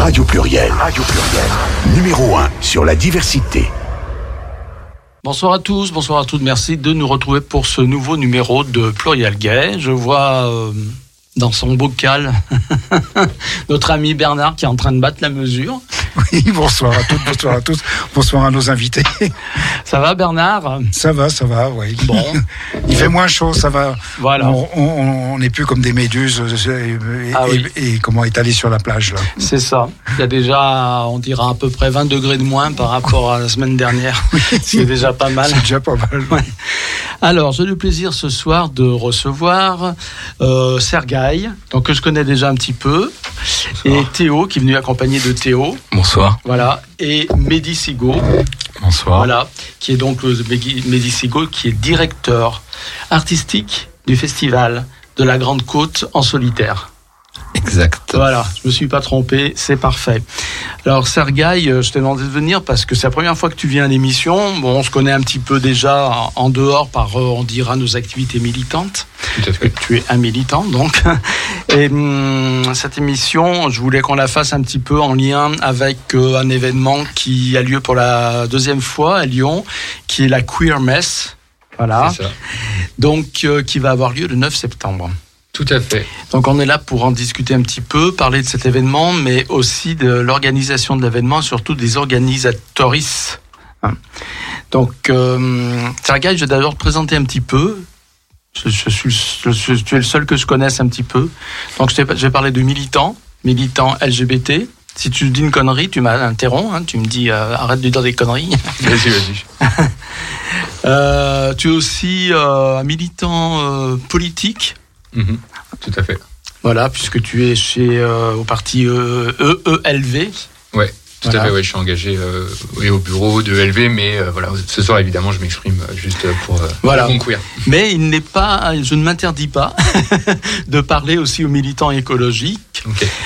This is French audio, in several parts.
Radio Pluriel. Radio Pluriel. Numéro 1 sur la diversité. Bonsoir à tous, bonsoir à toutes. Merci de nous retrouver pour ce nouveau numéro de Pluriel Gay. Je vois dans son bocal notre ami Bernard qui est en train de battre la mesure. Oui, bonsoir à toutes, bonsoir à tous, bonsoir à nos invités. Ça va Bernard ? Ça va, oui. Bon. Il fait moins chaud, ça va. Voilà. On n'est plus comme des méduses et comment étalés sur la plage là. C'est ça. Il y a déjà, on dira à peu près 20 degrés de moins par rapport à la semaine dernière. C'est déjà pas mal. C'est déjà pas mal. Ouais. Alors, j'ai le plaisir ce soir de recevoir Sergueï, donc que je connais déjà un petit peu, bonsoir. Et Théo qui est venu accompagné de Théo. Bonsoir. Voilà, et Mehdi Sigo. Bonsoir. Voilà, qui est donc Mehdi Sigo, qui est directeur artistique du festival de la Grande Côte en solitaire. Exact. Voilà, je me suis pas trompé, c'est parfait. Alors Sergueï, je t'ai demandé de venir parce que c'est la première fois que tu viens à l'émission. Bon, on se connaît un petit peu déjà en dehors par, on dira, nos activités militantes. Tout à fait. Tu es un militant, donc. Et cette émission, je voulais qu'on la fasse un petit peu en lien avec un événement qui a lieu pour la deuxième fois à Lyon, qui est la Queer Mess. Voilà. C'est ça. Donc, qui va avoir lieu le 9 septembre. Tout à fait. Donc on est là pour en discuter un petit peu, parler de cet événement, mais aussi de l'organisation de l'événement, surtout des organisatrices. Donc, Sergueï, je vais d'abord te présenter un petit peu. Tu es le seul que je connaisse un petit peu. Donc je vais parler de militants LGBT. Si tu dis une connerie, tu m'interromps, tu me dis arrête de dire des conneries. Vas-y. Tu es aussi un militant politique. Mmh, tout à fait. Voilà, puisque tu es au parti EELV. Ouais, tout à fait. Ouais, je suis engagé au bureau de EELV, mais voilà, ce soir évidemment, je m'exprime juste pour mon queer. Mais je ne m'interdis pas de parler aussi aux militants écologistes.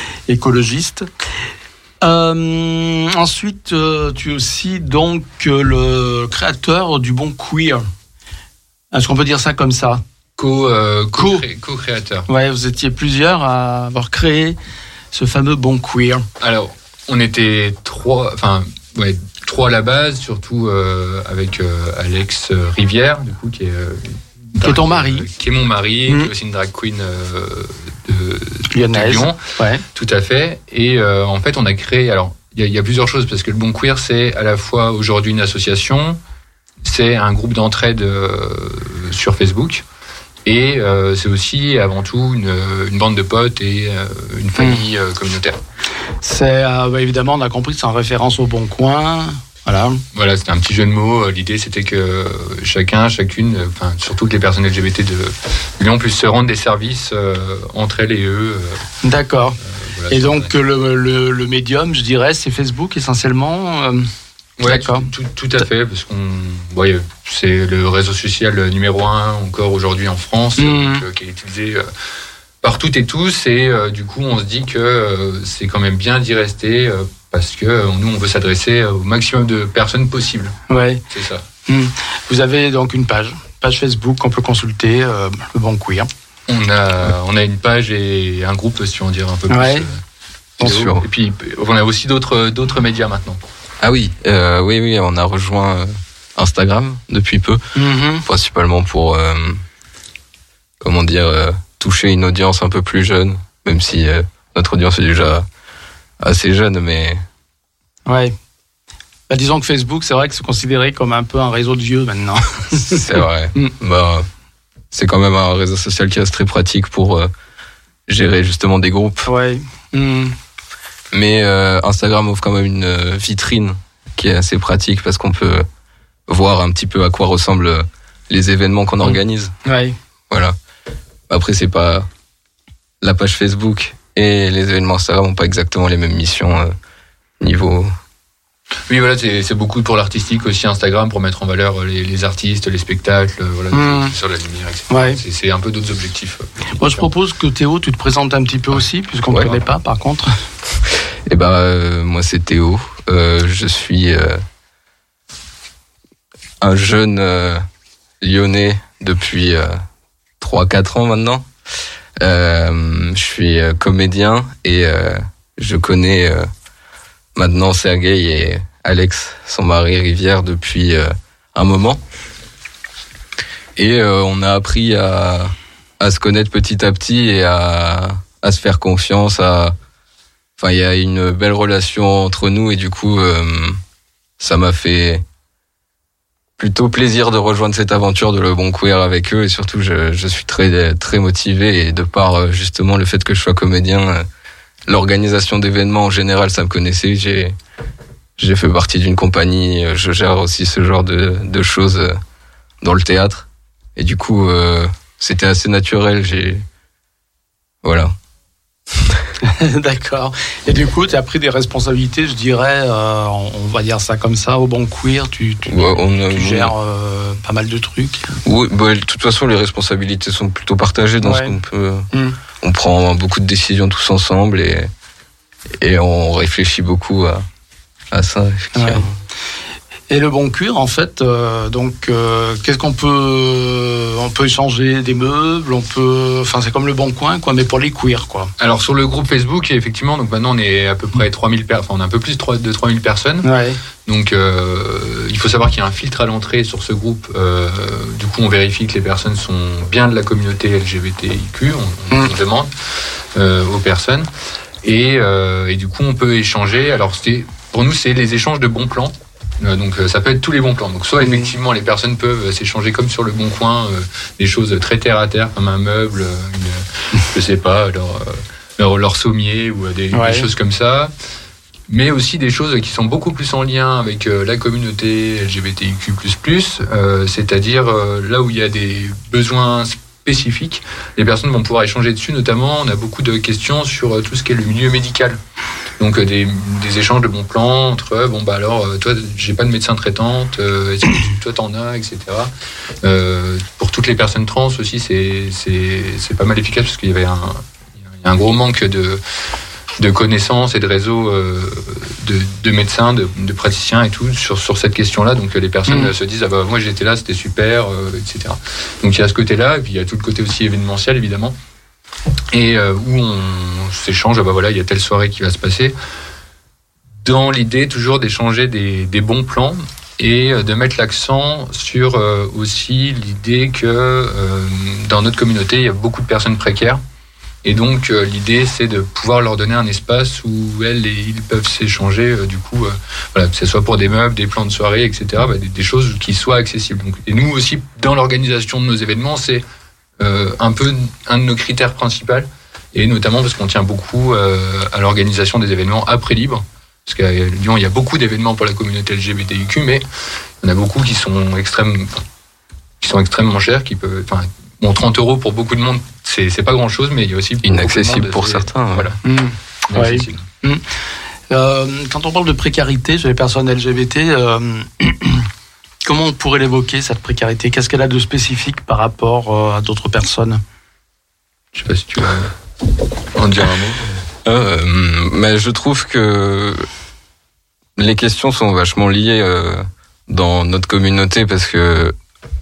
Ensuite, tu es aussi donc le créateur du Bon Queer. Est-ce qu'on peut dire ça comme ça ? Co-créateur. Ouais, vous étiez plusieurs à avoir créé ce fameux Bon Queer. Alors, on était trois à la base, surtout avec Alex Rivière, du coup, qui est ton mari. Qui est mon mari, qui est aussi une drag queen de Lyon. Ouais. Tout à fait. Et en fait, on a créé... Alors, il y a plusieurs choses, parce que le Bon Queer, c'est à la fois aujourd'hui une association, c'est un groupe d'entraide sur Facebook, et c'est aussi avant tout une bande de potes et une famille communautaire. C'est évidemment, on a compris, c'est en référence au Bon Coin. Voilà, c'était un petit jeu de mots. L'idée, c'était que chacune, surtout que les personnes LGBT de Lyon puissent se rendre des services entre elles et eux. D'accord. Voilà, et donc le médium, je dirais, c'est Facebook essentiellement. Ouais, tout à fait, parce c'est le réseau social numéro 1 encore aujourd'hui en France, qui est utilisé par toutes et tous, et du coup on se dit que c'est quand même bien d'y rester, parce que nous on veut s'adresser au maximum de personnes possibles. Ouais. C'est ça. Vous avez donc une page Facebook qu'on peut consulter, le Bon Queer. On a une page et un groupe, si on dire un peu plus. Ouais. Bien sûr. Et puis on a aussi d'autres médias maintenant. Ah oui, oui, on a rejoint Instagram depuis peu, principalement pour, toucher une audience un peu plus jeune, même si notre audience est déjà assez jeune, mais... Ouais. Disons que Facebook, c'est vrai que c'est considéré comme un peu un réseau de vieux maintenant. C'est vrai. C'est quand même un réseau social qui reste très pratique pour gérer justement des groupes. Ouais. Mais Instagram offre quand même une vitrine qui est assez pratique parce qu'on peut voir un petit peu à quoi ressemblent les événements qu'on organise. Ouais. Voilà. Après, c'est pas la page Facebook et les événements Instagram n'ont pas exactement les mêmes missions niveau. Oui, voilà, c'est beaucoup pour l'artistique aussi, Instagram, pour mettre en valeur les artistes, les spectacles, sur la lumière, etc. Ouais. C'est un peu d'autres objectifs. Moi, je propose que Théo, tu te présentes un petit peu aussi, puisqu'on ne connaît pas, par contre. Moi, c'est Théo. Je suis un jeune lyonnais depuis 3-4 ans maintenant. Je suis comédien et je connais maintenant Sergueï et Alex, son mari Rivière, depuis un moment. Et on a appris à se connaître petit à petit et à se faire confiance. Enfin, il y a une belle relation entre nous et du coup, ça m'a fait plutôt plaisir de rejoindre cette aventure de Le Bon Queer avec eux et surtout, je suis très très motivé et de par justement le fait que je sois comédien, l'organisation d'événements en général, ça me connaissait. J'ai fait partie d'une compagnie, je gère aussi ce genre de choses dans le théâtre. Et du coup, c'était assez naturel. Voilà. D'accord. Et du coup, tu as pris des responsabilités, je dirais, on va dire ça comme ça, au Bon Queer, tu gères pas mal de trucs. Oui, de toute façon, les responsabilités sont plutôt partagées dans ce qu'on peut. On prend beaucoup de décisions tous ensemble et on réfléchit beaucoup à ça, effectivement. Ouais. Et Le Bon Queer, en fait, qu'est-ce qu'on peut... On peut échanger des meubles, enfin, c'est comme Le Bon Coin, quoi, mais pour les queers, quoi. Alors, sur le groupe Facebook, effectivement, donc maintenant, on est à peu près 3000 personnes, enfin, on a un peu plus de 3000 personnes. Ouais. Donc, il faut savoir qu'il y a un filtre à l'entrée sur ce groupe. Du coup, on vérifie que les personnes sont bien de la communauté LGBTIQ, on demande aux personnes. Et du coup, on peut échanger. Alors, pour nous, c'est les échanges de bons plans. Donc ça peut être tous les bons plans. Donc soit effectivement les personnes peuvent s'échanger comme sur Le Bon Coin, des choses très terre à terre comme un meuble, je sais pas, leur sommier ou des choses comme ça. Mais aussi des choses qui sont beaucoup plus en lien avec la communauté LGBTIQ++, c'est-à-dire là où il y a des besoins spécifiques, les personnes vont pouvoir échanger dessus. Notamment, on a beaucoup de questions sur tout ce qui est le milieu médical. Donc des échanges de bons plans entre toi j'ai pas de médecin traitante, est-ce que toi t'en as, etc. Pour toutes les personnes trans aussi c'est pas mal efficace parce qu'il y avait un gros manque de connaissances et de réseaux de médecins, de praticiens et tout sur cette question-là. Donc les personnes se disent moi j'étais là, c'était super, etc. Donc il y a ce côté-là et puis il y a tout le côté aussi événementiel évidemment. Et où on s'échange, il y a telle soirée qui va se passer, dans l'idée toujours d'échanger des bons plans et de mettre l'accent sur aussi l'idée que dans notre communauté, il y a beaucoup de personnes précaires. Et donc l'idée, c'est de pouvoir leur donner un espace où elles et ils peuvent s'échanger, que ce soit pour des meubles, des plans de soirée, etc., des choses qui soient accessibles. Donc, et nous aussi, dans l'organisation de nos événements, c'est un peu un de nos critères principaux, et notamment parce qu'on tient beaucoup à l'organisation des événements à prix libre, parce qu'à Lyon il y a beaucoup d'événements pour la communauté LGBTIQ, mais il y en a beaucoup qui sont extrêmement chers, qui peuvent, 30 € pour beaucoup de monde, c'est pas grand chose, mais il y a aussi inaccessible pour certains. Voilà. Inaccessible. Quand on parle de précarité chez les personnes LGBT, comment on pourrait l'évoquer, cette précarité? Qu'est-ce qu'elle a de spécifique par rapport à d'autres personnes? Je sais pas si tu veux en dire un mot. Mais je trouve que les questions sont vachement liées dans notre communauté parce que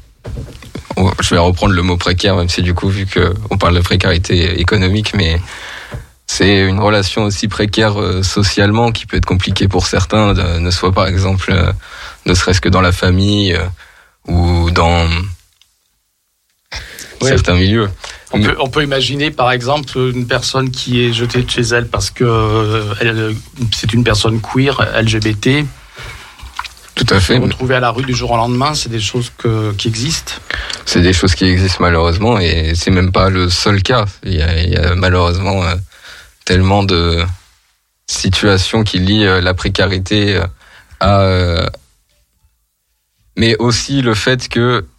je vais reprendre le mot précaire, même si du coup, vu qu'on parle de précarité économique, mais c'est une relation aussi précaire socialement qui peut être compliquée pour certains, ne soit par exemple, ne serait-ce que dans la famille ou dans certains milieux. On peut imaginer par exemple une personne qui est jetée de chez elle parce que c'est une personne queer, LGBT. Tout à fait. Se retrouver à la rue du jour au lendemain, c'est des choses qui existent. C'est des choses qui existent malheureusement et c'est même pas le seul cas. Il y a malheureusement tellement de situations qui lient la précarité à... mais aussi le fait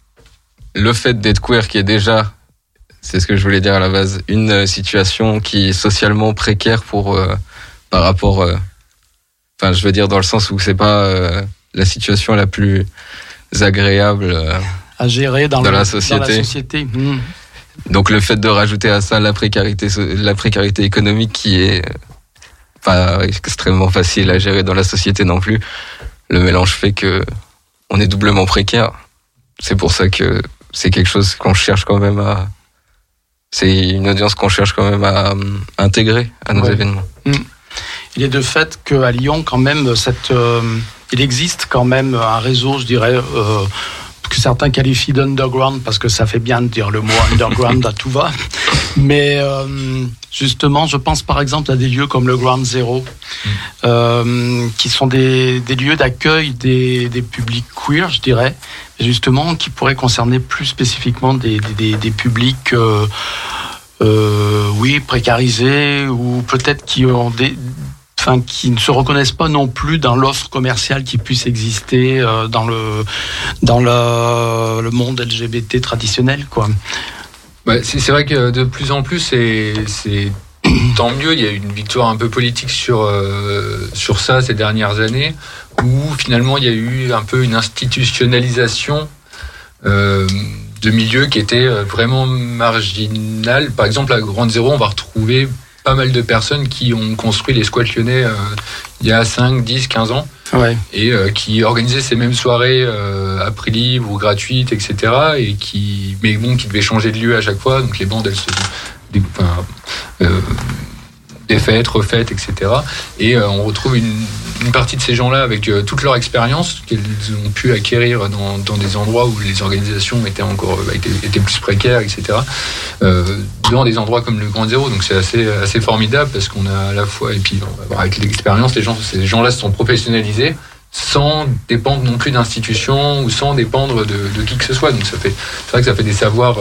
d'être queer qui est déjà, c'est ce que je voulais dire à la base, une situation qui est socialement précaire par rapport... je veux dire dans le sens où c'est pas la situation la plus agréable à gérer dans la société. Donc le fait de rajouter à ça la précarité économique qui est pas extrêmement facile à gérer dans la société non plus, le mélange fait que on est doublement précaire. C'est pour ça que c'est quelque chose qu'on cherche quand même c'est une audience qu'on cherche quand même à intégrer à nos événements. il est de fait qu'à Lyon, quand même, il existe quand même un réseau, je dirais, que certains qualifient d'underground, parce que ça fait bien de dire le mot underground à tout va. Mais justement, je pense par exemple à des lieux comme le Ground Zero, qui sont des lieux d'accueil des publics queer, je dirais, justement, qui pourraient concerner plus spécifiquement des publics précarisés, ou peut-être qui ne se reconnaissent pas non plus dans l'offre commerciale qui puisse exister dans le monde LGBT traditionnel, quoi. Ouais, c'est vrai que de plus en plus, c'est tant mieux. Il y a eu une victoire un peu politique sur ça ces dernières années, où finalement il y a eu un peu une institutionnalisation de milieux qui étaient vraiment marginal. Par exemple, à Ground Zero, on va retrouver pas mal de personnes qui ont construit les squats lyonnais il y a 5, 10, 15 ans. Ouais. Et qui organisaient ces mêmes soirées à prix libre ou gratuites, etc. Et qui devaient changer de lieu à chaque fois. Donc les bandes, elles se défaites, refaites, etc. Et on retrouve une partie de ces gens-là avec toute leur expérience qu'ils ont pu acquérir dans des endroits où les organisations étaient plus précaires, etc. Dans des endroits comme le Ground Zero. Donc c'est assez formidable, parce qu'on a à la fois, et puis avec l'expérience, ces gens-là se sont professionnalisés sans dépendre non plus d'institutions ou sans dépendre de qui que ce soit. Donc c'est vrai que ça fait des savoirs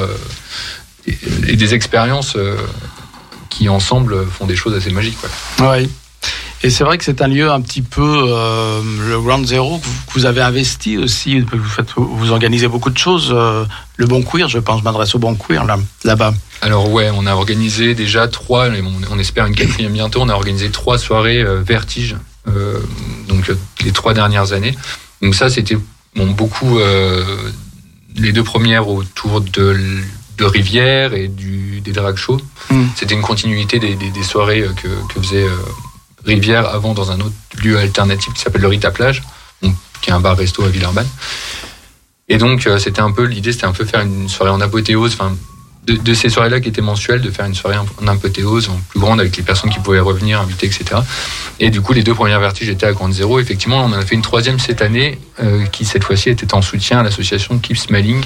et des expériences qui ensemble font des choses assez magiques, quoi. Ouais. Et c'est vrai que c'est un lieu un petit peu, le Ground Zero, que vous avez investi aussi. Vous organisez beaucoup de choses. Le Bon Queer, je pense, je m'adresse au Bon Queer là-bas. Alors ouais, on a organisé déjà 3, on espère une 4e bientôt. On a organisé 3 soirées Vertige, donc les 3 dernières années. Donc ça, c'était beaucoup les 2 premières autour de Rivière et des drag shows. C'était une continuité des soirées que faisait Rivière avant, dans un autre lieu alternatif qui s'appelle le Rita Plage, qui est un bar-resto à Villeurbanne. Et donc l'idée, c'était un peu faire une soirée en apothéose, de ces soirées-là qui étaient mensuelles, de faire une soirée en apothéose, en plus grande, avec les personnes qui pouvaient revenir, inviter, etc. Et du coup, les 2 premières Vertiges étaient à Ground Zero. Effectivement, on en a fait une 3e cette année, qui cette fois-ci était en soutien à l'association Keep Smiling,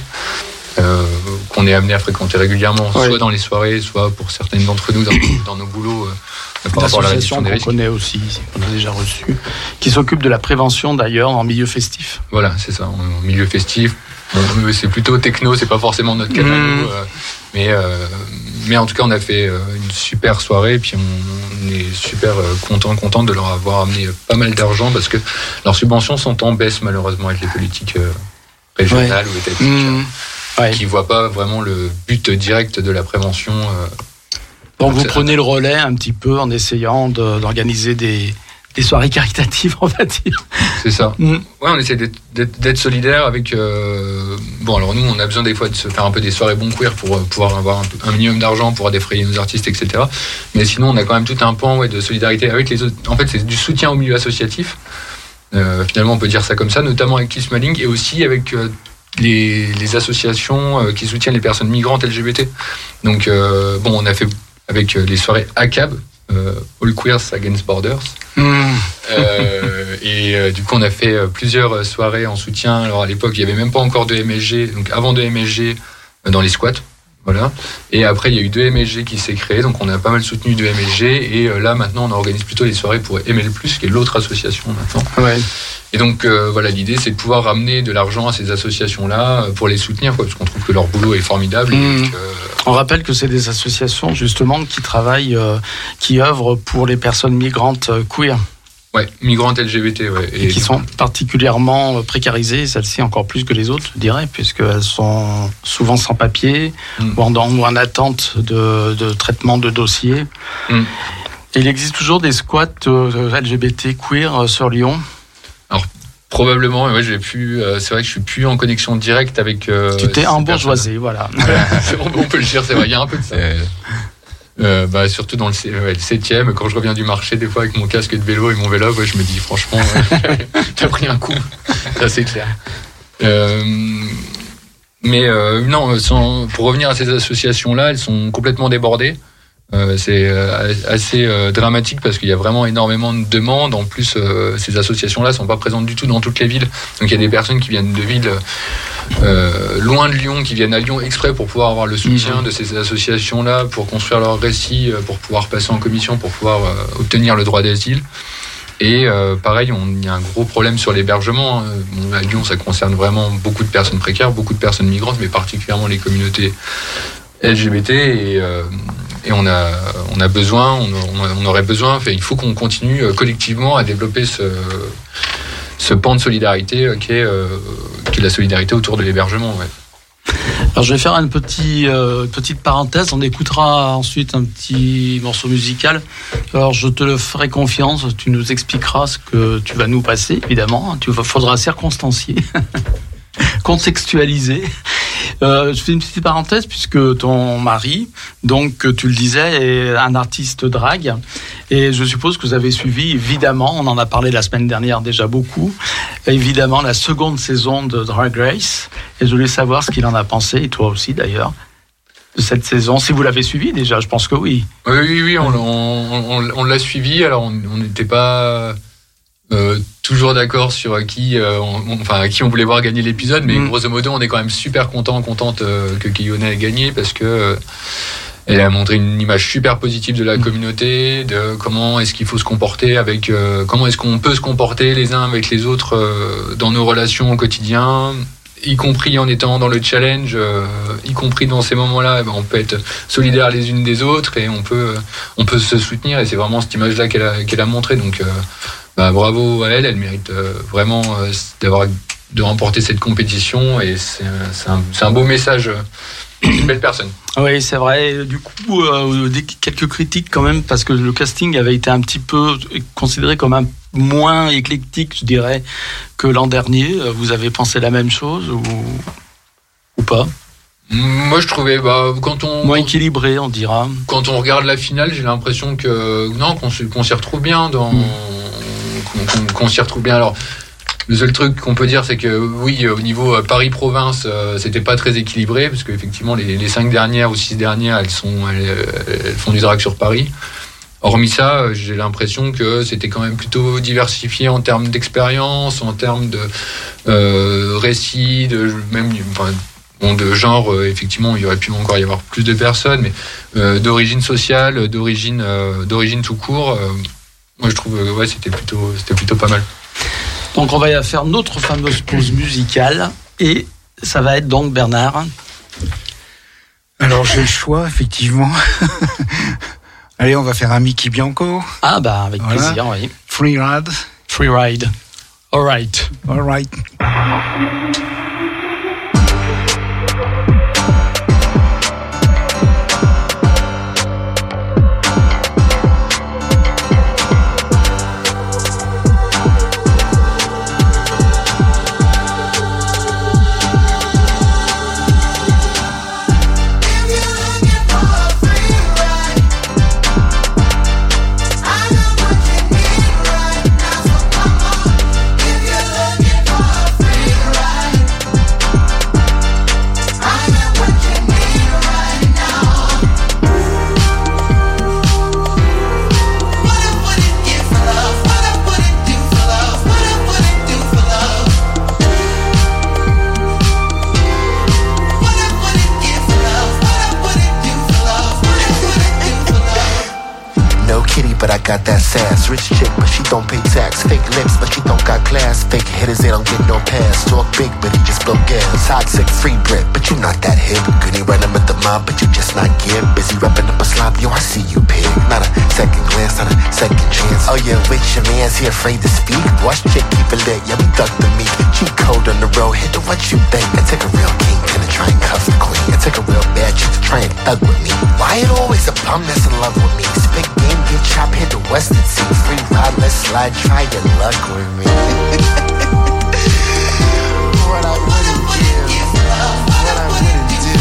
qu'on est amené à fréquenter régulièrement, soit dans les soirées, soit pour certaines d'entre nous dans nos boulots, par rapport à la réduction des risques. Qu'on connaît aussi, qu'on a déjà reçu, qui s'occupe de la prévention d'ailleurs en milieu festif. Voilà, c'est ça, en milieu festif. C'est plutôt techno, c'est pas forcément notre canal, mais en tout cas, on a fait une super soirée, et puis on est super content de leur avoir amené pas mal d'argent, parce que leurs subventions sont en baisse malheureusement avec les politiques régionales ou étatiques, qui voient pas vraiment le but direct de la prévention. Donc vous prenez le relais un petit peu en essayant d'organiser des soirées caritatives, on va dire. C'est ça. Ouais, on essaie d'être solidaire avec. Alors nous, on a besoin des fois de se faire un peu des soirées bon queer pour pouvoir avoir un minimum d'argent pour défrayer nos artistes, etc. Mais sinon, on a quand même tout un pan de solidarité avec les autres. En fait, c'est du soutien au milieu associatif. Finalement, on peut dire ça comme ça, notamment avec Keep Smiling et aussi avec les associations qui soutiennent les personnes migrantes LGBT. Donc, on a fait avec les soirées ACAB, All Queers Against Borders. Et du coup, on a fait plusieurs soirées en soutien. Alors, à l'époque, il n'y avait même pas encore de MSG, donc avant de MSG dans les squats. Voilà. Et après, il y a eu 2 MSG qui s'est créé, donc on a pas mal soutenu 2 MSG. Et là, maintenant, on organise plutôt les soirées pour ML+, qui est l'autre association maintenant. Ouais. Et donc, l'idée, c'est de pouvoir ramener de l'argent à ces associations-là pour les soutenir, parce qu'on trouve que leur boulot est formidable. On rappelle que c'est des associations, justement, qui travaillent, qui œuvrent pour les personnes migrantes queer. Ouais, migrantes LGBT, ouais. Et qui sont particulièrement précarisées, celles-ci encore plus que les autres, je dirais, puisqu'elles sont souvent sans papier ou en attente de traitement de dossier. Et il existe toujours des squats LGBT queer sur Lyon. Alors, probablement, ouais, c'est vrai que je suis plus en connexion directe avec. Tu t'es embourgeoisé, voilà. On peut le dire, c'est vrai, il y a un peu de ça. Surtout dans le 7e, quand je reviens du marché, des fois avec mon casque de vélo et mon vélo, je me dis franchement, t'as pris un coup, ça c'est clair. Pour revenir à ces associations-là, elles sont complètement débordées. C'est assez dramatique parce qu'il y a vraiment énormément de demandes. En plus, ces associations-là sont pas présentes du tout dans toutes les villes. Donc il y a des personnes qui viennent de villes loin de Lyon, qui viennent à Lyon exprès pour pouvoir avoir le soutien de ces associations-là, pour construire leur récit, pour pouvoir passer en commission, pour pouvoir obtenir le droit d'asile. Et pareil, il y a un gros problème sur l'hébergement. À Lyon, ça concerne vraiment beaucoup de personnes précaires, beaucoup de personnes migrantes, mais particulièrement les communautés LGBT. Et on a besoin, on aurait besoin, il faut qu'on continue collectivement à développer ce pan de solidarité qui est la solidarité autour de l'hébergement. Ouais. Alors je vais faire une petite parenthèse, on écoutera ensuite un petit morceau musical. Alors je te le ferai confiance, tu nous expliqueras ce que tu vas nous passer, évidemment. Faudra circonstancier, contextualiser. Je fais une petite parenthèse puisque ton mari, donc tu le disais, est un artiste drague et je suppose que vous avez suivi évidemment, on en a parlé la semaine dernière déjà beaucoup, évidemment la seconde saison de Drag Race et je voulais savoir ce qu'il en a pensé, et toi aussi d'ailleurs, de cette saison, si vous l'avez suivi déjà, je pense que oui. Oui, on l'a suivi, alors on n'était pas... toujours d'accord sur à qui on voulait voir gagner l'épisode, mais grosso modo on est quand même super contente que Keyona ait gagné parce que elle a montré une image super positive de la communauté, de comment est-ce qu'il faut se comporter avec, comment est-ce qu'on peut se comporter les uns avec les autres dans nos relations au quotidien, y compris en étant dans le challenge, y compris dans ces moments-là, on peut être solidaires les unes des autres et on peut se soutenir, et c'est vraiment cette image-là qu'elle a montrée. Donc bravo à elle, elle mérite vraiment de remporter cette compétition, et c'est un beau message. C'est une belle personne. Oui, c'est vrai. Du coup, quelques critiques quand même, parce que le casting avait été un petit peu considéré comme un moins éclectique, je dirais, que l'an dernier. Vous avez pensé la même chose ou pas ? Moi, je trouvais moins équilibré, on dira. Quand on regarde la finale, j'ai l'impression qu'on s'y retrouve bien qu'on s'y retrouve bien. Alors, le seul truc qu'on peut dire, c'est que oui, au niveau Paris-Province, c'était pas très équilibré, parce qu'effectivement, les 5 dernières ou 6 dernières, elles font du drag sur Paris. Hormis ça, j'ai l'impression que c'était quand même plutôt diversifié en termes d'expérience, en termes de récits, de genre. Effectivement, il y aurait pu encore y avoir plus de personnes, mais d'origine sociale, d'origine tout court. Moi, je trouve c'était plutôt pas mal. Donc, on va faire notre fameuse pause musicale, et ça va être donc Bernard. Alors, j'ai le choix, effectivement. Allez, on va faire un Mickey Bianco. Ah, avec plaisir, oui. Free Ride. Free Ride. All right. All right. Got that sass, rich chick, but she don't pay tax. Fake lips, but she don't got class. Fake hitters, they don't get no pass. Talk big, but he just blow gas. Toxic, free Brit, but you not that hip. Goody run him at the mob, but you just not give. Busy repping up a slob, yo, I see you, pig. Not a second glance, not a second chance. Oh yeah, with your man's he afraid to speak. Watch chick, keep it lit, yeah, we duck the meat. Cheat code on the road, hit the what you think. I take a real king, and try and cuff the queen. I take a real bad chick to try and thug with me. Why it always a bum that's in love with me? Spit game, get chop, hit the Western Sea. Free ride, let's slide, try your luck with me. What I wouldn't give, what I wouldn't do.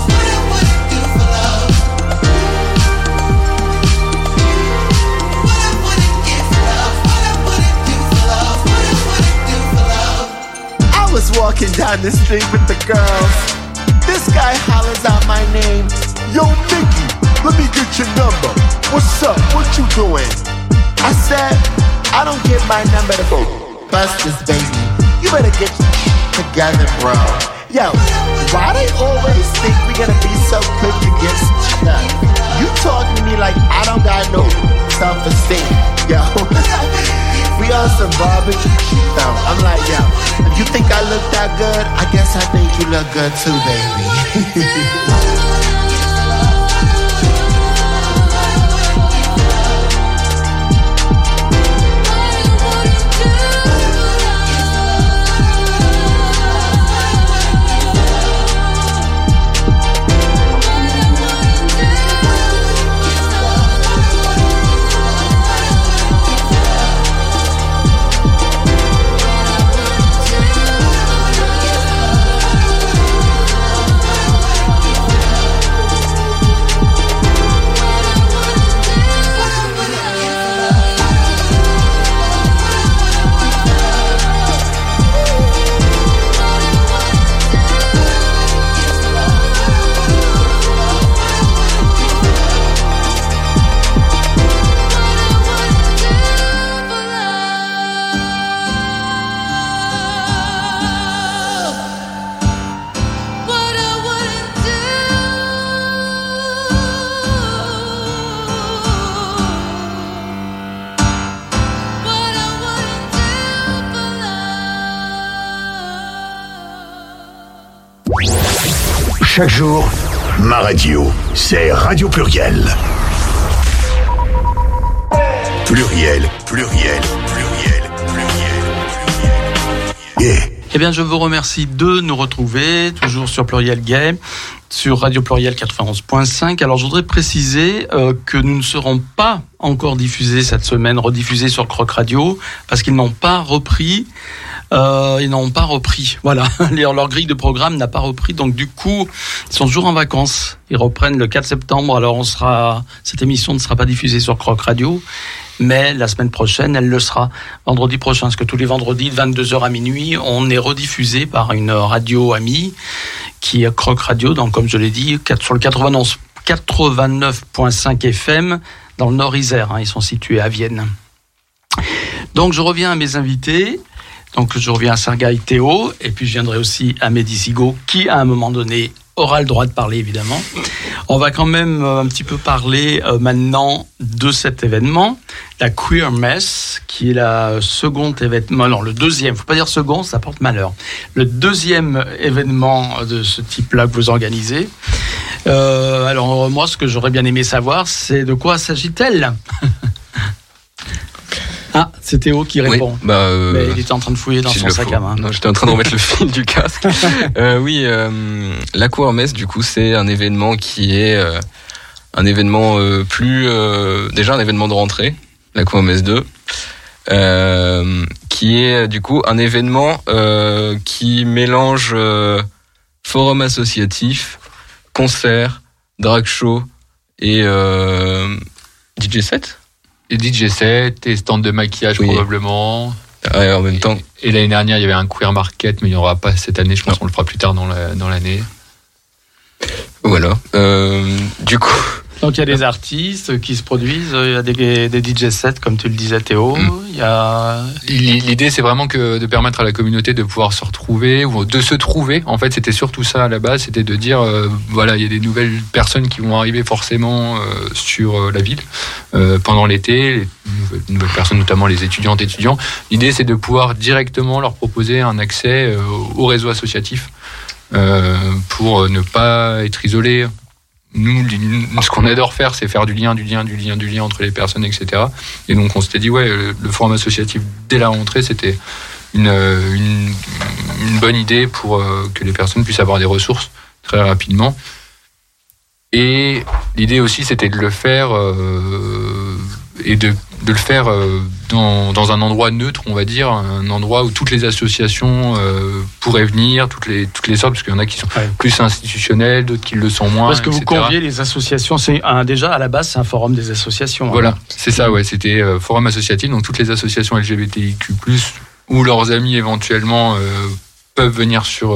I was walking down the street with the girls. This guy hollers out my name, yo Mickey. Let me get your number. What's up? What you doing? I said, I don't get my number to bust this baby. You better get together, bro. Yo, why they always think we gonna be so quick to get stuck? You talking to me like I don't got no self-esteem. Yo, we on some barbecue shit though. I'm like, yo, if you think I look that good, I guess I think you look good too, baby. Chaque jour, ma radio, c'est Radio Pluriel. Pluriel, pluriel, pluriel, pluriel, pluriel. Yeah. Eh bien, je vous remercie de nous retrouver, toujours sur Pluriel Gay, sur Radio Pluriel 91.5. Alors, je voudrais préciser que nous ne serons pas encore diffusés cette semaine, rediffusés sur Croc Radio, parce qu'ils n'ont pas repris. Voilà, leur grille de programme n'a pas repris, donc du coup, ils sont toujours en vacances. Ils reprennent le 4 septembre, alors cette émission ne sera pas diffusée sur Croc Radio, mais la semaine prochaine, elle le sera. Vendredi prochain, parce que tous les vendredis, de 22h à minuit, on est rediffusé par une radio amie, qui est Croc Radio, donc comme je l'ai dit, sur le 89.5 FM, dans le Nord-Isère, ils sont situés à Vienne. Donc je reviens à mes invités. Donc je reviens à Sergueï Théo, et puis je viendrai aussi à Mehdi Sigo, qui à un moment donné aura le droit de parler évidemment. On va quand même un petit peu parler maintenant de cet événement, la Queer Mess, qui est la seconde événement, non le deuxième, faut pas dire second, ça porte malheur. Le deuxième événement de ce type-là que vous organisez. Alors moi, ce que j'aurais bien aimé savoir, c'est de quoi s'agit-elle ? Ah, c'est Théo qui répond. Oui, mais il était en train de fouiller dans son sac à main. Non, j'étais en train de remettre le fil du casque. La Queer Mess, du coup, c'est un événement qui est un événement déjà un événement de rentrée, la Queer Mess 2, qui est du coup un événement qui mélange forum associatif, concert, drag show et DJ set. Et DJ set, et stand de maquillage probablement. Ouais, en même temps. Et l'année dernière, il y avait un queer market, mais il n'y aura pas cette année. Je pense qu'on le fera plus tard dans l'année. Voilà. Du coup. Donc il y a des artistes qui se produisent, il y a des DJ sets, comme tu le disais Théo. Il y a... L'idée, c'est vraiment de permettre à la communauté de pouvoir se retrouver, ou de se trouver. En fait, c'était surtout ça à la base, c'était de dire, voilà, il y a des nouvelles personnes qui vont arriver forcément sur la ville pendant l'été, les nouvelles personnes, notamment les étudiants. L'idée, c'est de pouvoir directement leur proposer un accès au réseau associatif pour ne pas être isolés. Nous, ce qu'on adore faire, c'est faire du lien entre les personnes, etc. Et donc, on s'était dit, le forum associatif, dès la rentrée, c'était une bonne idée pour que les personnes puissent avoir des ressources très rapidement. Et l'idée aussi, c'était de le faire et de le faire dans un endroit neutre, on va dire, un endroit où toutes les associations pourraient venir, toutes les sortes, parce qu'il y en a qui sont plus institutionnels, d'autres qui le sont moins. Parce que vous conviez les associations, déjà à la base c'est un forum des associations. Voilà, c'est ça, c'était forum associatif, donc toutes les associations LGBTIQ+, ou leurs amis éventuellement peuvent venir sur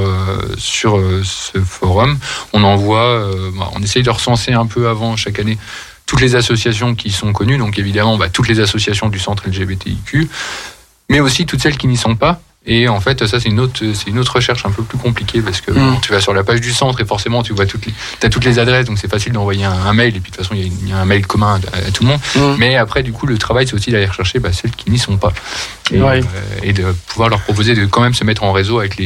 ce forum. On envoie, on essaye de recenser un peu avant chaque année toutes les associations qui sont connues, donc évidemment toutes les associations du centre LGBTIQ, mais aussi toutes celles qui n'y sont pas. Et en fait, ça c'est une autre recherche un peu plus compliquée parce que tu vas sur la page du centre et forcément tu vois t'as toutes les adresses, donc c'est facile d'envoyer un mail et puis de toute façon il y a un mail commun à tout le monde. Mais après du coup le travail c'est aussi d'aller rechercher celles qui n'y sont pas et de pouvoir leur proposer de quand même se mettre en réseau avec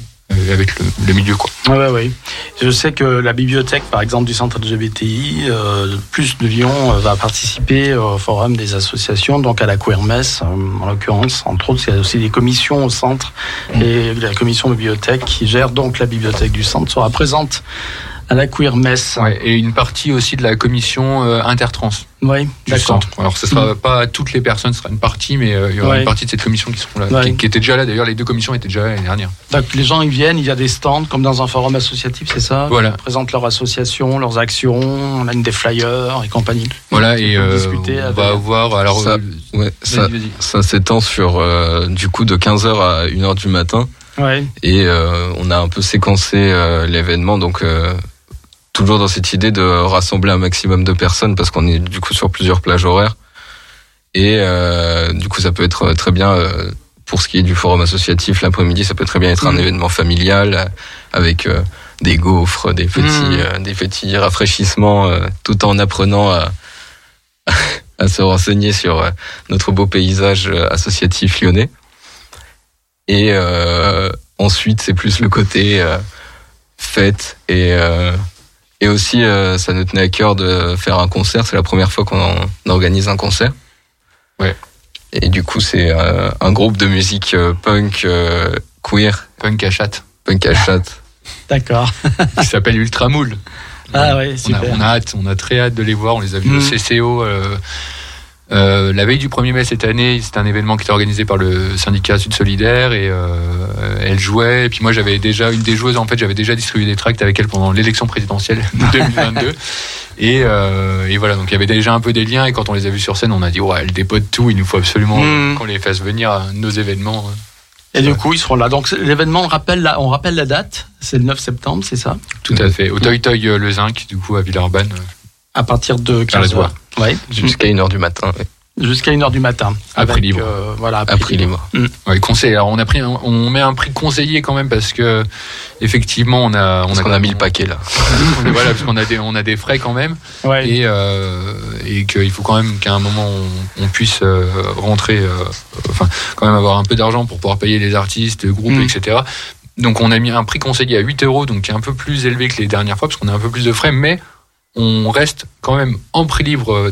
le milieu quoi. Oui. Je sais que la bibliothèque par exemple du centre LGBTI plus de Lyon va participer au forum des associations, donc à la Queer Messe en l'occurrence, entre autres il y a aussi des commissions au centre et la commission bibliothèque qui gère donc la bibliothèque du centre sera présente à la Queer Messe. Ouais, et une partie aussi de la commission intertrans. Oui, du d'accord. Centre. Alors, ce sera pas toutes les personnes, ce sera une partie, mais il y aura une partie de cette commission qui seront là, qui étaient déjà là. D'ailleurs, les deux commissions étaient déjà là l'année dernière. Donc, les gens, ils viennent, il y a des stands, comme dans un forum associatif, c'est ça? Voilà. Ils présentent leur association, leurs actions, on a des flyers et compagnie. Voilà, et on va voir. Alors, ça s'étend sur, du coup, de 15h à 1h du matin. Ouais. Et on a un peu séquencé l'événement, donc toujours dans cette idée de rassembler un maximum de personnes parce qu'on est du coup sur plusieurs plages horaires. Et du coup, ça peut être très bien, pour ce qui est du forum associatif, l'après-midi, ça peut très bien être un événement familial avec des gaufres, des petits rafraîchissements, tout en apprenant à se renseigner sur notre beau paysage associatif lyonnais. Et ensuite, c'est plus le côté fête et aussi, ça nous tenait à cœur de faire un concert. C'est la première fois qu'on organise un concert. Ouais. Et du coup, c'est un groupe de musique punk queer. Punk à chatte. Punk à chatte. D'accord. Qui s'appelle Ultramoule. Ah ouais, super. On a très hâte de les voir. On les a vus au CCO. La veille du 1er mai cette année, c'était un événement qui était organisé par le syndicat Sud Solidaire et elle jouait. Et puis moi, j'avais déjà une des joueuses. En fait, j'avais déjà distribué des tracts avec elle pendant l'élection présidentielle 2022. Et voilà, donc il y avait déjà un peu des liens. Et quand on les a vus sur scène, on a dit ouais, elle dépote tout. Il nous faut absolument qu'on les fasse venir à nos événements. Et du coup, ils seront là. Donc l'événement, on rappelle la date. C'est le 9 septembre, c'est ça? Tout à fait. Au Toy Toy Le Zinc, du coup, à Villeurbanne. À partir de 15h. Ouais. Jusqu'à 1h du matin. Ouais. Jusqu'à 1h du matin. À prix libre. À prix libre. Ouais, conseil. Alors on met un prix conseillé quand même parce que effectivement on a mis le paquet là. Voilà, parce qu'on a des frais quand même. Ouais. Et qu'il faut quand même qu'à un moment on puisse rentrer, quand même avoir un peu d'argent pour pouvoir payer les artistes, le groupe, etc. Donc on a mis un prix conseillé à 8 €, donc qui est un peu plus élevé que les dernières fois parce qu'on a un peu plus de frais, mais on reste quand même en prix libre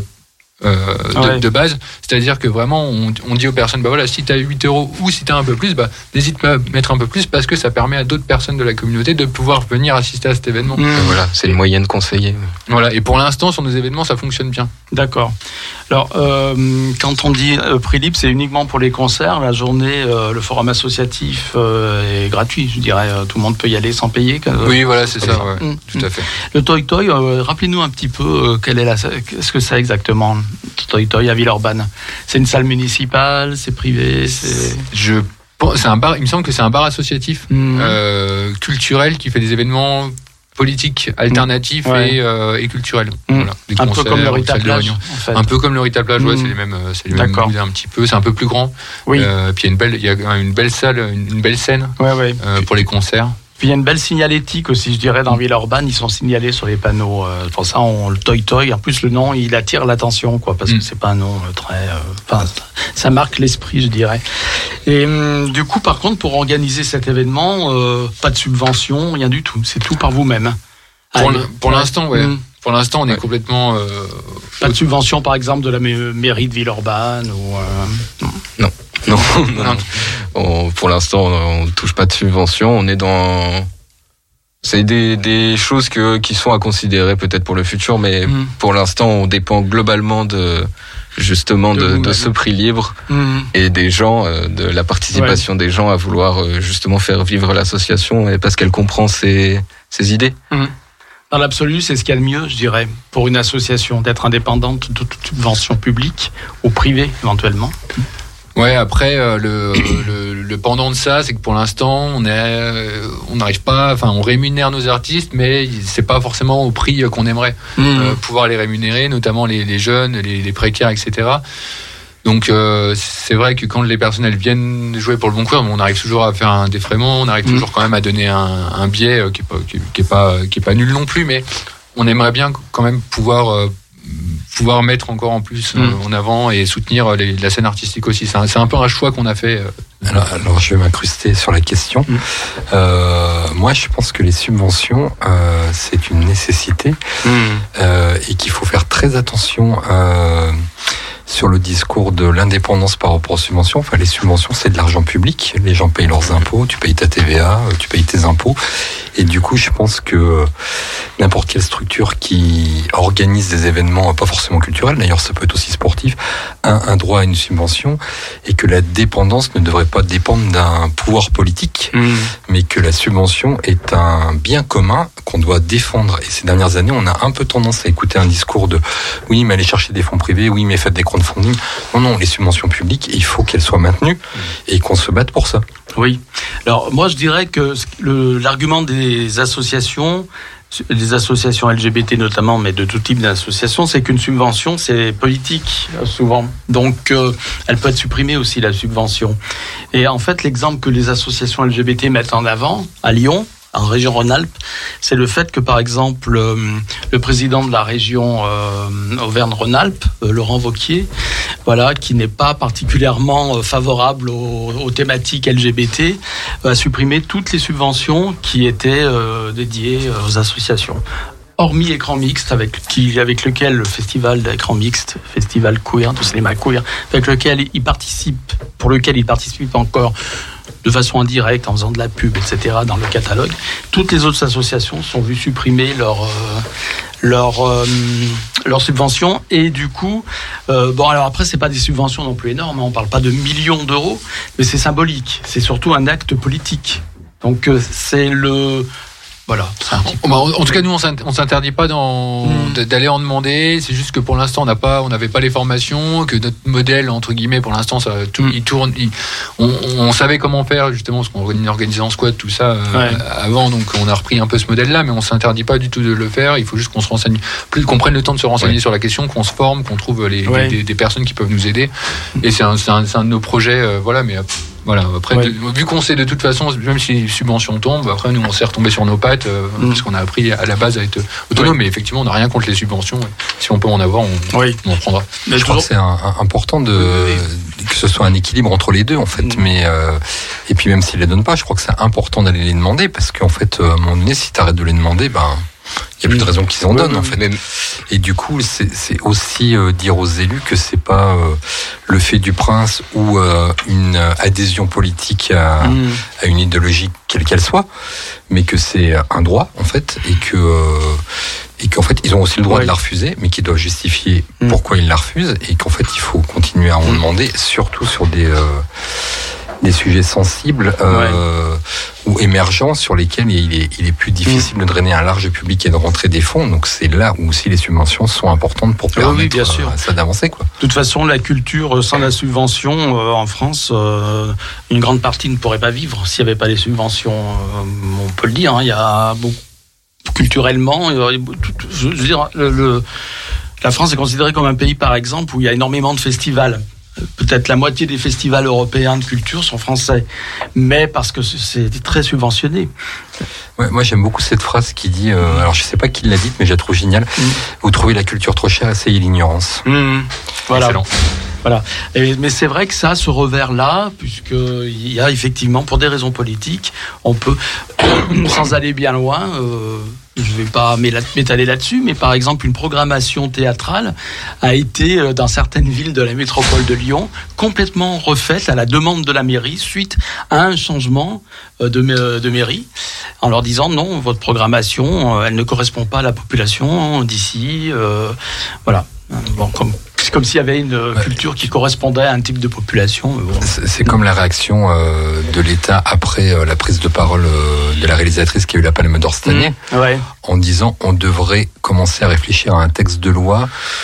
de base, c'est-à-dire que vraiment on dit aux personnes voilà, si tu as 8 € ou si tu as un peu plus, n'hésite pas à mettre un peu plus parce que ça permet à d'autres personnes de la communauté de pouvoir venir assister à cet événement. Voilà, c'est une moyenne conseillée. Voilà, et pour l'instant sur nos événements ça fonctionne bien. D'accord. Alors quand on dit prix libre, c'est uniquement pour les concerts. La journée, le forum associatif est gratuit, je dirais. Tout le monde peut y aller sans payer. Oui, voilà, c'est ça. Ouais, tout à fait. Le Toy Toy, rappelez-nous un petit peu qu'est-ce que c'est exactement. Toy Toy à Villeurbanne. C'est une salle municipale, c'est privé, c'est un bar. Il me semble que c'est un bar associatif culturel qui fait des événements politiques alternatifs et culturels. Voilà, un peu comme le Rita Plage. En fait. Un peu comme le Rita Plage, c'est les mêmes modes un petit peu. C'est un peu plus grand. Oui. Puis il y a une belle salle, une belle scène pour les concerts. Puis il y a une belle signalétique aussi, je dirais, dans Villeurbanne. Ils sont signalés sur les panneaux. Pour ça, le Toy Toy. En plus, le nom, il attire l'attention, quoi, parce que c'est pas un nom très. Ça marque l'esprit, je dirais. Et du coup, par contre, pour organiser cet événement, pas de subvention, rien du tout. C'est tout par vous-même. Pour l'instant, ouais. Pour l'instant, on est complètement. Pas de subvention, par exemple, de la mairie de Villeurbanne ou. Non. Pour l'instant, on ne touche pas de subvention. On est dans... C'est des choses qui sont à considérer peut-être pour le futur, mais pour l'instant, on dépend globalement de ce prix libre et des gens, de la participation des gens à vouloir justement faire vivre l'association et parce qu'elle comprend ses idées. Dans l'absolu, c'est ce qu'il y a de mieux, je dirais, pour une association, d'être indépendante de toute subvention publique ou privée, éventuellement. Ouais, après, le le pendant de ça, c'est que pour l'instant, on n'arrive pas, enfin, on rémunère nos artistes, mais c'est pas forcément au prix qu'on aimerait pouvoir les rémunérer, notamment les jeunes, les précaires, etc. Donc c'est vrai que quand les personnes elles viennent jouer pour le bon coin, on arrive toujours à faire un défraiement, on arrive toujours quand même à donner un billet qui est pas nul non plus, mais on aimerait bien quand même pouvoir mettre encore en plus en avant et soutenir la scène artistique aussi. C'est un peu un choix qu'on a fait. Alors je vais m'incruster sur la question. Moi je pense que les subventions c'est une nécessité et qu'il faut faire très attention sur le discours de l'indépendance par rapport aux subventions. Enfin, les subventions, c'est de l'argent public. Les gens payent leurs impôts, tu payes ta TVA, tu payes tes impôts. Et du coup, je pense que n'importe quelle structure qui organise des événements, pas forcément culturels, d'ailleurs ça peut être aussi sportif, a un droit à une subvention, et que la dépendance ne devrait pas dépendre d'un pouvoir politique, mais que la subvention est un bien commun qu'on doit défendre. Et ces dernières années, on a un peu tendance à écouter un discours de « oui, mais allez chercher des fonds privés, oui, mais faites des crowdfunding ». Non, les subventions publiques, il faut qu'elles soient maintenues et qu'on se batte pour ça. Oui. Alors, moi, je dirais que l'argument des associations LGBT notamment, mais de tout type d'associations, c'est qu'une subvention, c'est politique, souvent. Donc, elle peut être supprimée aussi, la subvention. Et en fait, l'exemple que les associations LGBT mettent en avant, à Lyon, en région Rhône-Alpes, c'est le fait que, par exemple, le président de la région Auvergne-Rhône-Alpes, Laurent Wauquiez, voilà, qui n'est pas particulièrement favorable aux thématiques LGBT, a supprimé toutes les subventions qui étaient dédiées aux associations. Hormis Écran Mixte, avec lequel le festival d'écran mixte, festival queer, de cinéma queer, pour lequel il participe encore de façon indirecte, en faisant de la pub, etc., dans le catalogue. Toutes les autres associations sont vues supprimer leurs subventions. Et du coup, alors après, c'est pas des subventions non plus énormes, on parle pas de millions d'euros, mais c'est symbolique. C'est surtout un acte politique. Donc, c'est le... Voilà. En tout cas, nous, on s'interdit pas d'aller en demander. C'est juste que pour l'instant, on n'avait pas les formations, que notre modèle, entre guillemets, pour l'instant, il tourne. On savait comment faire, justement, parce qu'on organisait en squat, tout ça, avant. Donc, on a repris un peu ce modèle-là, mais on s'interdit pas du tout de le faire. Il faut juste qu'on se renseigne, qu'on prenne le temps de se renseigner sur la question, qu'on se forme, qu'on trouve des personnes qui peuvent nous aider. Et c'est un de nos projets, voilà, mais... Voilà, après, vu qu'on sait de toute façon, même si les subventions tombent, après nous on s'est retombé sur nos pattes, parce qu'on a appris à la base à être autonome, mais effectivement on n'a rien contre les subventions, si on peut en avoir, on en prendra. Je crois que c'est important que ce soit un équilibre entre les deux en fait, mais et puis même s'ils les donnent pas, je crois que c'est important d'aller les demander, parce qu'en fait, à un moment donné, si tu arrêtes de les demander, il n'y a plus de raison qu'ils en donnent en fait. Et du coup, c'est aussi dire aux élus que c'est pas le fait du prince ou une adhésion politique à une idéologie quelle qu'elle soit, mais que c'est un droit en fait, et qu'en fait ils ont aussi le droit de la refuser, mais qu'ils doivent justifier pourquoi ils la refusent, et qu'en fait il faut continuer à en demander, surtout sur des sujets sensibles ou émergents sur lesquels il est plus difficile de drainer un large public et de rentrer des fonds. Donc c'est là où aussi les subventions sont importantes pour permettre à ça d'avancer, quoi. De toute façon, la culture sans la subvention en France, une grande partie ne pourrait pas vivre s'il n'y avait pas les subventions. On peut le dire, il y a beaucoup culturellement. Je veux dire, la France est considérée comme un pays, par exemple, où il y a énormément de festivals. Peut-être la moitié des festivals européens de culture sont français, mais parce que c'est très subventionné. Ouais, moi j'aime beaucoup cette phrase qui dit, alors je sais pas qui l'a dite, mais je la trouve géniale. Vous trouvez la culture trop chère, essayez l'ignorance. Voilà. Excellent. Voilà. Mais c'est vrai que ça, ce revers-là, puisqu'il y a effectivement, pour des raisons politiques, on peut, sans aller bien loin, je ne vais pas m'étaler là-dessus, mais par exemple, une programmation théâtrale a été, dans certaines villes de la métropole de Lyon, complètement refaite à la demande de la mairie, suite à un changement de mairie, en leur disant non, votre programmation, elle ne correspond pas à la population d'ici. Voilà. Bon, c'est comme s'il y avait une culture qui correspondait à un type de population. Bon. C'est comme la réaction de l'État après la prise de parole de la réalisatrice qui a eu la Palme d'Or cette année, en disant on devrait commencer à réfléchir à un texte de loi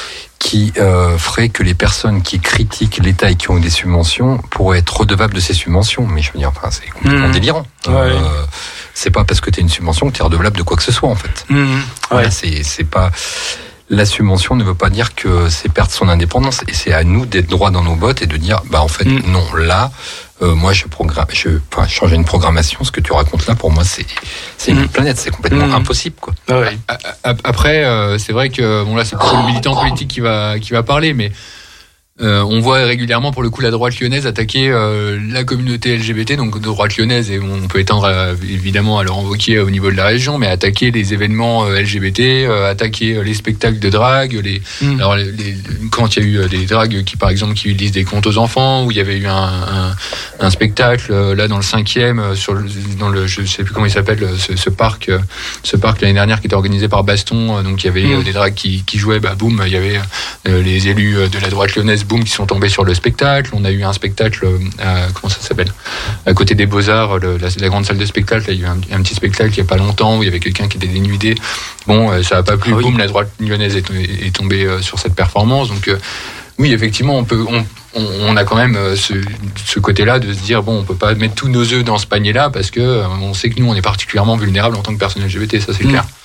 qui ferait que les personnes qui critiquent l'État et qui ont des subventions pourraient être redevables de ces subventions. Mais je veux dire, enfin, c'est complètement délirant. Ouais. C'est pas parce que tu as une subvention que tu es redevable de quoi que ce soit, en fait. Voilà, c'est pas... La subvention ne veut pas dire que c'est perdre son indépendance, et c'est à nous d'être droit dans nos bottes et de dire, bah en fait, non, là, moi je changer une programmation, ce que tu racontes là, pour moi, c'est une planète, c'est complètement impossible, quoi. Ouais. Après, c'est vrai que bon là, c'est plutôt le militant politique qui va parler, mais on voit régulièrement pour le coup la droite lyonnaise attaquer la communauté LGBT, donc de droite lyonnaise, et on peut étendre évidemment à leur invoquer au niveau de la région, mais attaquer les événements LGBT, attaquer les spectacles de drague, alors quand il y a eu des dragues qui par exemple qui lisent des contes aux enfants, où il y avait eu un spectacle là dans le 5e dans le je sais plus comment il s'appelle ce parc l'année dernière qui était organisé par Baston, donc il y avait des dragues qui jouaient, boum, il y avait les élus de la droite lyonnaise qui sont tombés sur le spectacle. On a eu un spectacle comment ça s'appelle, à côté des Beaux-Arts, la grande salle de spectacle. Là, il y a eu un petit spectacle il y a pas longtemps où il y avait quelqu'un qui était dénudé. Bon, ça a pas plu. Boum, la droite lyonnaise est tombée sur cette performance. Donc oui, effectivement, on a quand même ce côté-là de se dire bon, on peut pas mettre tous nos œufs dans ce panier-là parce que on sait que nous on est particulièrement vulnérables en tant que personnes LGBT, ça c'est clair.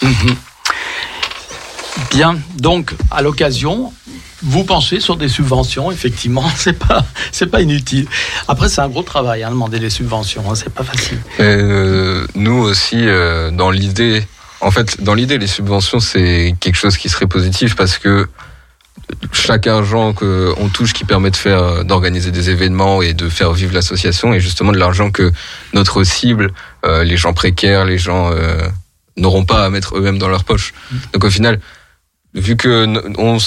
Bien, donc à l'occasion, vous penchez sur des subventions, effectivement, c'est pas inutile. Après, c'est un gros travail, demander des subventions, c'est pas facile. Nous aussi, dans l'idée, les subventions, c'est quelque chose qui serait positif parce que chaque argent qu'on touche qui permet d'organiser des événements et de faire vivre l'association est justement de l'argent que notre cible, les gens précaires, les gens n'auront pas à mettre eux-mêmes dans leur poche. Donc au final, vu que on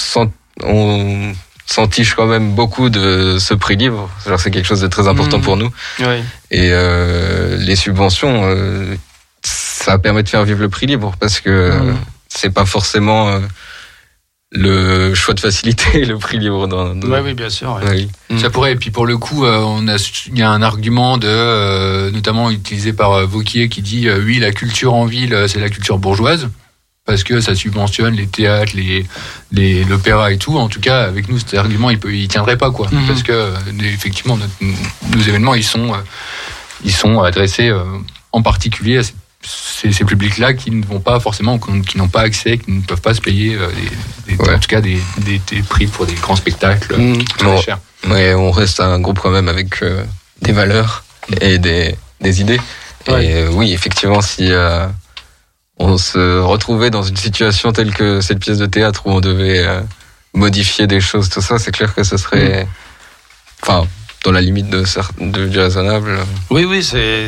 s'en tiche quand même beaucoup de ce prix libre, genre c'est quelque chose de très important pour nous. Oui. Et les subventions, ça permet de faire vivre le prix libre parce que c'est pas forcément le choix de faciliter le prix libre dans oui, bien sûr. Ouais. Oui. Ça pourrait, et puis pour le coup, il y a un argument notamment utilisé par Vauquier qui dit oui, la culture en ville, c'est la culture bourgeoise. Parce que ça subventionne les théâtres, l'opéra et tout. En tout cas, avec nous, cet argument, il tiendrait pas, quoi. Parce que, effectivement, nos événements, ils sont adressés en particulier à ces publics-là qui ne vont pas forcément, qui n'ont pas accès, qui ne peuvent pas se payer en tout cas des prix pour des grands spectacles très chers. Mais on reste un groupe quand même avec des valeurs et des idées. Ouais. Et oui, effectivement, si on se retrouvait dans une situation telle que cette pièce de théâtre où on devait modifier des choses, tout ça, c'est clair que ce serait, dans la limite du raisonnable. Oui, c'est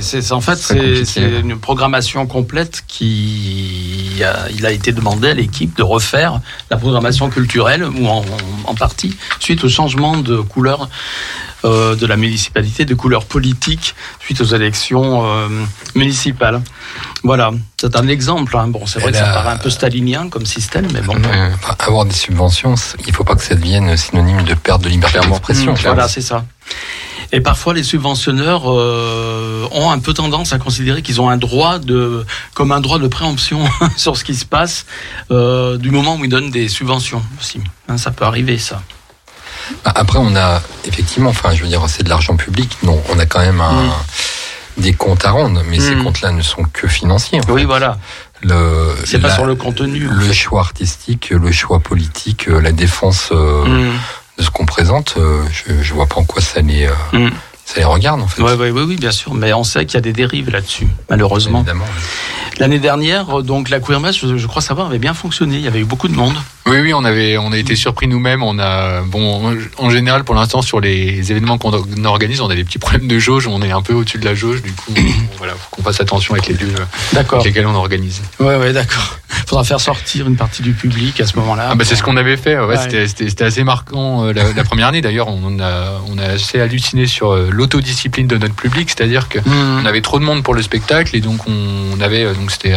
une programmation complète il a été demandé à l'équipe de refaire la programmation culturelle, ou en partie, suite au changement de couleur de la municipalité, de couleur politique, suite aux élections municipales. Voilà, c'est un exemple. Bon, c'est vrai que ça paraît un peu stalinien comme système, mais bon. Avoir des subventions, il ne faut pas que ça devienne synonyme de perte de liberté d'expression. Voilà, c'est ça. Et parfois, les subventionneurs ont un peu tendance à considérer qu'ils ont un droit de préemption sur ce qui se passe du moment où ils donnent des subventions aussi. Ça peut arriver, ça. Après, on a effectivement, c'est de l'argent public. Non, on a quand même des comptes à rendre, mais ces comptes-là ne sont que financiers. Oui, voilà. C'est pas sur le contenu. Le choix artistique, le choix politique, la défense de ce qu'on présente, je vois pas en quoi ça les regarde, en fait. Oui, bien sûr. Mais on sait qu'il y a des dérives là-dessus, malheureusement. Évidemment. L'année dernière, donc, la Queer Messe, je crois savoir, avait bien fonctionné. Il y avait eu beaucoup de monde. Oui, on a été surpris nous-mêmes. En général, pour l'instant, sur les événements qu'on organise, on a des petits problèmes de jauge. On est un peu au-dessus de la jauge. Du coup, faut qu'on fasse attention avec les lieux avec lesquels on organise. Ouais, d'accord. Faudra faire sortir une partie du public à ce moment-là. C'est ce qu'on avait fait. C'était assez marquant la première année. D'ailleurs, on a assez halluciné sur l'autodiscipline de notre public. C'est-à-dire que on avait trop de monde pour le spectacle, et donc on avait c'était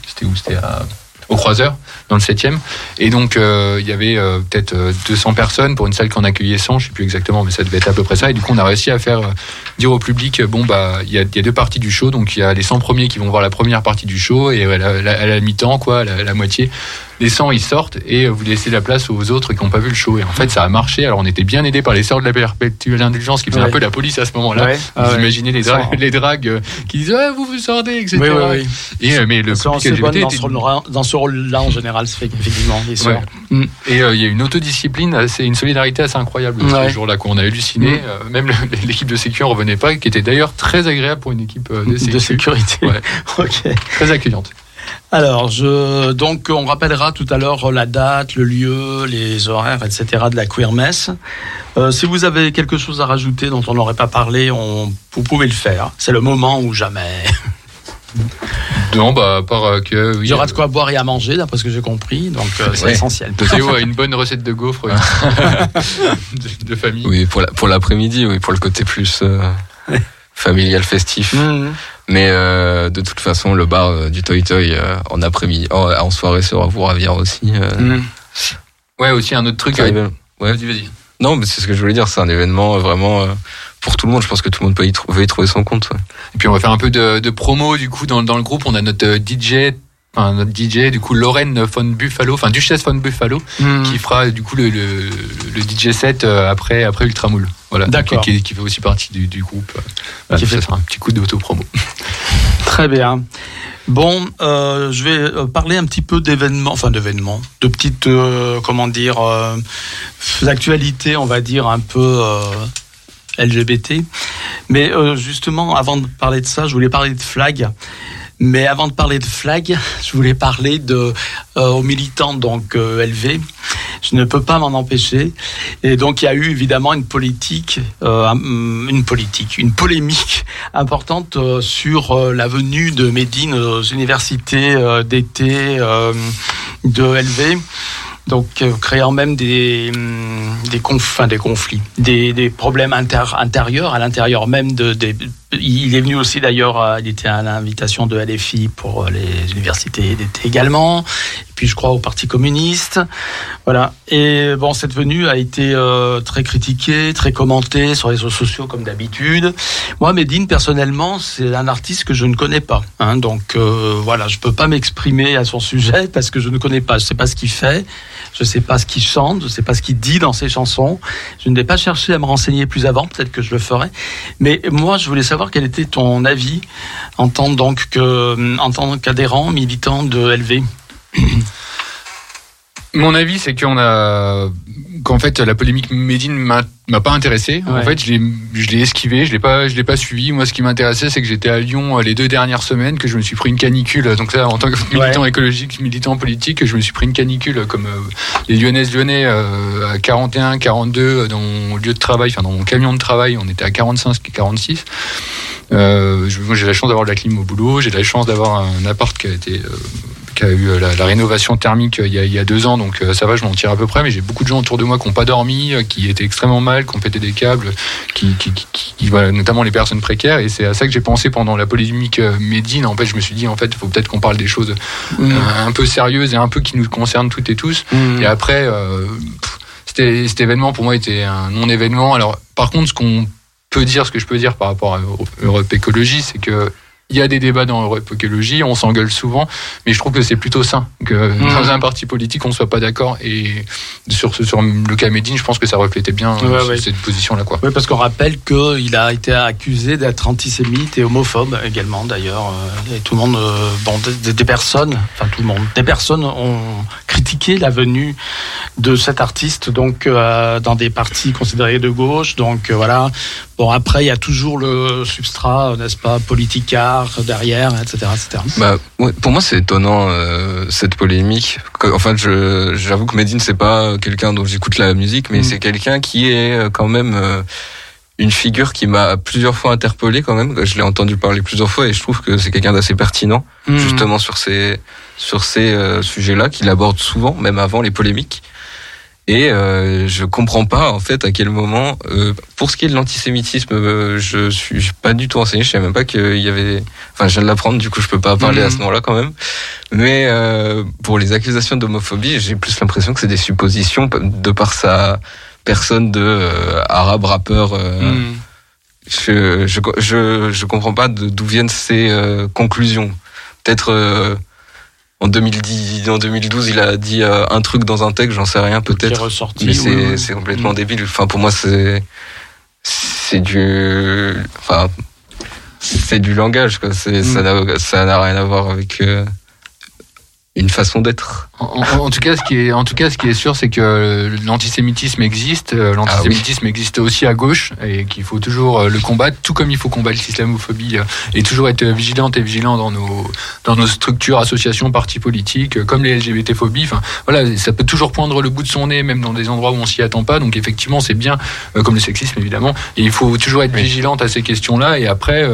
au Croiseur, dans le 7e. Et donc, il y avait peut-être 200 personnes pour une salle qui en accueillait 100, je ne sais plus exactement, mais ça devait être à peu près ça. Et du coup, on a réussi à faire dire au public, il y a deux parties du show. Donc, il y a les 100 premiers qui vont voir la première partie du show, et à la mi-temps, la moitié, les 100 ils sortent et vous laissez la place aux autres qui n'ont pas vu le show. Et en fait, ça a marché. Alors, on était bien aidés par les sœurs de la perpétuelle indulgence qui faisaient un peu la police à ce moment-là. Ouais. Vous imaginez les dragues qui disent vous sortez, etc. Oui. Et mais le public LGBT dans ce rôle-là en général, c'est effectivement les sœurs. Ouais. Et il y a une autodiscipline, c'est une solidarité assez incroyable ce jour-là qu'on a halluciné. Même l'équipe de sécu en revenait pas, qui était d'ailleurs très agréable pour une équipe de sécurité. Ouais. Ok. Très accueillante. Alors, donc, on rappellera tout à l'heure la date, le lieu, les horaires, etc. de la Queer Messe. Si vous avez quelque chose à rajouter dont on n'aurait pas parlé, vous pouvez le faire. C'est le moment ou jamais. Non, à part que... Oui, il y aura de quoi boire et à manger, d'après ce que j'ai compris, donc c'est essentiel. Théo a une bonne recette de gaufres de famille. Oui, pour l'après-midi, oui, pour le côté plus familial, festif. Mais de toute façon, le bar du Toy Toy en après-midi, en soirée sera vous ravir aussi. Ouais, aussi un autre truc. Ouais. Vas-y. Non, mais c'est ce que je voulais dire. C'est un événement vraiment pour tout le monde. Je pense que tout le monde peut y trouver son compte. Ouais. Et puis on va faire un peu de promo du coup dans le groupe. On a notre DJ du coup Lorraine von Buffalo, Duchesse von Buffalo, qui fera du coup le DJ set après Ultramoule. Voilà. D'accord. Qui fait aussi partie du groupe. Qui fait un petit coup d'auto-promo. Très bien. Bon, je vais parler un petit peu d'événements, de petites, actualités, on va dire, un peu LGBT. Mais justement, avant de parler de ça, je voulais parler de Flag. Mais avant de parler de Flag, je voulais parler aux militants donc LV. Je ne peux pas m'en empêcher. Et donc il y a eu évidemment une polémique importante sur la venue de Mehdi aux universités d'été de LV. Donc créant même des conflits, des problèmes intérieurs à l'intérieur même il est venu aussi d'ailleurs, il était à l'invitation de LFI pour les universités d'été également, et puis je crois au Parti communiste, voilà. Et bon, cette venue a été très critiquée, très commentée sur les réseaux sociaux comme d'habitude. Moi, Medine, personnellement, c'est un artiste que je ne connais pas, donc voilà, je peux pas m'exprimer à son sujet parce que je ne connais pas, je sais pas ce qu'il fait. Je ne sais pas ce qu'il chante, je ne sais pas ce qu'il dit dans ses chansons. Je n'ai pas cherché à me renseigner plus avant, peut-être que je le ferai. Mais moi, je voulais savoir quel était ton avis en tant qu'adhérent, militant de LV. Mon avis, c'est qu'en fait, la polémique Medine m'a pas intéressé. Ouais. En fait, je l'ai esquivé, je l'ai pas suivi. Moi, ce qui m'intéressait, c'est que j'étais à Lyon les 2 dernières semaines, que je me suis pris une canicule. Donc ça, en tant que militant écologique, militant politique, je me suis pris une canicule comme les Lyonnais à 41, 42 dans mon lieu de travail, dans mon camion de travail, on était à 45, 46. J'ai la chance d'avoir de la clim au boulot, j'ai la chance d'avoir un appart qui a eu la rénovation thermique il y a 2 ans, donc ça va, je m'en tire à peu près, mais j'ai beaucoup de gens autour de moi qui n'ont pas dormi, qui étaient extrêmement mal, qui ont pété des câbles, qui voilà, notamment les personnes précaires, et c'est à ça que j'ai pensé pendant la polémique Medine. En fait, je me suis dit, en fait, il faut peut-être qu'on parle des choses un peu sérieuses et un peu qui nous concernent toutes et tous. Et après, cet événement pour moi était un non-événement. Alors, par contre, ce que je peux dire par rapport à Europe Écologie, c'est que il y a des débats dans Europe Écologie, on s'engueule souvent, mais je trouve que c'est plutôt sain que dans un parti politique on ne soit pas d'accord. Et sur le cas Medine, je pense que ça reflétait bien cette position-là, quoi. Oui, parce qu'on rappelle qu'il a été accusé d'être antisémite et homophobe également, d'ailleurs. Et tout le monde, des personnes ont critiqué la venue de cet artiste, donc dans des partis considérés de gauche. Donc voilà. Bon, après, il y a toujours le substrat, n'est-ce pas, politicard derrière, etc. Pour moi, c'est étonnant, cette polémique. Enfin, j'avoue que Medine, c'est pas quelqu'un dont j'écoute la musique, mais c'est quelqu'un qui est quand même une figure qui m'a plusieurs fois interpellé quand même. Je l'ai entendu parler plusieurs fois et je trouve que c'est quelqu'un d'assez pertinent, justement sur ces sujets-là, qu'il aborde souvent, même avant les polémiques. Et je comprends pas en fait à quel moment, pour ce qui est de l'antisémitisme, je suis pas du tout renseigné, je savais même pas qu'il y avait, enfin je viens de l'apprendre, du coup je peux pas parler à ce moment-là quand même. Mais pour les accusations d'homophobie, j'ai plus l'impression que c'est des suppositions de par sa personne de arabe rappeur. Je comprends pas d'où viennent ces conclusions. Peut-être en 2012, il a dit un truc dans un texte, j'en sais rien, peut-être. Qui est ressorti, mais oui. c'est complètement débile. Enfin, pour moi, c'est du langage, quoi. Ça n'a rien à voir avec une façon d'être. En tout cas, ce qui est sûr, c'est que l'antisémitisme existe. L'antisémitisme existe aussi à gauche et qu'il faut toujours le combattre, tout comme il faut combattre l'islamophobie et toujours être vigilant dans nos structures, associations, partis politiques, comme les LGBT-phobies. Enfin, voilà, ça peut toujours poindre le bout de son nez, même dans des endroits où on s'y attend pas. Donc effectivement, c'est bien, comme le sexisme évidemment. Et il faut toujours être vigilante à ces questions-là. Et après,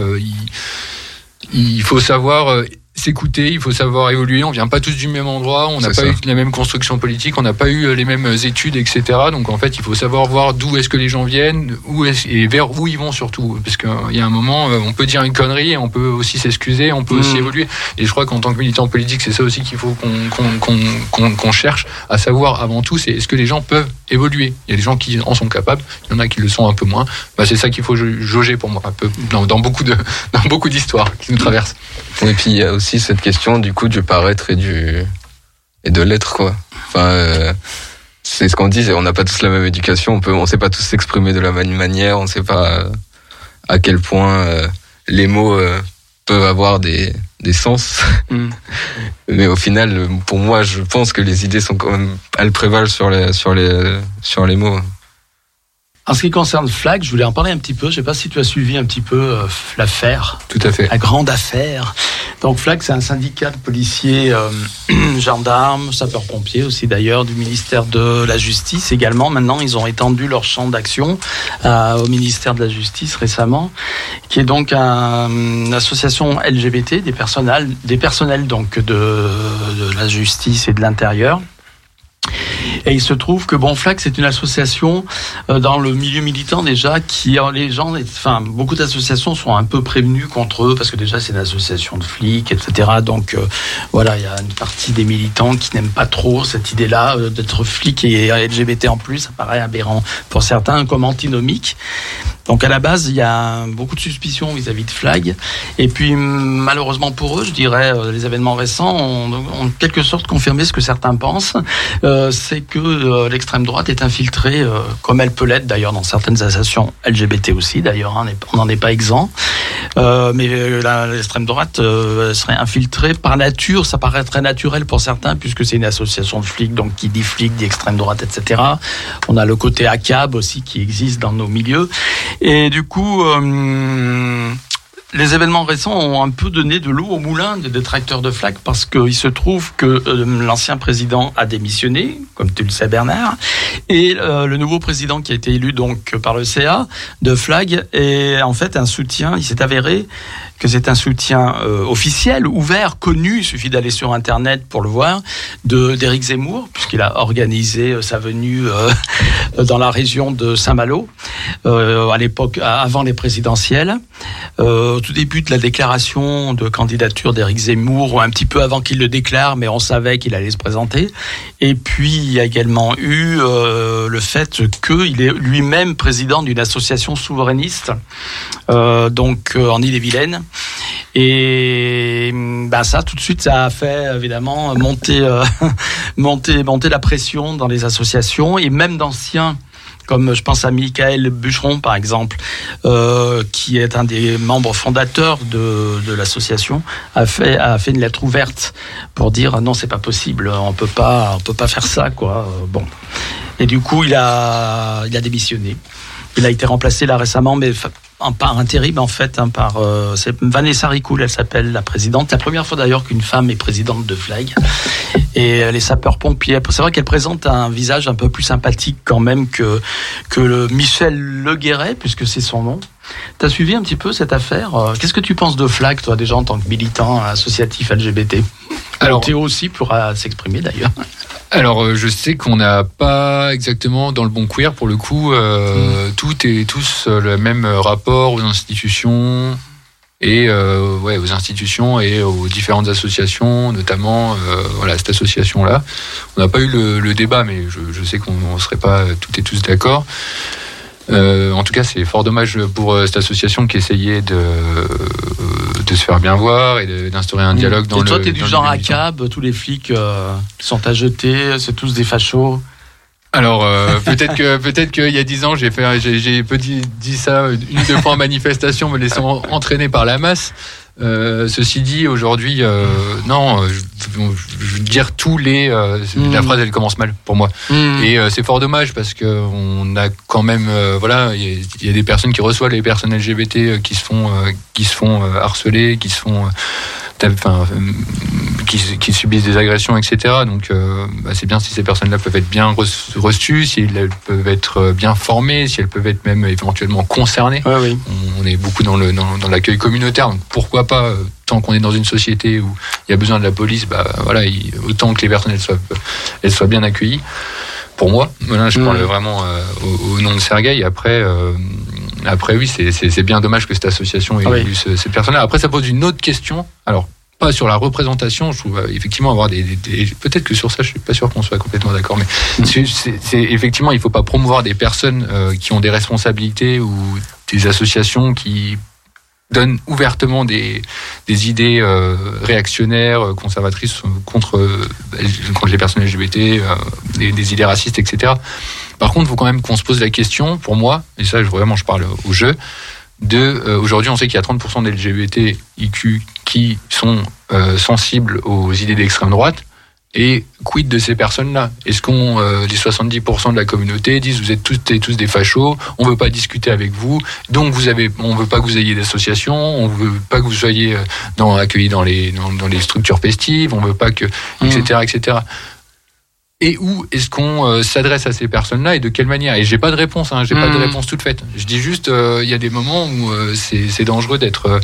il faut savoir s'écouter, il faut savoir évoluer. On vient pas tous du même endroit, on n'a pas eu la même construction politique, on n'a pas eu les mêmes études, etc. Donc en fait, il faut savoir voir d'où est-ce que les gens viennent, et vers où ils vont surtout. Parce qu'il y a un moment, on peut dire une connerie, et on peut aussi s'excuser, on peut aussi évoluer. Et je crois qu'en tant que militant politique, c'est ça aussi qu'il faut qu'on cherche à savoir avant tout, c'est est-ce que les gens peuvent évoluer. Il y a des gens qui en sont capables, il y en a qui le sont un peu moins. C'est ça qu'il faut jauger pour moi, un peu dans beaucoup d'histoires qui nous traversent. Et puis il y a aussi cette question du coup du paraître et de l'être, quoi. Enfin, c'est ce qu'on dit, on n'a pas tous la même éducation, on sait pas tous s'exprimer de la même manière, on sait pas à quel point les mots peuvent avoir des sens. Mais au final, pour moi, je pense que les idées sont quand même, elles prévalent sur les mots. En ce qui concerne FLAG, je voulais en parler un petit peu. Je ne sais pas si tu as suivi un petit peu l'affaire. Tout à fait. La grande affaire. Donc FLAG, c'est un syndicat de policiers, gendarmes, sapeurs-pompiers aussi d'ailleurs, du ministère de la Justice également. Maintenant, ils ont étendu leur champ d'action au ministère de la Justice récemment, qui est donc une association LGBT, des personnels donc de la justice et de l'intérieur. Et il se trouve que FLAG, c'est une association dans le milieu militant déjà beaucoup d'associations sont un peu prévenues contre eux parce que déjà c'est une association de flics, etc. Donc voilà, il y a une partie des militants qui n'aiment pas trop cette idée-là d'être flic et LGBT en plus, ça paraît aberrant pour certains comme antinomique. Donc à la base, il y a beaucoup de suspicions vis-à-vis de FLAG. Et puis malheureusement pour eux, je dirais, les événements récents ont en quelque sorte confirmé ce que certains pensent. C'est que l'extrême droite est infiltrée, comme elle peut l'être d'ailleurs dans certaines associations LGBT aussi d'ailleurs, hein, on n'en est pas exempt. Mais l'extrême droite serait infiltrée par nature, ça paraît très naturel pour certains, puisque c'est une association de flics, donc qui dit flics, dit extrême droite, etc. On a le côté ACAB aussi qui existe dans nos milieux. Et du coup, les événements récents ont un peu donné de l'eau au moulin des détracteurs de FLAG parce qu'il se trouve que l'ancien président a démissionné, comme tu le sais Bernard, et le nouveau président qui a été élu donc par le CA de FLAG est en fait un soutien, il s'est avéré que c'est un soutien officiel, ouvert, connu, il suffit d'aller sur Internet pour le voir, d'Éric Zemmour, puisqu'il a organisé sa venue dans la région de Saint-Malo, à l'époque, avant les présidentielles. Au tout début de la déclaration de candidature d'Éric Zemmour, un petit peu avant qu'il le déclare, mais on savait qu'il allait se présenter. Et puis, il y a également eu le fait qu'il est lui-même président d'une association souverainiste, donc en Ille-et-Vilaine. Et ça, tout de suite, ça a fait évidemment monter la pression dans les associations et même d'anciens. Comme je pense à Michael Bûcheron, par exemple, qui est un des membres fondateurs de l'association, a fait une lettre ouverte pour dire non, c'est pas possible, on peut pas faire ça, quoi. Bon. Et du coup, il a démissionné. Il a été remplacé là récemment, mais par intérim en fait, par c'est Vanessa Ricoul, elle s'appelle, la présidente. C'est la première fois d'ailleurs qu'une femme est présidente de FLAG. Et les sapeurs-pompiers, c'est vrai qu'elle présente un visage un peu plus sympathique quand même que le Michel Le Guéret, puisque c'est son nom. T'as suivi un petit peu cette affaire? Qu'est-ce que tu penses de FLAG, toi, déjà en tant que militant associatif LGBT? Alors, Théo aussi pourra s'exprimer d'ailleurs. Alors, je sais qu'on n'a pas exactement dans le bon queer, pour le coup, toutes et tous le même rapport aux institutions et aux institutions et aux différentes associations, notamment cette association-là. On n'a pas eu le débat, mais je sais qu'on ne serait pas toutes et tous d'accord. En tout cas, c'est fort dommage pour cette association qui essayait se faire bien voir et d'instaurer un dialogue dans le. Et toi, t'es du genre à militant. cab, tous les flics sont à jeter, c'est tous des fachos. Alors peut-être qu'il y a 10 ans j'ai dit ça une ou deux fois en manifestation, me laissant entraîner par la masse. Ceci dit, aujourd'hui, non, je veux dire tous les. La phrase elle commence mal pour moi, et c'est fort dommage parce que on a quand même, voilà, il y a des personnes qui reçoivent les personnes LGBT qui se font harceler, qui se font qui subissent des agressions, etc. Donc, c'est bien si ces personnes-là peuvent être bien reçues, si elles peuvent être bien formées, si elles peuvent être même éventuellement concernées. Ouais, oui. On est beaucoup dans l'accueil communautaire, donc pourquoi pas, tant qu'on est dans une société où il y a besoin de la police, voilà, autant que les personnes elles soient bien accueillies. Pour moi, voilà, je parle vraiment au nom de Sergueï. Après, oui, c'est bien dommage que cette association ait eu ces personnes-là. Après, ça pose une autre question. Alors, pas sur la représentation, je trouve effectivement avoir peut-être que sur ça, je suis pas sûr qu'on soit complètement d'accord, mais c'est effectivement, il faut pas promouvoir des personnes qui ont des responsabilités ou des associations qui donnent ouvertement des idées réactionnaires, conservatrices contre les personnes LGBT, des idées racistes, etc. Par contre, il faut quand même qu'on se pose la question, pour moi, et ça vraiment je parle au jeu, aujourd'hui on sait qu'il y a 30% d'LGBTIQ qui sont sensibles aux idées d'extrême droite, et quid de ces personnes-là? Est-ce qu'on les 70% de la communauté disent vous êtes tous des fachos, on veut pas discuter avec vous, donc on veut pas que vous ayez d'association, on veut pas que vous soyez accueillis dans les structures festives, on veut pas que etc. etc. Et où est-ce qu'on s'adresse à ces personnes-là et de quelle manière? Et j'ai pas de réponse, j'ai pas de réponse toute faite. Je dis juste, il y a des moments où c'est dangereux d'être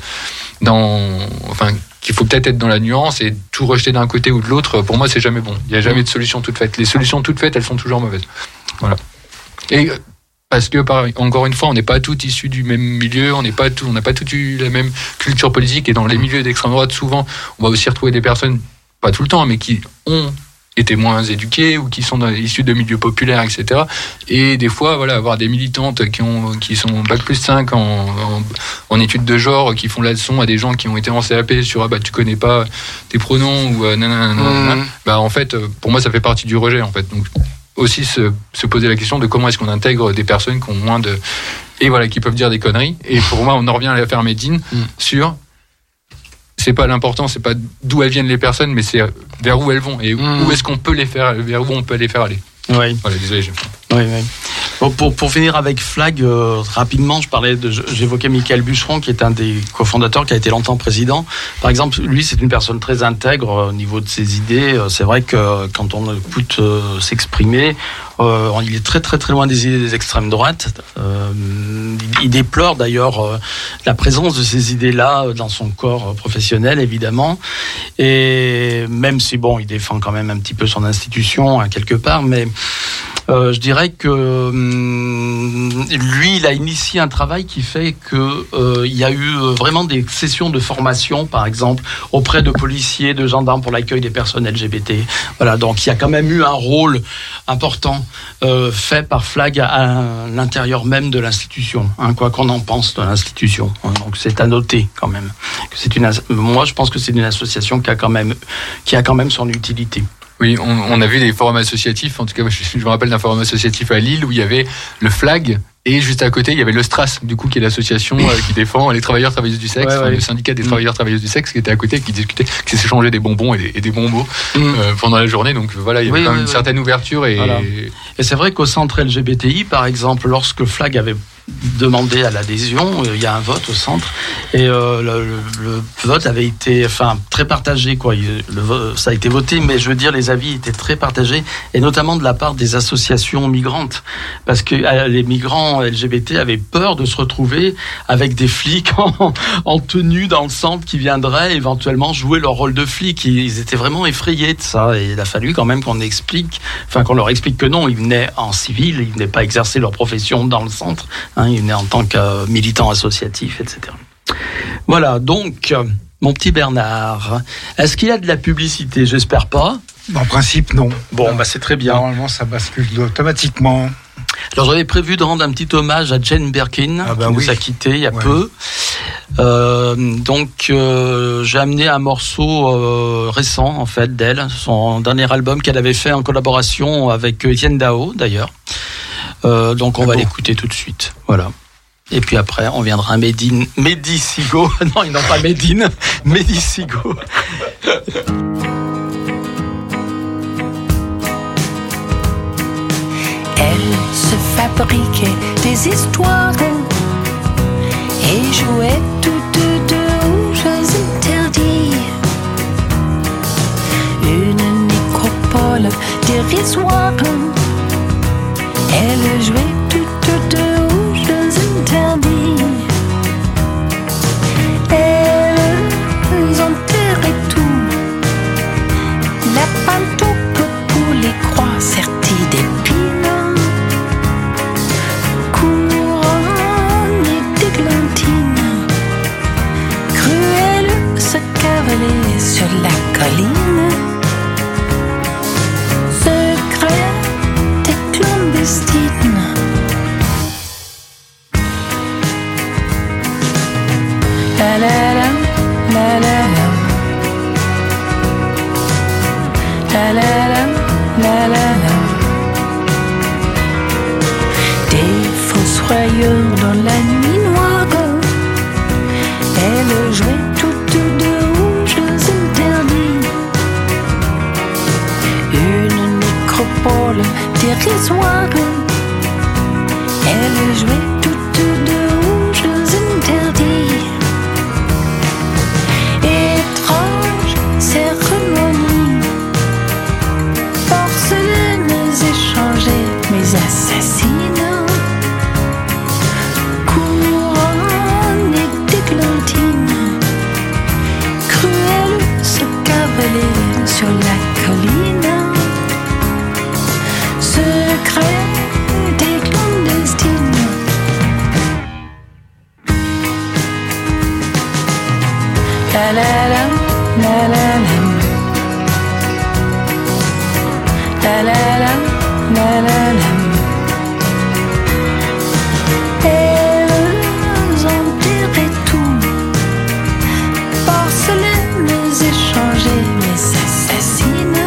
qu'il faut peut-être être dans la nuance et tout rejeter d'un côté ou de l'autre. Pour moi, c'est jamais bon. Il y a jamais de solution toute faite. Les solutions toutes faites, elles sont toujours mauvaises. Voilà. Et parce que encore une fois, on n'est pas tous issus du même milieu, on n'a pas tous eu la même culture politique, et dans les milieux d'extrême droite, souvent, on va aussi retrouver des personnes, pas tout le temps, mais qui ont été moins éduqués ou qui sont issus de milieux populaires, etc. Et des fois, voilà, avoir des militantes qui sont bac+5 en études de genre, qui font la leçon à des gens qui ont été en CAP sur tu connais pas tes pronoms ou nanana. En fait, pour moi, ça fait partie du rejet, en fait. Donc aussi se poser la question de comment est-ce qu'on intègre des personnes qui ont moins de et voilà, qui peuvent dire des conneries. Et pour moi, on en revient à l'affaire Médine sur c'est pas l'important, c'est pas d'où elles viennent les personnes, mais c'est vers où elles vont et où est-ce qu'on peut les faire, vers où on peut les faire aller. Oui. Voilà, désolé. Oui. Bon, pour finir avec Flag, rapidement, j'évoquais Michael Bûcheron, qui est un des cofondateurs, qui a été longtemps président. Par exemple, lui, c'est une personne très intègre au niveau de ses idées. C'est vrai que quand on l'écoute s'exprimer, il est très très très loin des idées des extrêmes droites. Il déplore d'ailleurs la présence de ces idées-là dans son corps professionnel, évidemment. Et même si il défend quand même un petit peu son institution quelque part, mais je dirais que lui, il a initié un travail qui fait que il y a eu vraiment des sessions de formation, par exemple, auprès de policiers, de gendarmes pour l'accueil des personnes LGBT. Voilà, donc il y a quand même eu un rôle important fait par Flag à l'intérieur même de l'institution, quoi qu'on en pense de l'institution. Donc c'est à noter quand même. Moi, je pense que c'est une association qui a quand même son utilité. Oui, on a vu des forums associatifs. En tout cas, je me rappelle d'un forum associatif à Lille où il y avait le Flag et juste à côté, il y avait le Stras, du coup, qui est l'association qui défend les travailleurs-travailleuses du sexe, le syndicat des travailleurs-travailleuses du sexe qui était à côté, qui discutait, qui s'échangeait des bonbons et des bonbons pendant la journée. Donc voilà, il y avait quand même une certaine ouverture. Et c'est vrai qu'au centre LGBTI, par exemple, lorsque Flag avait demandé à l'adhésion, il y a un vote au centre et le vote avait été très partagé, quoi. Ça a été voté, mais je veux dire, les avis étaient très partagés, et notamment de la part des associations migrantes, parce que les migrants LGBT avaient peur de se retrouver avec des flics en tenue dans le centre qui viendraient éventuellement jouer leur rôle de flics. Ils étaient vraiment effrayés de ça, et il a fallu quand même qu'on leur explique que non, ils venaient en civil, ils venaient pas exercer leur profession dans le centre. Il venait en tant que militant associatif, etc. Voilà, donc, mon petit Bernard, est-ce qu'il y a de la publicité? J'espère pas. En principe, non. Bon, c'est très bien. Normalement, ça bascule automatiquement. Alors, j'avais prévu de rendre un petit hommage à Jane Birkin, qui nous a quittés il y a peu. Donc j'ai amené un morceau récent en fait d'elle, son dernier album qu'elle avait fait en collaboration avec Etienne Dao d'ailleurs. Donc on va l'écouter tout de suite. Voilà. Et puis après on viendra à Mehdi Sigo. Non, ils n'ont pas Médine, Mehdi Sigo. Elle se fabriquait des histoires et jouait toutes deux aux jeux interdits. Une nécropole dérisoire. Elle jouait toutes deux aux jeux interdits. Elles enterraient tout. La pantoupe pour les croix serties d'épines. Couronne d'églantines. Cruelle se cavalier sur la colline. Secret et clandestine. La la la, la la la. La la la, la la la. Des fossoyeurs dans la nuit noire. Elle jouait toutes deux aux jeux interdits. Une nécropole dérisoire. Elle jouait toutes deux aux jeux interdits. Étrange cérémonie. Porcelaines échangées, mes assassines. Couronne et d'églantines. Cruelle se cavaler sur la colline. Secret des clandestines. La la la, la la la. La la la, la la la. Elles enterraient tout. Porcelaines échangées, mes assassines.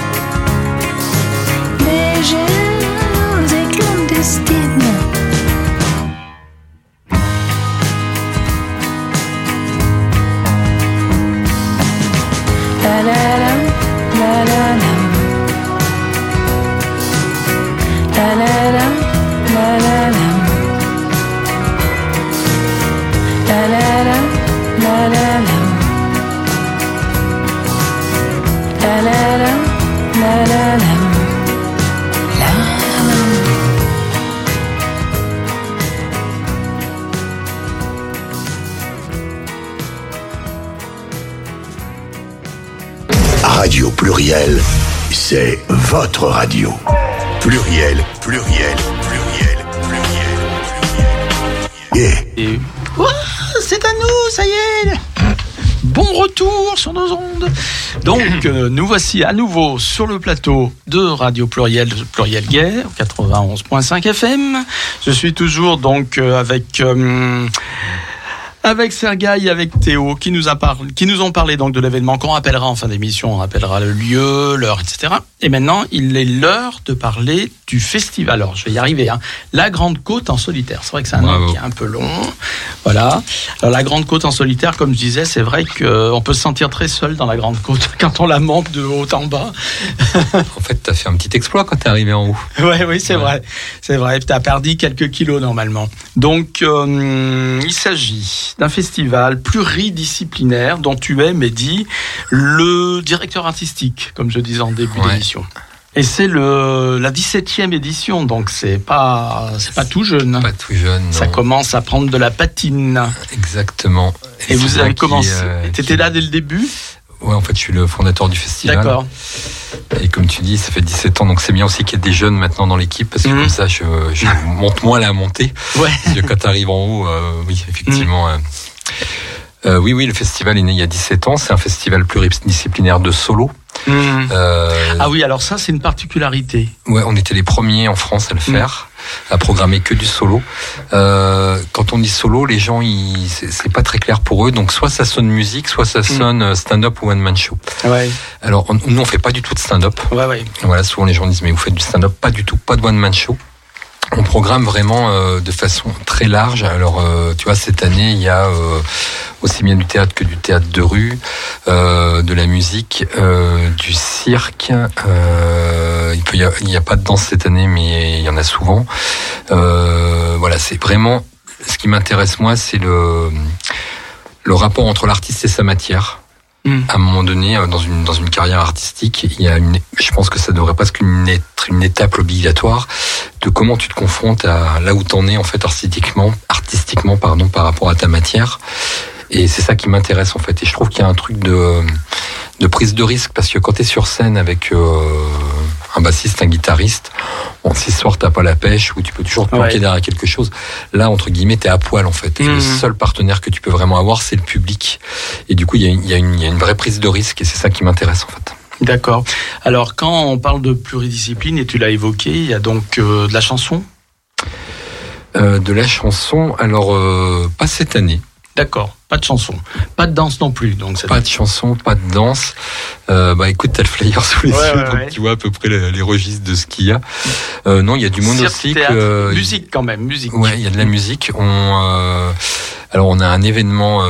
Légères et clandestines. La la la, la la la. La la la, la la la. La la la, la la la. La la la, la la la. La la. Radio Pluriel, c'est votre radio. Pluriel, pluriel, pluriel, pluriel, pluriel. Et c'est à nous, ça y est. Bon retour sur nos ondes. Donc, nous voici à nouveau sur le plateau de Radio Pluriel, Pluriel Gay, 91.5 FM. Je suis toujours donc avec Sergueï, avec Théo, qui nous ont parlé donc de l'événement qu'on rappellera en fin d'émission. On rappellera le lieu, l'heure, etc. Et maintenant, il est l'heure de parler du festival. Alors, je vais y arriver. La Grande Côte en solitaire. C'est vrai que c'est un nom qui est un peu long. Voilà. Alors, la Grande Côte en solitaire, comme je disais, c'est vrai qu'on peut se sentir très seul dans la Grande Côte quand on la monte de haut en bas. En fait, t'as fait un petit exploit quand t'es arrivé en haut. Oui, c'est vrai. C'est vrai. T'as perdu quelques kilos normalement. Donc, il s'agit d'un festival pluridisciplinaire dont tu es, Mehdi, le directeur artistique, comme je disais en début d'émission. Et c'est la 17e édition, donc c'est pas tout jeune. Pas tout jeune, non. Ça commence à prendre de la patine. Exactement. Et vous avez commencé. T'étais là dès le début ? Ouais, en fait, je suis le fondateur du festival. D'accord. Et comme tu dis, ça fait 17 ans, donc c'est bien aussi qu'il y ait des jeunes maintenant dans l'équipe, parce que comme ça, je monte moins la montée. Ouais. Parce que quand tu arrives en haut, oui, effectivement. Oui, le festival est né il y a 17 ans. C'est un festival pluridisciplinaire de solo. Ah oui, alors ça, c'est une particularité. Ouais, on était les premiers en France à le faire. à programmer que du solo. Quand on dit solo, les gens, c'est pas très clair pour eux. Donc soit ça sonne musique, soit ça sonne stand-up ou one-man show. Ouais. Alors nous, on fait pas du tout de stand-up. Ouais. Voilà, souvent les gens disent mais vous faites du stand-up? Pas du tout, pas de one-man show. On programme vraiment de façon très large. Alors, tu vois, cette année, il y a aussi bien du théâtre que du théâtre de rue, de la musique, du cirque. Il y a pas de danse cette année, mais il y en a souvent. Voilà, c'est vraiment ce qui m'intéresse moi, c'est le rapport entre l'artiste et sa matière. À un moment donné, dans une carrière artistique, il y a je pense que ça devrait presque être une étape obligatoire de comment tu te confrontes à là où t'en es en fait artistiquement, par rapport à ta matière. Et c'est ça qui m'intéresse en fait. Et je trouve qu'il y a un truc de prise de risque parce que quand t'es sur scène avec un bassiste, un guitariste, bon, si ce soir t'as pas la pêche ou tu peux toujours te planquer derrière quelque chose, là entre guillemets t'es à poil en fait. Et le seul partenaire que tu peux vraiment avoir, c'est le public. Et du coup il y a une vraie prise de risque et c'est ça qui m'intéresse en fait. D'accord. Alors quand on parle de pluridiscipline, et tu l'as évoqué, il y a donc de la chanson. De la chanson, alors pas cette année. D'accord, pas de chanson, pas de danse non plus. Donc pas de chanson, pas de danse. Écoute, t'as le flyer sous les yeux, donc tu vois à peu près les registres de ce qu'il y a. Non, il y a du monocycle. Musique quand même, musique. Ouais, il y a de la musique. Alors on a un événement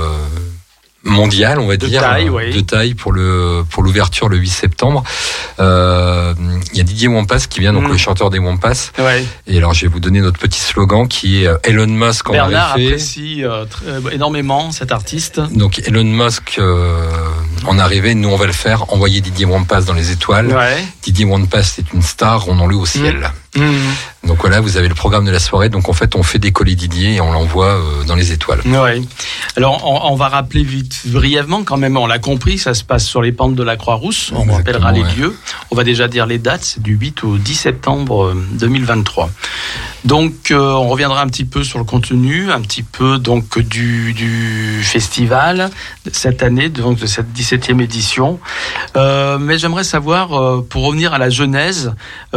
mondial, on va dire, de taille pour l'ouverture le 8 septembre. Il y a Didier Wampas qui vient, donc le chanteur des Wampas. Ouais. Et alors, je vais vous donner notre petit slogan qui est Elon Musk en Bernard apprécie énormément cet artiste. Donc, Elon Musk en arrivée, nous on va le faire, envoyer Didier Wampas dans les étoiles. Ouais. Didier Wampas c'est une star, rendons-le au ciel. Donc voilà, vous avez le programme de la soirée. Donc en fait, on fait décoller Didier et on l'envoie dans les étoiles. Ouais. Alors on va rappeler brièvement quand même. On l'a compris, ça se passe sur les pentes de la Croix-Rousse. On rappellera les lieux. On va déjà dire les dates. C'est du 8 au 10 septembre 2023. Donc on reviendra un petit peu sur le contenu, un petit peu donc du festival cette année, donc de cette 17e édition. Mais j'aimerais savoir, pour revenir à la genèse,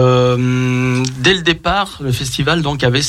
dès le départ, le festival donc avait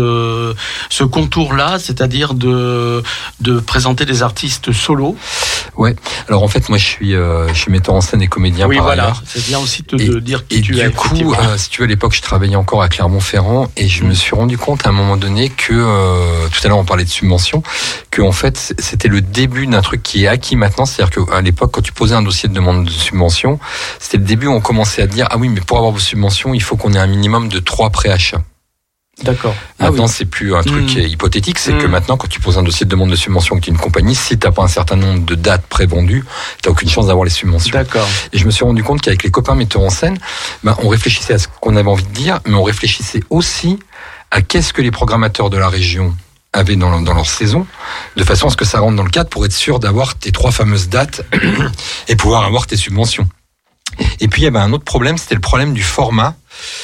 ce contour-là, c'est-à-dire de présenter des artistes solos. Ouais. Alors en fait, moi je suis metteur en scène et comédien par ailleurs. C'est bien aussi de dire qui tu es. Et du coup, si tu veux, à l'époque, je travaillais encore à Clermont-Ferrand et je me suis rendu compte à un moment donné que tout à l'heure on parlait de subventions, que en fait c'était le début d'un truc qui est acquis maintenant. C'est-à-dire qu'à l'époque, quand tu posais un dossier de demande de subvention, c'était le début où on commençait à dire ah oui, mais pour avoir vos subventions, il faut qu'on ait un minimum de 3 préachats. D'accord. Maintenant, c'est plus un truc hypothétique, c'est que maintenant, quand tu poses un dossier de demande de subvention que tu es une compagnie, si t'as pas un certain nombre de dates prévendues, t'as aucune chance d'avoir les subventions. D'accord. Et je me suis rendu compte qu'avec les copains metteurs en scène, on réfléchissait à ce qu'on avait envie de dire, mais on réfléchissait aussi à qu'est-ce que les programmateurs de la région avaient dans leur saison, de façon à ce que ça rentre dans le cadre pour être sûr d'avoir tes 3 fameuses dates et pouvoir avoir tes subventions. Et puis, il y avait un autre problème, c'était le problème du format.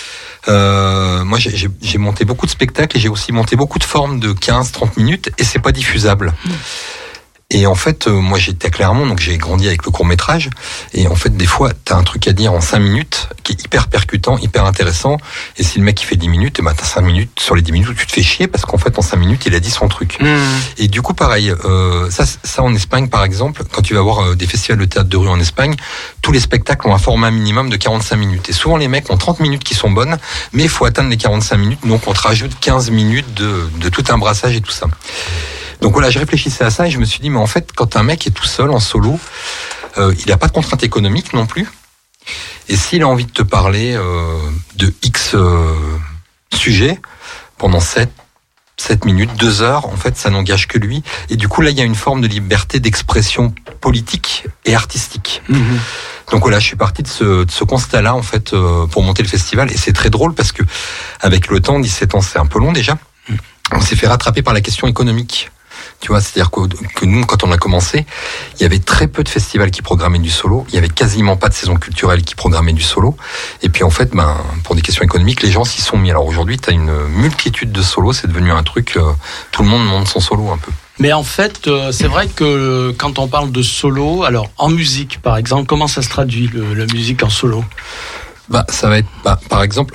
Moi, j'ai monté beaucoup de spectacles et j'ai aussi monté beaucoup de formes de 15-30 minutes et c'est pas diffusable. Et en fait, moi j'étais à Clermont, donc j'ai grandi avec le court-métrage. Et en fait, des fois, t'as un truc à dire en 5 minutes qui est hyper percutant, hyper intéressant. Et si le mec il fait 10 minutes, t'as 5 minutes, sur les 10 minutes où tu te fais chier parce qu'en fait, en 5 minutes, il a dit son truc. Et du coup, pareil, ça en Espagne, par exemple, quand tu vas voir des festivals de théâtre de rue en Espagne, tous les spectacles ont un format minimum de 45 minutes. Et souvent, les mecs ont 30 minutes qui sont bonnes, mais il faut atteindre les 45 minutes. Donc, on te rajoute 15 minutes de tout un brassage et tout ça. Donc voilà, je réfléchissais à ça et je me suis dit, mais en fait, quand un mec est tout seul, en solo, il n'a pas de contrainte économique non plus. Et s'il a envie de te parler de X sujet pendant 7 minutes, 2 heures, en fait, ça n'engage que lui. Et du coup, là, il y a une forme de liberté d'expression politique et artistique. Donc voilà, je suis parti de ce constat-là, en fait, pour monter le festival. Et c'est très drôle parce que, avec le temps, 17 ans, c'est un peu long déjà, on s'est fait rattraper par la question économique. Tu vois, c'est-à-dire que nous, quand on a commencé, il y avait très peu de festivals qui programmaient du solo. Il y avait quasiment pas de saison culturelle qui programmait du solo. Et puis en fait, pour des questions économiques, les gens s'y sont mis. Alors aujourd'hui, tu as une multitude de solos. C'est devenu un truc, tout le monde monte son solo un peu. Mais en fait, c'est vrai que quand on parle de solo, alors en musique, par exemple, comment ça se traduit, la musique en solo ? Ça va être, par exemple, alors,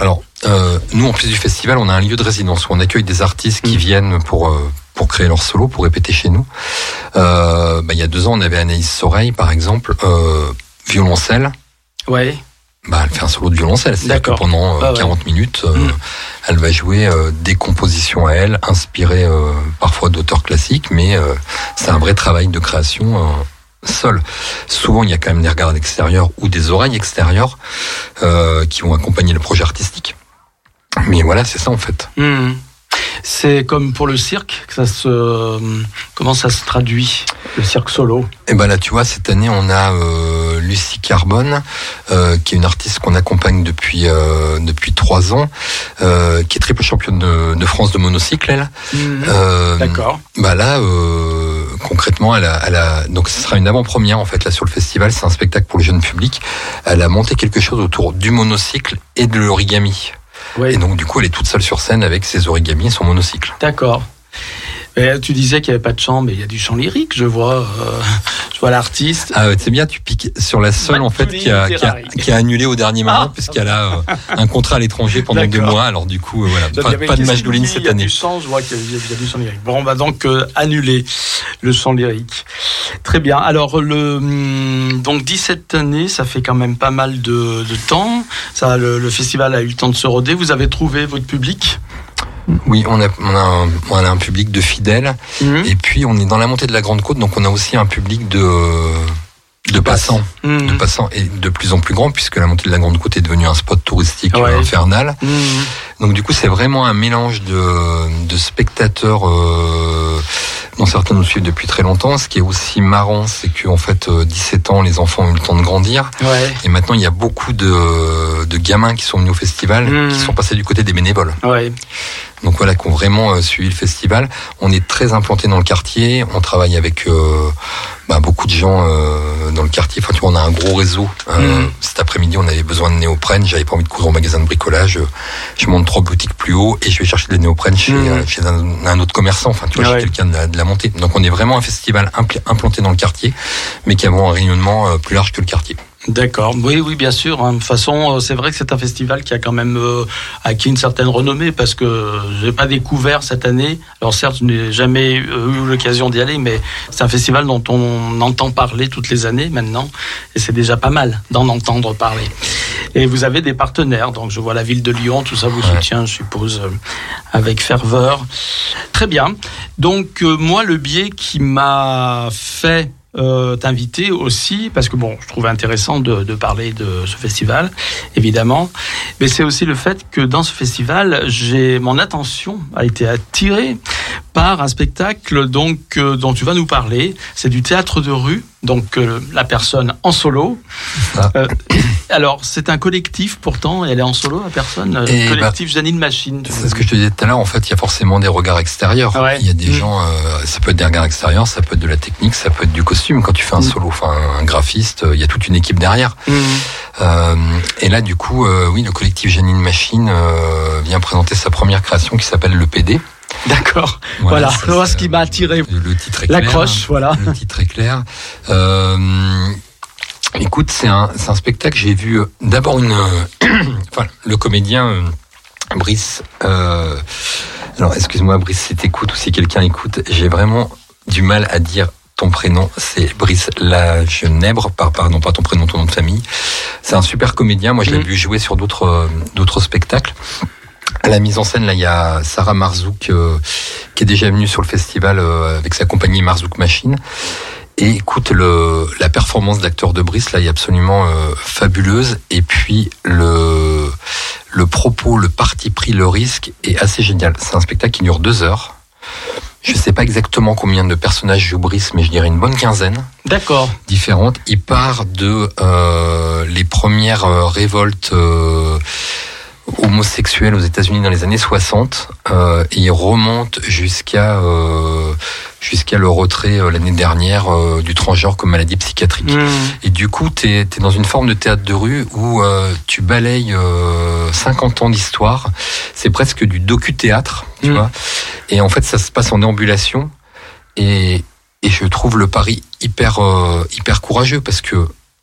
nous, en plus du festival, on a un lieu de résidence où on accueille des artistes qui viennent pour créer leur solo, pour répéter chez nous. Il y a 2 ans, on avait Anaïs Soreille, par exemple, violoncelle. Ouais. Elle fait un solo de violoncelle, c'est-à-dire que pendant 40 minutes, elle va jouer des compositions à elle, inspirées parfois d'auteurs classiques, mais c'est un vrai travail de création seul. Souvent, il y a quand même des regards extérieurs ou des oreilles extérieures qui vont accompagner le projet artistique. Mais voilà, c'est ça en fait. C'est comme pour le cirque, comment ça se traduit, le cirque solo? Et là, tu vois, cette année, on a Lucie Carbone, qui est une artiste qu'on accompagne depuis 3 ans, qui est triple championne de France de monocycle, elle. D'accord. Là, concrètement, elle a donc ce sera une avant-première en fait là sur le festival. C'est un spectacle pour le jeune public. Elle a monté quelque chose autour du monocycle et de l'origami. Ouais. Et donc du coup, elle est toute seule sur scène avec ses origamis et son monocycle. D'accord. Et tu disais qu'il n'y avait pas de chant, mais il y a du chant lyrique, je vois l'artiste. Ah, c'est bien, tu piques sur la seule en fait qui a annulé au dernier moment puisqu'elle a un contrat à l'étranger pendant 2 mois. Alors du coup, voilà, pas de Majdoline cette année. Il y a du chant, je vois qu'il y a du chant lyrique. Bon, on va donc annuler le chant lyrique. Très bien. Alors donc 17 années, ça fait quand même pas mal de temps. Ça, le festival a eu le temps de se roder. Vous avez trouvé votre public? Oui, on a un public de fidèles, et puis on est dans la montée de la Grande Côte, donc on a aussi un public de passants, de passants, et de plus en plus grand, puisque la montée de la Grande Côte est devenue un spot touristique infernal. Donc du coup, c'est vraiment un mélange de spectateurs dont certains nous suivent depuis très longtemps. Ce qui est aussi marrant, c'est qu'en fait, 17 ans, les enfants ont eu le temps de grandir. Ouais. Et maintenant, il y a beaucoup de gamins qui sont venus au festival, qui sont passés du côté des bénévoles. Ouais. Donc voilà, qui ont vraiment suivi le festival. On est très implanté dans le quartier. On travaille avec beaucoup de gens dans le quartier. Enfin, tu vois, on a un gros réseau. Cet après-midi, on avait besoin de néoprène. J'avais pas envie de coudre au magasin de bricolage. Je monte 3 boutiques plus haut et je vais chercher de la néoprène chez un autre commerçant. Enfin, tu vois, chez quelqu'un de la montée. Donc, on est vraiment un festival implanté dans le quartier, mais qui a un rayonnement plus large que le quartier. D'accord, oui, bien sûr. De toute façon, c'est vrai que c'est un festival qui a quand même acquis une certaine renommée, parce que je n'ai pas découvert cette année. Alors certes, je n'ai jamais eu l'occasion d'y aller, mais c'est un festival dont on entend parler toutes les années maintenant, et c'est déjà pas mal d'en entendre parler. Et vous avez des partenaires, donc je vois la ville de Lyon, tout ça vous soutient, je suppose, avec ferveur. Très bien. Donc moi, le biais qui m'a fait t'inviter aussi, parce que je trouvais intéressant de parler de ce festival, évidemment, mais c'est aussi le fait que dans ce festival, mon attention a été attirée par un spectacle dont tu vas nous parler. C'est du théâtre de rue, donc la personne en solo. Alors, c'est un collectif pourtant, elle est en solo, la personne. Collectif Janine Machine. C'est ce que je te disais tout à l'heure, en fait, il y a forcément des regards extérieurs. Ouais. Il y a des gens, ça peut être des regards extérieurs, ça peut être de la technique, ça peut être du costume. Quand tu fais un solo, un graphiste, il y a toute une équipe derrière. Et là, du coup, le collectif Janine Machine vient présenter sa première création qui s'appelle Le PD. D'accord. Voilà. Ce qui m'a attiré. Le titre est clair. L'accroche, voilà. Le titre est clair. Écoute, c'est un spectacle. J'ai vu d'abord le comédien Brice. Alors, excuse-moi, Brice, si t'écoutes ou si quelqu'un écoute, j'ai vraiment du mal à dire ton prénom. C'est Brice Lagenèbre. Pardon, pas ton prénom, ton nom de famille. C'est un super comédien. Moi, je l'ai vu jouer sur d'autres spectacles. À la mise en scène, là, il y a Sarah Marzouk qui est déjà venue sur le festival avec sa compagnie Marzouk Machine. Et écoute, la performance d'acteur de Brice là est absolument fabuleuse. Et puis le propos, le parti pris, le risque est assez génial. C'est un spectacle qui dure 2 heures. Je sais pas exactement combien de personnages joue Brice, mais je dirais une bonne quinzaine. D'accord. Différentes. Il part de les premières révoltes homosexuels aux États-Unis dans les années 60, et il remonte jusqu'à le retrait l'année dernière du transgenre comme maladie psychiatrique. Et du coup, t'es dans une forme de théâtre de rue où tu balayes 50 ans d'histoire. C'est presque du docu-théâtre, tu vois. Et en fait, ça se passe en déambulation. Et je trouve le pari hyper courageux, parce que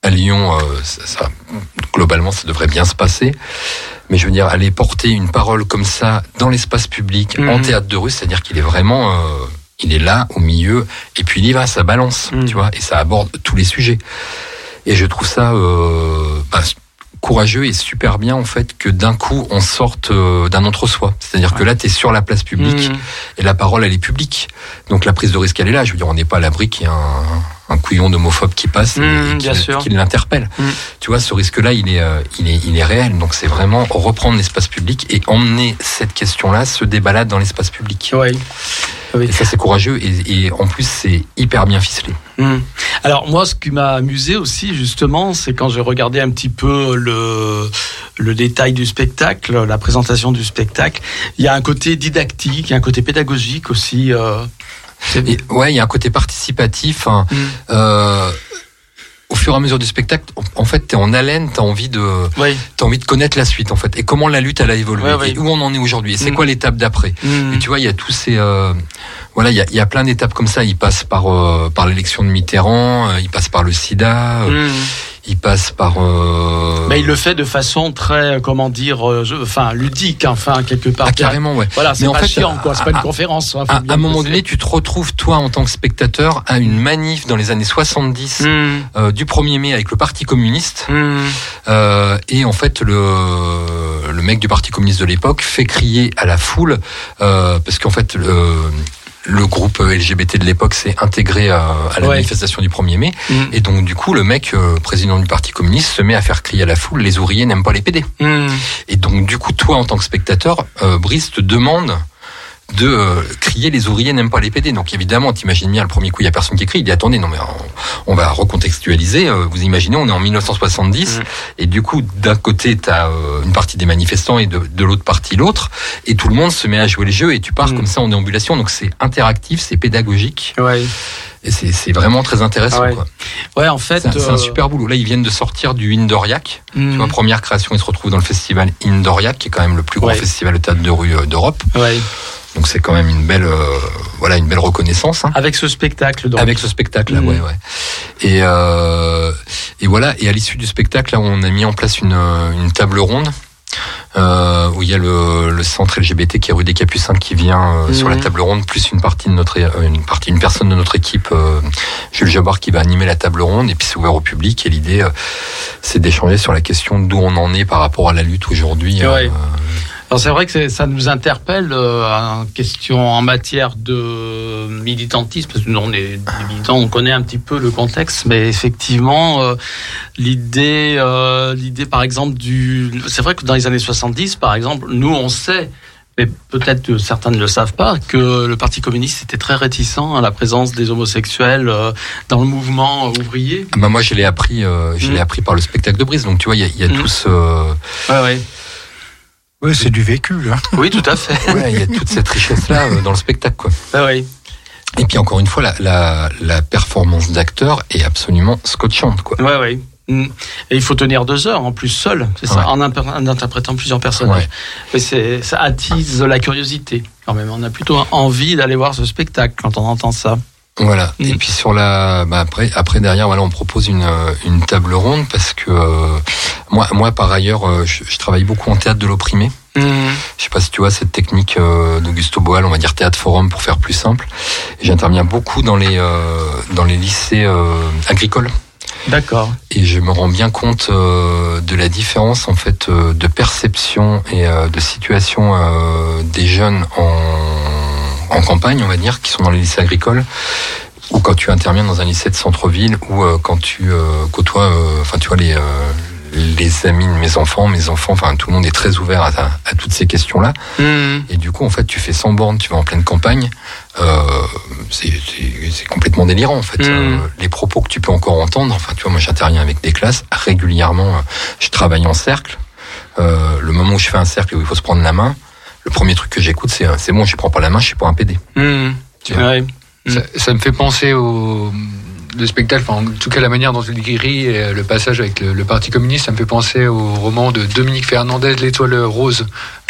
à Lyon, globalement, ça devrait bien se passer. Mais je veux dire, aller porter une parole comme ça dans l'espace public, en théâtre de rue, c'est-à-dire qu'il est vraiment, il est là, au milieu, et puis il y va, ça balance, tu vois, et ça aborde tous les sujets. Et je trouve ça courageux et super bien, en fait, que d'un coup, on sorte d'un entre-soi. C'est-à-dire que là, t'es sur la place publique, et la parole, elle est publique. Donc la prise de risque, elle est là. Je veux dire, on n'est pas à l'abri qu'il y ait un couillon d'homophobe qui passe et qui l'interpelle. Tu vois, ce risque-là, il est réel. Donc c'est vraiment reprendre l'espace public et emmener cette question-là, ce débat-là dans l'espace public. Oui. Et ça, c'est courageux et en plus, c'est hyper bien ficelé. Alors moi, ce qui m'a amusé aussi, justement, c'est quand j'ai regardé un petit peu le détail du spectacle, la présentation du spectacle. Il y a un côté didactique, il y a un côté pédagogique aussi. Il y a un côté participatif. Au fur et à mesure du spectacle, en fait, t'es en haleine, t'as envie de connaître la suite, en fait, et comment la lutte elle a évolué, et où on en est aujourd'hui, et c'est quoi l'étape d'après. Et tu vois, il y a tous ces, il y a plein d'étapes comme ça. Il passe par l'élection de Mitterrand, il passe par le SIDA. Il passe par. Mais il le fait de façon très, ludique, quelque part. Ah, carrément, ouais. Voilà, c'est mais pas en fait, chiant, quoi. C'est pas une conférence. À un moment donné, tu te retrouves, toi, en tant que spectateur, à une manif dans les années 70, du 1er mai avec le Parti communiste. Et en fait, le mec du Parti communiste de l'époque fait crier à la foule, parce qu'en fait, le groupe LGBT de l'époque s'est intégré à la manifestation du 1er mai. Et donc, du coup, le mec, président du Parti communiste, se met à faire crier à la foule, les ouvriers n'aiment pas les PD. Et donc, du coup, toi, en tant que spectateur, Brice te demande de crier les ouvriers n'aiment pas les PD. Donc évidemment, t'imagines bien, le premier coup, il y a personne qui crie. Il dit attendez, non mais on va recontextualiser. Vous imaginez, on est en 1970 et du coup, d'un côté, t'as une partie des manifestants et de l'autre partie l'autre, et tout le monde se met à jouer le jeu et tu pars comme ça en déambulation. Donc c'est interactif, c'est pédagogique. Et c'est vraiment très intéressant. Quoi. Ouais, en fait, c'est un super boulot. Là, ils viennent de sortir du Indoriac. Tu vois, première création, ils se retrouvent dans le festival Indoriac, qui est quand même le plus grand festival de théâtre de rue d'Europe. Donc c'est quand même une belle reconnaissance. Avec ce spectacle, donc. Avec ce spectacle, là, Et voilà. Et à l'issue du spectacle, là, on a mis en place une table ronde. Où il y a le centre LGBT qui est rue des Capucins qui vient sur la table ronde, plus une personne de notre équipe, Jules Jabard, qui va animer la table ronde, et puis c'est ouvert au public, et l'idée c'est d'échanger sur la question d'où on en est par rapport à la lutte aujourd'hui. Alors c'est vrai que ça nous interpelle en question en matière de militantisme, parce que nous on est des militants, on connaît un petit peu le contexte, mais effectivement l'idée par exemple c'est vrai que dans les années 70 par exemple, nous on sait, mais peut-être que certains ne le savent pas, que le Parti communiste était très réticent à la présence des homosexuels dans le mouvement ouvrier. Moi je l'ai appris par le spectacle de Brice, donc tu vois il y a tous Oui, c'est du vécu, là. Oui, tout à fait. Il y a toute cette richesse-là dans le spectacle, quoi. Et puis, encore une fois, la performance d'acteur est absolument scotchante, quoi. Et il faut tenir 2 heures, en plus, seul. C'est ça, en interprétant plusieurs personnages. Mais ça attise la curiosité, quand même. On a plutôt envie d'aller voir ce spectacle quand on entend ça. Voilà. Et puis sur après derrière, on propose une table ronde parce que moi par ailleurs, je travaille beaucoup en théâtre de l'opprimé. Je sais pas si tu vois cette technique d'Augusto Boal, on va dire théâtre forum pour faire plus simple. Et j'interviens beaucoup dans les lycées agricoles. D'accord. Et je me rends bien compte de la différence en fait de perception et de situation des jeunes en campagne, on va dire, qui sont dans les lycées agricoles, ou quand tu interviens dans un lycée de centre-ville, ou quand tu côtoies, tu vois, les amis de mes enfants, tout le monde est très ouvert à toutes ces questions-là. Et du coup, en fait, tu fais sans borne, tu vas en pleine campagne, c'est complètement délirant, en fait. Les propos que tu peux encore entendre, tu vois, moi j'interviens avec des classes régulièrement, je travaille en cercle, le moment où je fais un cercle et où il faut se prendre la main, le premier truc que j'écoute, c'est bon, je prends pas la main, je suis pas un PD. Ça me fait penser le spectacle, en tout cas la manière dont il décrit et le passage avec le Parti communiste, ça me fait penser au roman de Dominique Fernandez, L'Étoile rose,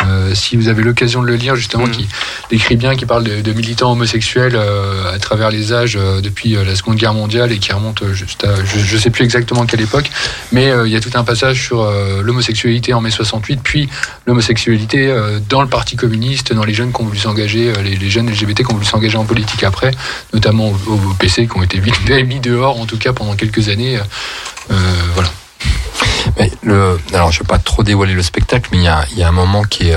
Si vous avez l'occasion de le lire, justement, qui décrit bien, qui parle de militants homosexuels à travers les âges depuis la Seconde Guerre mondiale et qui remonte juste à, je sais plus exactement quelle époque, mais il y a tout un passage sur l'homosexualité en mai 68, puis l'homosexualité dans le Parti communiste, dans les jeunes qui ont voulu s'engager, les jeunes LGBT qui ont voulu s'engager en politique après, notamment au PC, qui ont été mis dehors, en tout cas pendant quelques années. Voilà. Mais alors, je ne vais pas trop dévoiler le spectacle, mais il y a un moment qui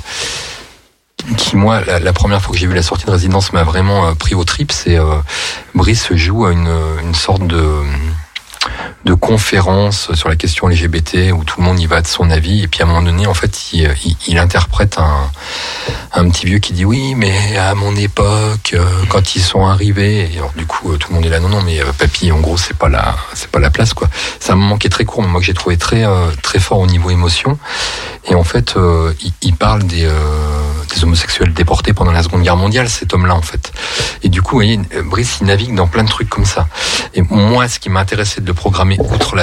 moi, la première fois que j'ai vu la sortie de Résidence m'a vraiment pris aux tripes. C'est Brice joue à une sorte de conférence sur la question LGBT où tout le monde y va de son avis, et puis à un moment donné, en fait, il interprète un petit vieux qui dit oui, mais à mon époque, quand ils sont arrivés, et alors du coup tout le monde est là, non, mais papy, en gros, c'est pas la place, quoi. C'est un moment qui est très court, mais moi que j'ai trouvé très très fort au niveau émotion. Et en fait, il parle des homosexuels déportés pendant la Seconde Guerre mondiale, cet homme-là, en fait. Et du coup, vous voyez, Brice, il navigue dans plein de trucs comme ça. Et moi, ce qui m'a intéressé de le programmer, outre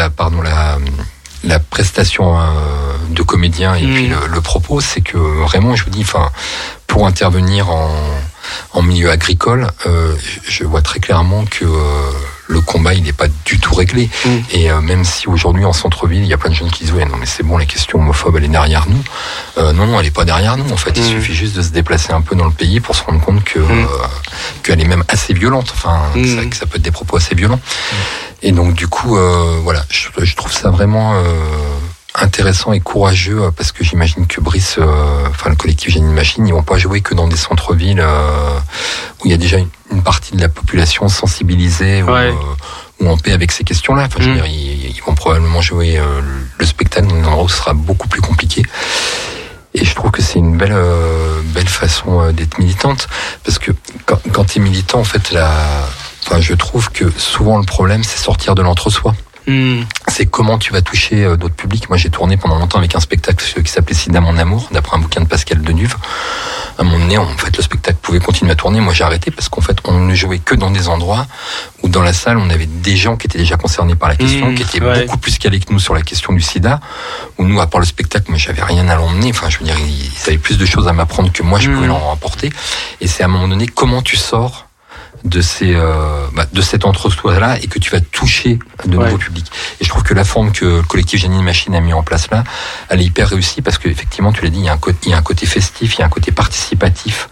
la prestation de comédien et puis le propos, c'est que vraiment, je vous dis, enfin, pour intervenir en milieu agricole, je vois très clairement que le combat, il n'est pas du tout réglé. Et même si aujourd'hui, en centre-ville, il y a plein de jeunes qui disent « Ouais, non, mais c'est bon, la question homophobe, elle est derrière nous. » Non, elle n'est pas derrière nous. En fait, il suffit juste de se déplacer un peu dans le pays pour se rendre compte qu'elle est même assez violente. Enfin, que ça peut être des propos assez violents. Et donc, du coup, voilà, je trouve ça vraiment intéressant et courageux, parce que j'imagine que Brice, le collectif Génie de Machine, ils vont pas jouer que dans des centres-villes où il y a déjà une partie de la population sensibilisée ou en paix avec ces questions-là. Enfin, je veux dire, ils vont probablement jouer le spectacle dans un endroit où ce sera beaucoup plus compliqué. Et je trouve que c'est une belle façon d'être militante, parce que quand tu es militant, en fait, je trouve que souvent le problème, c'est sortir de l'entre-soi. C'est comment tu vas toucher d'autres publics. Moi, j'ai tourné pendant longtemps avec un spectacle qui s'appelait Sida mon amour, d'après un bouquin de Pascal Denuve. À un moment donné, en fait, le spectacle pouvait continuer à tourner. Moi, j'ai arrêté parce qu'en fait, on ne jouait que dans des endroits où, dans la salle, on avait des gens qui étaient déjà concernés par la question, qui étaient beaucoup plus qu'avec nous sur la question du sida. Où nous, à part le spectacle, moi, j'avais rien à l'emmener. Enfin, je veux dire, ils avaient plus de choses à m'apprendre que moi, je pouvais leur apporter. Et c'est à un moment donné, comment tu sors de cet entre-soi-là et que tu vas toucher de nouveaux publics. Et je trouve que la forme que le collectif Génie de Machine a mis en place là, elle est hyper réussie, parce qu'effectivement, tu l'as dit, il y a un côté festif, il y a un côté participatif,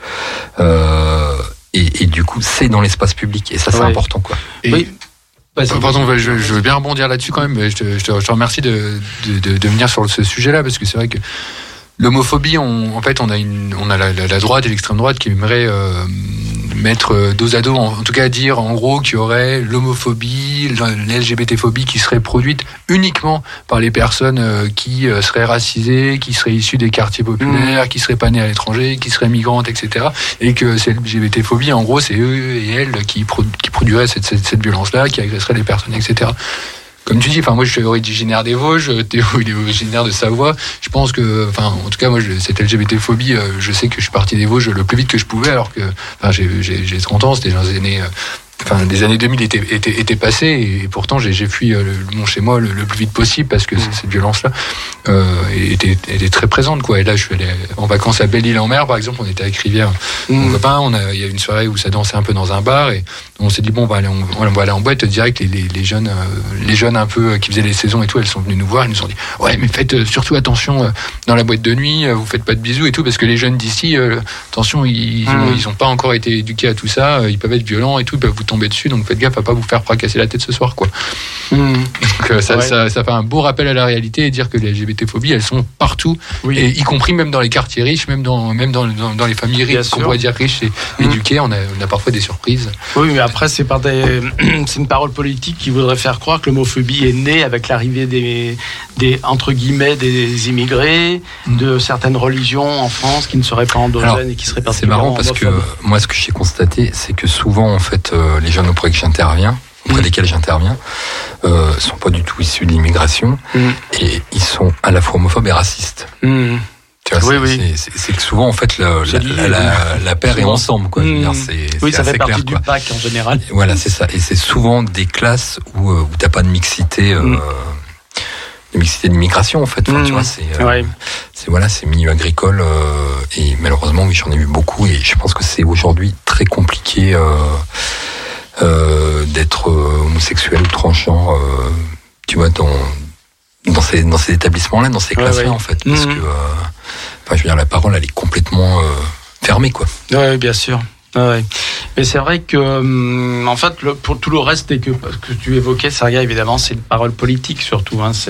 et du coup, c'est dans l'espace public, et ça, c'est important, quoi. Pardon, je veux bien rebondir là-dessus quand même. Je te remercie de venir sur ce sujet-là, parce que c'est vrai que l'homophobie, on a la droite et l'extrême droite qui aimerait mettre dos à dos, en tout cas dire en gros qu'il y aurait l'homophobie, l'LGBT-phobie qui serait produite uniquement par les personnes qui seraient racisées, qui seraient issues des quartiers populaires, qui seraient pas nées à l'étranger, qui seraient migrantes, etc. Et que cette LGBT-phobie, en gros, c'est eux et elles qui produiraient cette violence-là, qui agresseraient les personnes, etc. Comme tu dis, moi je suis originaire des Vosges, Théo il est originaire de Savoie. Je pense que, en tout cas moi cette LGBT-phobie, je sais que je suis parti des Vosges le plus vite que je pouvais, alors que j'ai 30 ans, c'était dans les années... les années 2000 étaient passées, et pourtant j'ai fui mon chez moi le plus vite possible, parce que cette violence-là était très présente, quoi. Et là, je suis allé en vacances à Belle-Île-en-Mer, par exemple. On était avec Rivière, mon copain. Il y a une soirée où ça dansait un peu dans un bar, et on s'est dit bon, on va aller en boîte direct. Les jeunes un peu qui faisaient les saisons et tout, elles sont venues nous voir. Elles nous ont dit ouais, mais faites surtout attention dans la boîte de nuit. Vous faites pas de bisous et tout, parce que les jeunes d'ici, attention, ils ont pas encore été éduqués à tout ça. Ils peuvent être violents et tout. Ils peuvent vous tomber dessus, donc faites gaffe à pas vous faire fracasser la tête ce soir, quoi. Donc ça fait un beau rappel à la réalité, et dire que les LGBT-phobies, elles sont partout, et y compris même dans les quartiers riches, même dans les familles riches, qu'on pourrait dire riches et éduquées, on a parfois des surprises. Oui, mais après c'est une parole politique qui voudrait faire croire que l'homophobie est née avec l'arrivée des entre guillemets des immigrés de certaines religions en France qui ne seraient pas endogènes et qui seraient particulièrement homophobes. C'est marrant, parce que moi, ce que j'ai constaté, c'est que souvent, en fait, les jeunes auprès desquels j'interviens, sont pas du tout issus de l'immigration, et ils sont à la fois homophobes et racistes. Tu vois, c'est que souvent, en fait, la paire est ensemble, quoi. Je veux dire, c'est ça assez fait partie clair, du quoi. pack en général. Et voilà, c'est ça. Et c'est souvent des classes où t'as pas de mixité mixité d'immigration en fait. Enfin, tu vois, c'est milieu agricole et malheureusement oui, j'en ai vu beaucoup et je pense que c'est aujourd'hui très compliqué d'être homosexuel ou transgenre, tu vois, dans ces établissements-là, dans ces classes-là en fait, parce que je veux dire, la parole elle est complètement fermée quoi. Oui, bien sûr. Ouais. Mais c'est vrai que, en fait, pour tout le reste que tu évoquais, Sergueï, évidemment, c'est une parole politique surtout. Hein.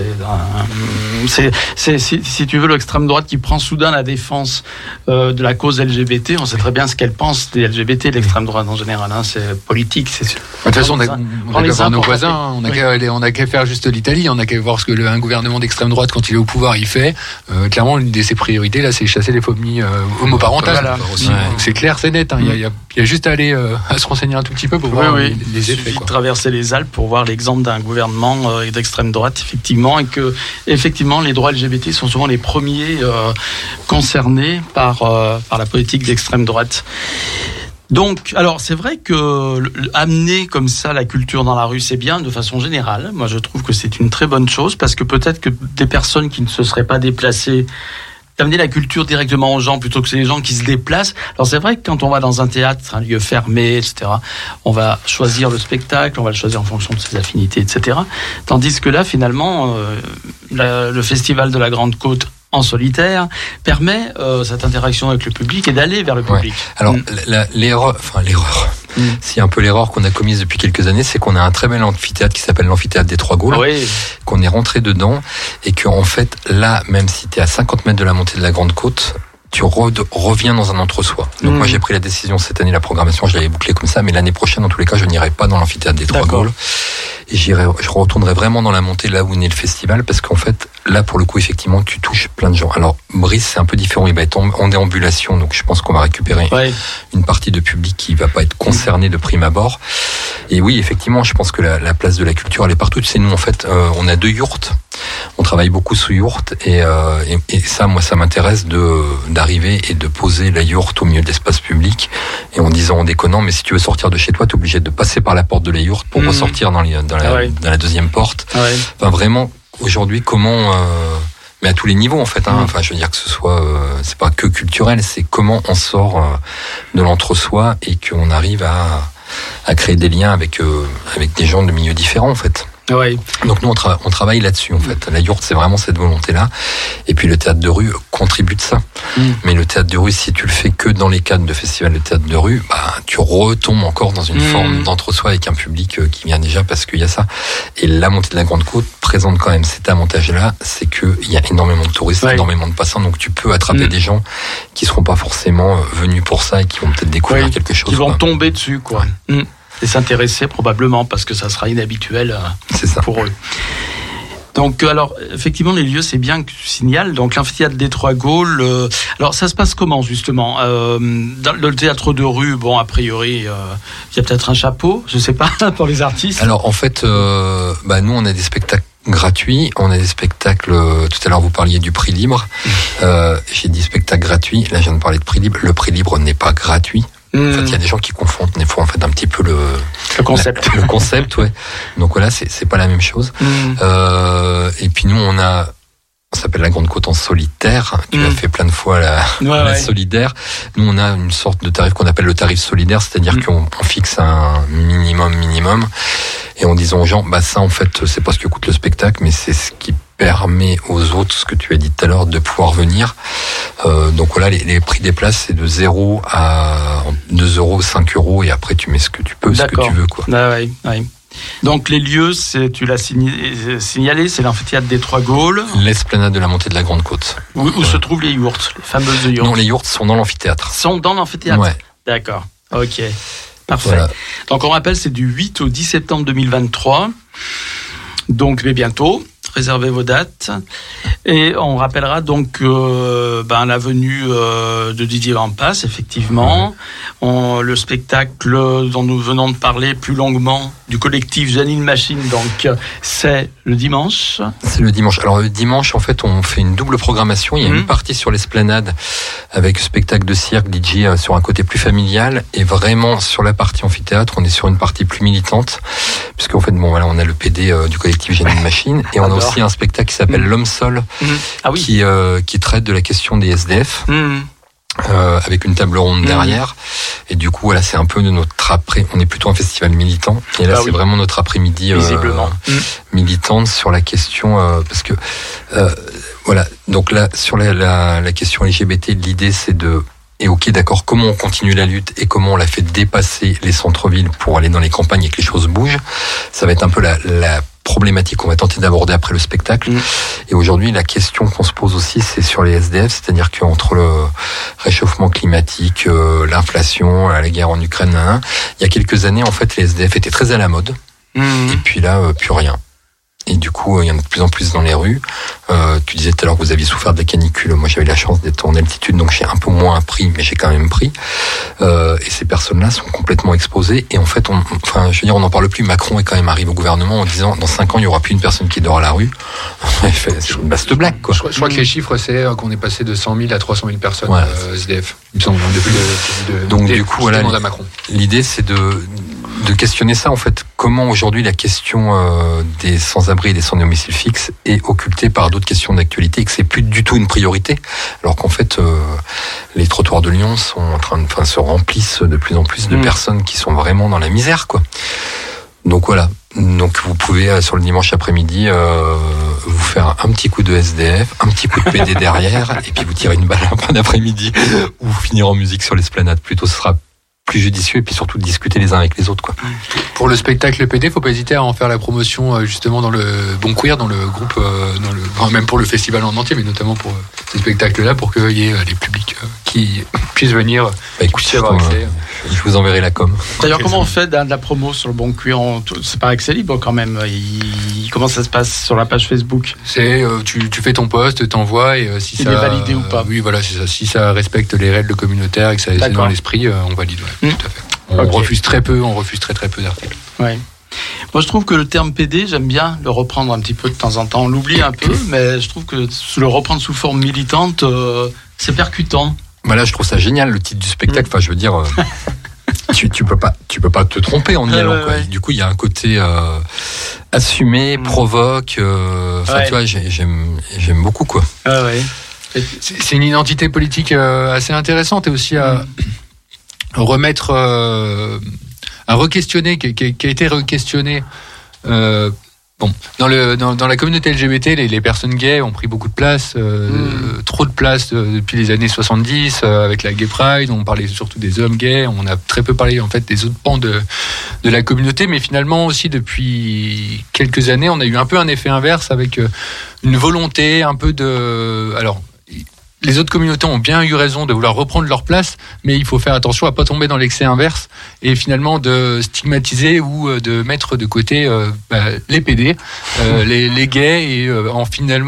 C'est si tu veux, l'extrême droite qui prend soudain la défense de la cause LGBT. On sait très bien ce qu'elle pense des LGBT, l'extrême droite en général. Hein. C'est politique. De toute façon, on a qu'à voir nos voisins. On a qu'à faire juste l'Italie. On a qu'à voir ce que un gouvernement d'extrême droite, quand il est au pouvoir, il fait. Clairement, l'une de ses priorités là, c'est chasser les familles homoparentales. Voilà. C'est clair, c'est net. Hein. Il y a juste à aller à se renseigner un tout petit peu pour voir les effets. Il suffit de traverser les Alpes pour voir l'exemple d'un gouvernement d'extrême droite, effectivement, et que effectivement les droits LGBT sont souvent les premiers concernés par la politique d'extrême droite. Donc, alors c'est vrai que amener comme ça la culture dans la rue, c'est bien de façon générale. Moi, je trouve que c'est une très bonne chose parce que peut-être que des personnes qui ne se seraient pas déplacées, d'amener la culture directement aux gens plutôt que c'est les gens qui se déplacent. Alors c'est vrai que quand on va dans un théâtre, un lieu fermé, etc., on va choisir le spectacle, on va le choisir en fonction de ses affinités, etc. Tandis que là, finalement, le festival de la Grande Côte en solitaire permet cette interaction avec le public et d'aller vers le public. Alors l'erreur, c'est un peu l'erreur qu'on a commise depuis quelques années, c'est qu'on a un très bel amphithéâtre qui s'appelle l'amphithéâtre des Trois Gaules, qu'on est rentré dedans et que en fait là, même si tu es à 50 mètres de la montée de la Grande Côte, tu reviens dans un entre-soi. Donc moi j'ai pris la décision cette année, la programmation je l'avais bouclée comme ça, mais l'année prochaine en tous les cas je n'irai pas dans l'amphithéâtre des Trois Gaules et je retournerai vraiment dans la montée là où est né le festival, parce qu'en fait là pour le coup effectivement tu touches plein de gens. Alors Brice c'est un peu différent, il va être en déambulation, donc je pense qu'on va récupérer une partie de public qui va pas être concerné de prime abord. Et oui effectivement je pense que la place de la culture elle est partout. Tu sais, nous en fait on a 2 yourtes, on travaille beaucoup sous yourte et ça moi ça m'intéresse d'arriver et de poser la yourte au milieu de l'espace public et en disant en déconnant, mais si tu veux sortir de chez toi t'es obligé de passer par la porte de la yourte pour ressortir dans la deuxième porte. Enfin vraiment aujourd'hui comment mais à tous les niveaux en fait hein. Enfin je veux dire que ce soit c'est pas que culturel, c'est comment on sort de l'entre-soi et qu'on arrive à créer des liens avec des gens de milieux différents en fait. Donc nous on travaille là-dessus en fait. La yourte c'est vraiment cette volonté-là. Et puis le théâtre de rue contribue de ça. Mais le théâtre de rue, si tu le fais que dans les cadres de festivals de théâtre de rue, tu retombes encore dans une forme d'entre-soi avec un public qui vient déjà parce qu'il y a ça. Et la montée de la Grande Côte présente quand même cet avantage-là, c'est qu'il y a énormément de touristes, énormément de passants, donc tu peux attraper des gens qui seront pas forcément venus pour ça et qui vont peut-être découvrir quelque chose. Qui vont tomber dessus quoi. Et s'intéresser probablement parce que ça sera inhabituel pour eux. Donc, alors, effectivement, les lieux, c'est bien que tu signales. Donc, l'amphithéâtre des Trois Gaules. Alors, ça se passe comment, justement dans le théâtre de rue, bon, a priori, il y a peut-être un chapeau, je sais pas, pour les artistes. Alors, en fait, nous, on a des spectacles gratuits. On a des spectacles. Tout à l'heure, vous parliez du prix libre. J'ai dit spectacle gratuit. Là, je viens de parler de prix libre. Le prix libre n'est pas gratuit. En fait, il y a des gens qui confondent des fois en fait un petit peu le concept. Le concept, ouais. Donc voilà, c'est pas la même chose. Et puis nous, on s'appelle la Grande Côte en solitaire. Tu as fait plein de fois la solidaire. Nous, on a une sorte de tarif qu'on appelle le tarif solidaire, c'est-à-dire qu'on fixe un minimum, et en disant aux gens, ça en fait, c'est pas ce que coûte le spectacle, mais c'est ce qui permet aux autres, ce que tu as dit tout à l'heure, de pouvoir venir. Donc voilà, les prix des places, c'est de 0 à 2 euros, 5 euros, et après tu mets ce que tu peux, ce que tu veux, quoi. Donc les lieux, tu l'as signalé, c'est l'amphithéâtre des Trois Gaules. L'esplanade de la montée de la Grande Côte. Où se trouvent les yourtes, les fameuses yourtes. Non, les yourtes sont dans l'amphithéâtre. Sont dans l'amphithéâtre. D'accord. Ok. Parfait. Voilà. Donc on rappelle, c'est du 8 au 10 septembre 2023. Donc mais bientôt. Réservez vos dates. Et on rappellera donc la venue de Didier Vampas, effectivement. Le spectacle dont nous venons de parler plus longuement du collectif Janine Machine, donc c'est le dimanche. C'est le dimanche. Alors le dimanche, en fait, on fait une double programmation. Il y a une partie sur l'esplanade avec spectacle de cirque, DJ sur un côté plus familial, et vraiment sur la partie amphithéâtre, on est sur une partie plus militante, puisqu'en fait, bon, voilà, on a le PD du collectif Génie de Machine, et on a aussi un spectacle qui s'appelle L'Homme Sol, qui traite de la question des SDF. Avec une table ronde derrière, et du coup voilà, c'est un peu de notre après, on est plutôt un festival militant, et là c'est vraiment notre après-midi militante sur la question, parce que voilà, donc là sur la question LGBT, l'idée c'est de, et ok d'accord, comment on continue la lutte et comment on la fait dépasser les centres-villes pour aller dans les campagnes et que les choses bougent, ça va être un peu la problématique qu'on va tenter d'aborder après le spectacle. Et aujourd'hui, la question qu'on se pose aussi, c'est sur les SDF, c'est-à-dire qu'entre le réchauffement climatique, l'inflation, la guerre en Ukraine, il y a quelques années, en fait, les SDF étaient très à la mode. Et puis là, plus rien. Et du coup, il y en a de plus en plus dans les rues. Tu disais tout à l'heure que vous aviez souffert de la canicule. Moi, j'avais la chance d'être en altitude, donc j'ai un peu moins pris, mais j'ai quand même pris. Et ces personnes-là sont complètement exposées. Et en fait, on n'en parle plus. Macron est quand même arrivé au gouvernement en disant, dans 5 ans, il n'y aura plus une personne qui dort à la rue. C'est une vaste blague, quoi. Je crois que les chiffres, c'est qu'on est passé de 100 000 à 300 000 personnes SDF. Il me semble, donc du coup, voilà, à Macron. L'idée, c'est de questionner ça, en fait. Comment aujourd'hui la question des sans-abri et des sans-domicile fixe est occultée par d'autres questions d'actualité et que c'est plus du tout une priorité, alors qu'en fait les trottoirs de Lyon sont en train de se remplissent de plus en plus de personnes qui sont vraiment dans la misère, quoi. Donc voilà. Donc vous pouvez sur le dimanche après-midi vous faire un petit coup de SDF, un petit coup de PD derrière, et puis vous tirer une balle en fin d'après-midi ou finir en musique sur l'esplanade. Plutôt ce sera plus judicieux, et puis surtout de discuter les uns avec les autres, quoi. Pour le spectacle PD, faut pas hésiter à en faire la promotion justement dans le Bon Queer, dans le groupe, même pour le festival en entier, mais notamment pour ces spectacles-là, pour qu'il y ait les publics qui puissent venir écouter, avoir accès. Je vous enverrai la com. D'ailleurs, comment on fait de la promo sur le Bon Queer? C'est par accès libre quand même. Comment ça se passe sur la page Facebook? C'est tu fais ton post, t'envoies, et si ça est validé ou pas. Oui, voilà, c'est ça. Si ça respecte les règles communautaires et que ça est dans l'esprit, on valide. Tout à fait. On refuse très peu d'articles. Ouais. Moi, je trouve que le terme PD, j'aime bien le reprendre un petit peu de temps en temps. On l'oublie un peu, mais je trouve que le reprendre sous forme militante, c'est percutant. Voilà, je trouve ça génial, le titre du spectacle. Enfin, je veux dire, tu peux pas te tromper en y allant, quoi. Du coup, il y a un côté assumé, provoque. Tu vois, j'aime beaucoup, quoi. C'est une identité politique assez intéressante, et aussi à remettre, à re-questionner, qui a été re-questionné. Dans la communauté LGBT, les personnes gays ont pris beaucoup de place, trop de place depuis les années 70, avec la Gay Pride. On parlait surtout des hommes gays, on a très peu parlé en fait des autres pans de la communauté, mais finalement aussi depuis quelques années, on a eu un peu un effet inverse avec une volonté un peu de... Alors, les autres communautés ont bien eu raison de vouloir reprendre leur place, mais il faut faire attention à pas tomber dans l'excès inverse et finalement de stigmatiser ou de mettre de côté les PD, les gays, et en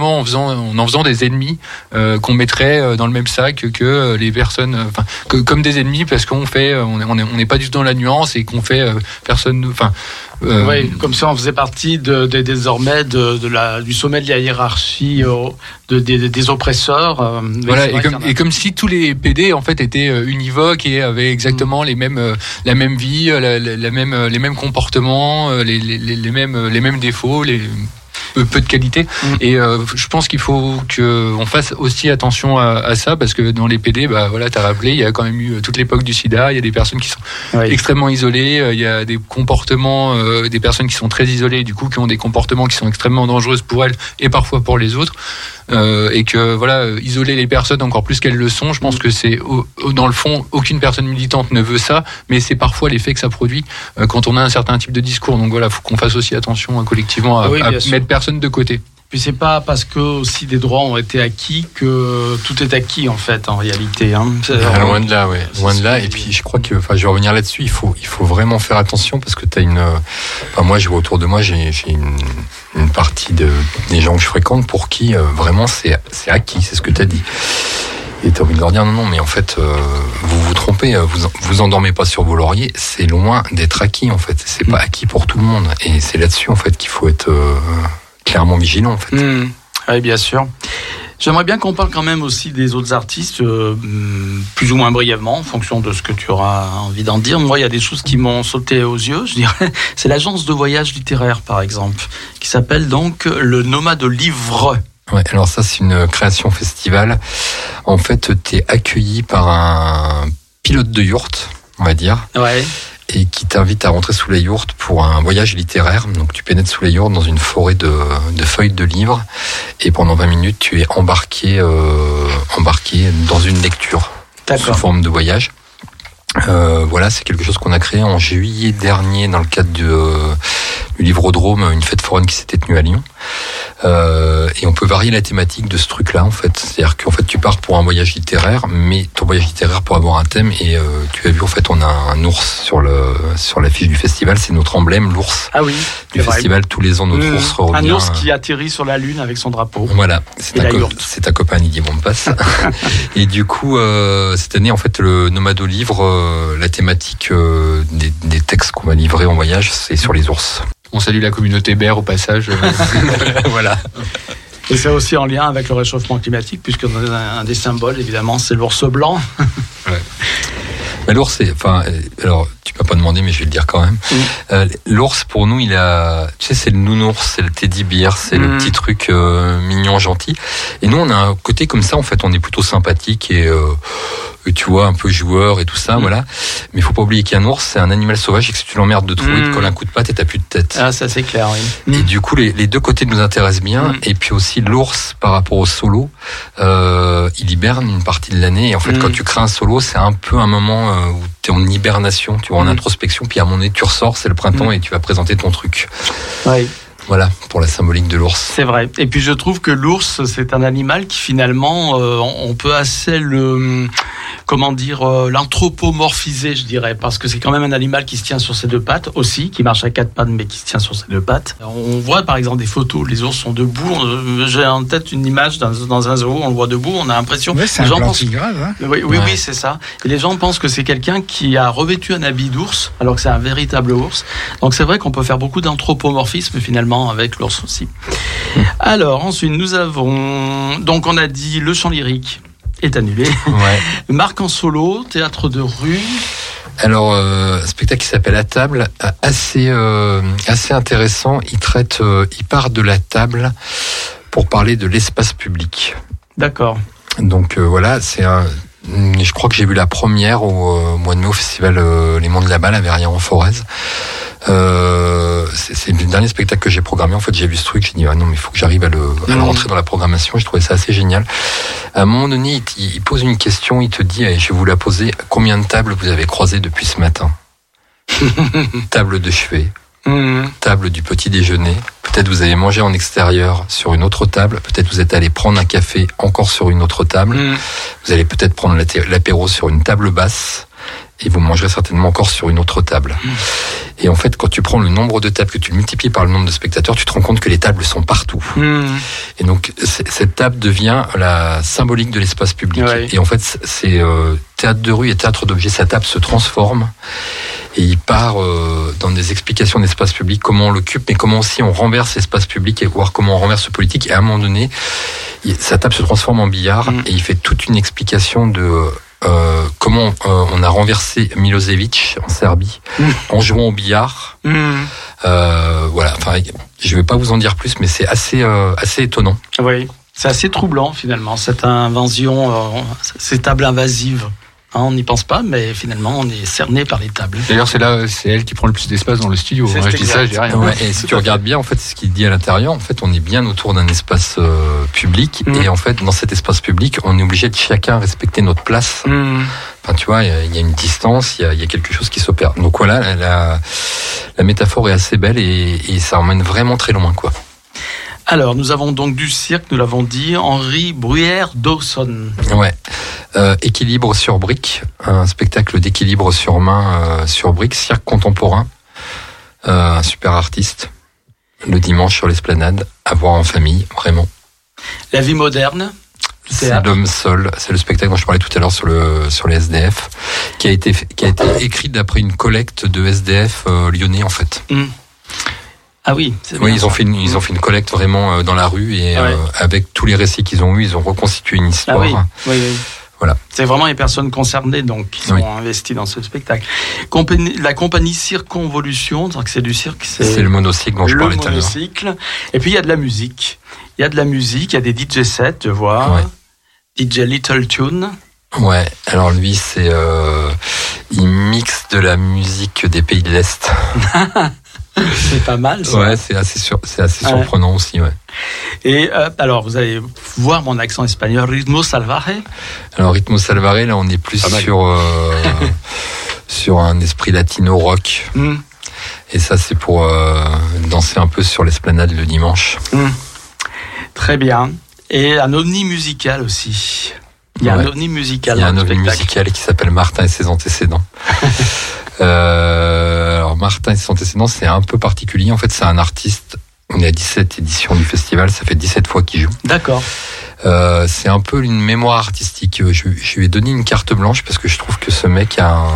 faisant des ennemis qu'on mettrait dans le même sac que les personnes, comme des ennemis, parce qu'on n'est pas du tout dans la nuance et qu'on fait personne, oui, comme ça on faisait partie désormais du sommet de la hiérarchie des oppresseurs. Voilà, et comme si tous les PD en fait étaient univoques et avaient exactement la même vie, les mêmes comportements, les mêmes défauts, peu de qualité. Et je pense qu'il faut qu'on fasse aussi attention à ça, parce que dans les PD, t'as rappelé, il y a quand même eu toute l'époque du sida, il y a des personnes qui sont extrêmement isolées, il y a des comportements, des personnes qui sont très isolées, du coup qui ont des comportements qui sont extrêmement dangereux pour elles et parfois pour les autres. Et que isoler les personnes encore plus qu'elles le sont, je pense que c'est dans le fond, aucune personne militante ne veut ça, mais c'est parfois l'effet que ça produit quand on a un certain type de discours. Donc voilà, faut qu'on fasse aussi attention collectivement à mettre personne de côté. Puis c'est pas parce que aussi des droits ont été acquis que tout est acquis en fait, en réalité. Loin de là, loin de là. Et puis je crois que, je vais revenir là-dessus. Il faut vraiment faire attention, parce que t'as moi, je vois autour de moi, j'ai une partie des gens que je fréquente pour qui vraiment c'est acquis, c'est ce que t'as dit. Et t'as envie de leur dire non, mais en fait, vous vous trompez, vous endormez pas sur vos lauriers. C'est loin d'être acquis en fait. C'est pas acquis pour tout le monde. Et c'est là-dessus en fait qu'il faut être clairement vigilant en fait. Oui, bien sûr. J'aimerais bien qu'on parle quand même aussi des autres artistes, plus ou moins brièvement, en fonction de ce que tu auras envie d'en dire. Moi, il y a des choses qui m'ont sauté aux yeux, je dirais. C'est l'agence de voyage littéraire, par exemple, qui s'appelle donc le Nomade Livre. Ouais, alors ça, c'est une création festival. En fait, t'es accueilli par un pilote de yourte, on va dire. Ouais. Et qui t'invite à rentrer sous les yourtes pour un voyage littéraire. Donc tu pénètres sous les yourtes dans une forêt de feuilles de livres et pendant 20 minutes tu es embarqué dans une lecture sous forme de voyage. Voilà, c'est quelque chose qu'on a créé en juillet dernier dans le cadre du Livrodrome, une fête foraine qui s'était tenue à Lyon. Et on peut varier la thématique de ce truc-là, en fait. C'est-à-dire qu'en fait, tu pars pour un voyage littéraire, mais ton voyage littéraire pour avoir un thème. Et tu as vu, en fait, on a un ours sur l'affiche du festival. C'est notre emblème, l'ours. Ah oui. Du festival. Tous les ans, notre ours revient. Un ours qui atterrit sur la Lune avec son drapeau. Voilà. C'est ta copain Didier Bompas. Et du coup, cette année, en fait, le Nomado Livre, la thématique des textes qu'on va livrer en voyage, c'est sur les ours. On salue la communauté bear au passage. Voilà. Et c'est aussi en lien avec le réchauffement climatique, puisque un des symboles, évidemment, c'est l'ours blanc. Ouais. Mais l'ours, alors tu m'as pas demandé, mais je vais le dire quand même. L'ours, pour nous, c'est le nounours, c'est le teddy bear, c'est le petit truc mignon, gentil. Et nous, on a un côté comme ça, en fait, on est plutôt sympathique et tu vois, un peu joueur et tout ça, voilà. Mais il faut pas oublier qu'un ours, c'est un animal sauvage et que si tu l'emmerdes de trop, il te colle un coup de patte et t'as plus de tête. Ah, ça c'est clair, oui. Et du coup, les deux côtés nous intéressent bien. Et puis aussi, l'ours, par rapport au solo, il hiberne une partie de l'année. Et en fait, quand tu crées un solo, c'est un peu un moment où tu es en hibernation, tu vois, en introspection, puis à un moment donné, tu ressors, c'est le printemps et tu vas présenter ton truc. Oui. Voilà, pour la symbolique de l'ours. C'est vrai. Et puis je trouve que l'ours, c'est un animal qui finalement, on peut assez l'anthropomorphiser, je dirais, parce que c'est quand même un animal qui se tient sur ses deux pattes aussi, qui marche à quatre pattes, mais qui se tient sur ses deux pattes. On voit par exemple des photos, les ours sont debout. J'ai en tête une image dans un zoo, on le voit debout, on a l'impression... Ouais, c'est un plantigrade, hein. Oui, c'est ça. Et les gens pensent que c'est quelqu'un qui a revêtu un habit d'ours, alors que c'est un véritable ours. Donc c'est vrai qu'on peut faire beaucoup d'anthropomorphisme finalement avec l'ours aussi. Alors ensuite nous avons, donc on a dit le chant lyrique est annulé. Ouais. Marc en solo, théâtre de rue. Alors un spectacle qui s'appelle À table, assez intéressant. Il part de la table pour parler de l'espace public. D'accord. Donc voilà, je crois que j'ai vu la première au mois de mai au festival Les Monts de la Balle à Verrières-en-Forez. C'est le dernier spectacle que j'ai programmé. En fait, j'ai vu ce truc, j'ai dit non, mais il faut que j'arrive à le rentrer dans la programmation. J'ai trouvé ça assez génial. À un moment donné, il pose une question, il te dit, et je vais vous la poser, combien de tables vous avez croisées depuis ce matin? Table de chevet, table du petit déjeuner. Peut-être vous avez mangé en extérieur sur une autre table. Peut-être vous êtes allé prendre un café encore sur une autre table. Vous allez peut-être prendre l'apéro sur une table basse. Et vous mangerez certainement encore sur une autre table. Et en fait, quand tu prends le nombre de tables, que tu le multiplies par le nombre de spectateurs, tu te rends compte que les tables sont partout. Et donc, cette table devient la symbolique de l'espace public. Ouais. Et en fait, c'est théâtre de rue et théâtre d'objets. Sa table se transforme et il part dans des explications d'espace public, comment on l'occupe, mais comment aussi on renverse l'espace public et voir comment on renverse le politique. Et à un moment donné, sa table se transforme en billard et il fait toute une explication de... comment on a renversé Milosevic en Serbie en jouant au billard. Voilà. Enfin, je vais pas vous en dire plus, mais c'est assez étonnant. Oui, c'est assez troublant finalement cette invasion, ces tables invasives. On n'y pense pas, mais finalement, on est cerné par les tables. D'ailleurs, c'est elle qui prend le plus d'espace dans le studio. Moi, je dis ça, je dis rien. Ouais, et si tu regardes bien, en fait, ce qu'il dit à l'intérieur, en fait, on est bien autour d'un espace public. Et en fait, dans cet espace public, on est obligé de chacun respecter notre place. Enfin, tu vois, il y a une distance, il y a quelque chose qui s'opère. Donc voilà, la métaphore est assez belle et ça emmène vraiment très loin, quoi. Alors, nous avons donc du cirque, nous l'avons dit, Henri Bruyère-Dawson. Ouais. Équilibre sur briques, un spectacle d'équilibre sur main sur briques, cirque contemporain, un super artiste, le dimanche sur l'esplanade, à voir en famille, vraiment. La vie moderne. C'est l'homme seul, c'est le spectacle dont je parlais tout à l'heure sur les SDF, qui a été écrit d'après une collecte de SDF lyonnais en fait. Ah oui, c'est Oui, bien ils ont ça. fait une collecte vraiment dans la rue et Ouais. avec tous les récits qu'ils ont eus, ils ont reconstitué une histoire. Ah oui. Voilà. C'est vraiment les personnes concernées donc qui sont Oui. investies dans ce spectacle. La compagnie Circonvolution, donc c'est du cirque, C'est le monocycle dont je parlais tout à l'heure. monocycle. Et puis il y a de la musique. Il y a des DJ sets, je vois. Ouais. DJ Little Tune. Ouais, alors lui, il mixe de la musique des pays de l'Est. C'est pas mal ça. Ouais, c'est assez surprenant aussi, ouais. Et alors vous allez voir mon accent espagnol, Ritmo Salvaje. Alors Ritmo Salvaje, là, on est plus sur un esprit latino rock. Mm. Et ça, c'est pour danser un peu sur l'esplanade le dimanche. Très bien. Et un ovni musical aussi. Il y a Ouais. un ovni musical. Il y a dans un le ovni spectacle. musical qui s'appelle Martin et ses antécédents. Alors Martin et ses antécédents, c'est un peu particulier. En fait, c'est un artiste. On est à 17 éditions du festival, ça fait 17 fois qu'il joue. D'accord. C'est un peu une mémoire artistique. Je lui ai donné une carte blanche parce que je trouve que ce mec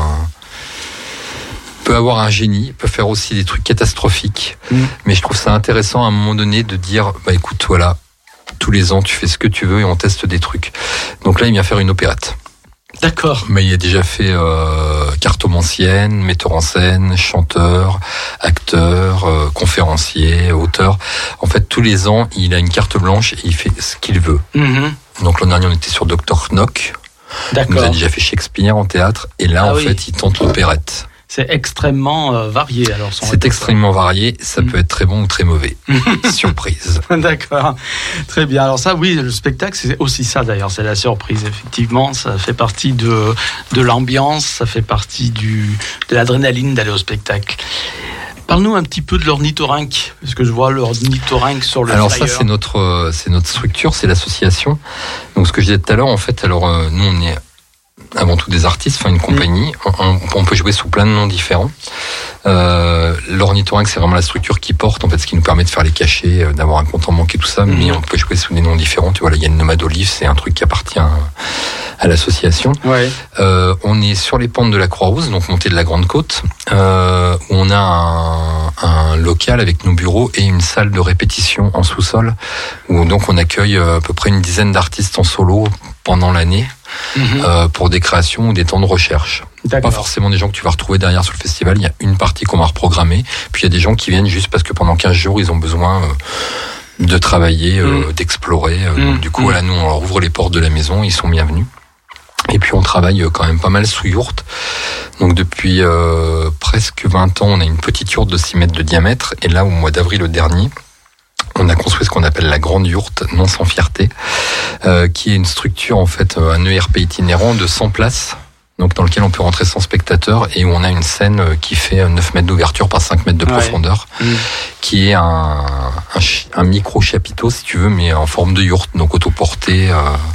peut avoir un génie, peut faire aussi des trucs catastrophiques. Mais je trouve ça intéressant à un moment donné de dire, bah écoute, voilà, tous les ans tu fais ce que tu veux et on teste des trucs. Donc là, il vient faire une opérette. D'accord. Mais il a déjà fait cartomancienne, metteur en scène, chanteur, acteur, conférencier, auteur. En fait, tous les ans, il a une carte blanche et il fait ce qu'il veut. Mhm. Donc l'an dernier, on était sur Dr. Knock. Il nous a D'accord. déjà fait Shakespeare en théâtre. Et là, Ah en oui. fait, il tente l'opérette. C'est extrêmement varié alors. son C'est répertoire. extrêmement varié. Ça peut être très bon ou très mauvais. Surprise. D'accord, très bien. Alors ça, oui, le spectacle, c'est aussi ça d'ailleurs, c'est la surprise. Effectivement, ça fait partie de l'ambiance, ça fait partie de l'adrénaline d'aller au spectacle. Parle-nous un petit peu de l'ornithorynque, parce que je vois l'ornithorynque sur le Alors flyer. ça, c'est notre structure, c'est l'association. Donc ce que je disais tout à l'heure, en fait, alors nous, on est avant tout des artistes, enfin une compagnie. On peut jouer sous plein de noms différents. L'ornithorynque, c'est vraiment la structure qui porte, en fait, ce qui nous permet de faire les cachets, d'avoir un compte en banque et tout ça. Mais on peut jouer sous des noms différents. Tu vois, là, il y a une nomade olive, c'est un truc qui appartient à l'association. Ouais. On est sur les pentes de la Croix-Rousse, donc montée de la Grande Côte, où on a un local avec nos bureaux et une salle de répétition en sous-sol, où donc on accueille à peu près une dizaine d'artistes en solo pendant l'année. Pour des créations ou des temps de recherche. D'accord. Pas forcément des gens que tu vas retrouver derrière sur le festival. Il y a une partie qu'on va reprogrammer. Puis il y a des gens qui viennent juste parce que pendant 15 jours, ils ont besoin de travailler, d'explorer. Donc du coup, voilà, nous, on leur ouvre les portes de la maison. Ils sont bienvenus. Et puis on travaille quand même pas mal sous yourte. Donc depuis presque 20 ans, on a une petite yourte de 6 mètres de diamètre. Et là, au mois d'avril dernier, on a construit ce qu'on appelle la grande yourte, non sans fierté, qui est une structure, en fait, un ERP itinérant de 100 places, donc dans lequel on peut rentrer 100 spectateurs et où on a une scène qui fait 9 mètres d'ouverture par 5 mètres de profondeur, qui est un micro chapiteau, si tu veux, mais en forme de yourte, donc autoporté,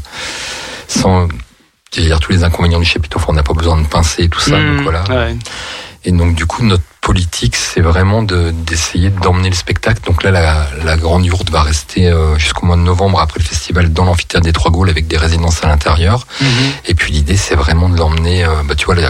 sans... C'est-à-dire tous les inconvénients du chapiteau, on n'a pas besoin de pincer et tout ça, donc voilà. Ouais. Et donc du coup, notre politique, c'est vraiment d'essayer d'emmener le spectacle. Donc là, la grande yourte va rester jusqu'au mois de novembre après le festival dans l'amphithéâtre des Trois Gaules avec des résidences à l'intérieur. Et puis l'idée, c'est vraiment de l'emmener. Tu vois,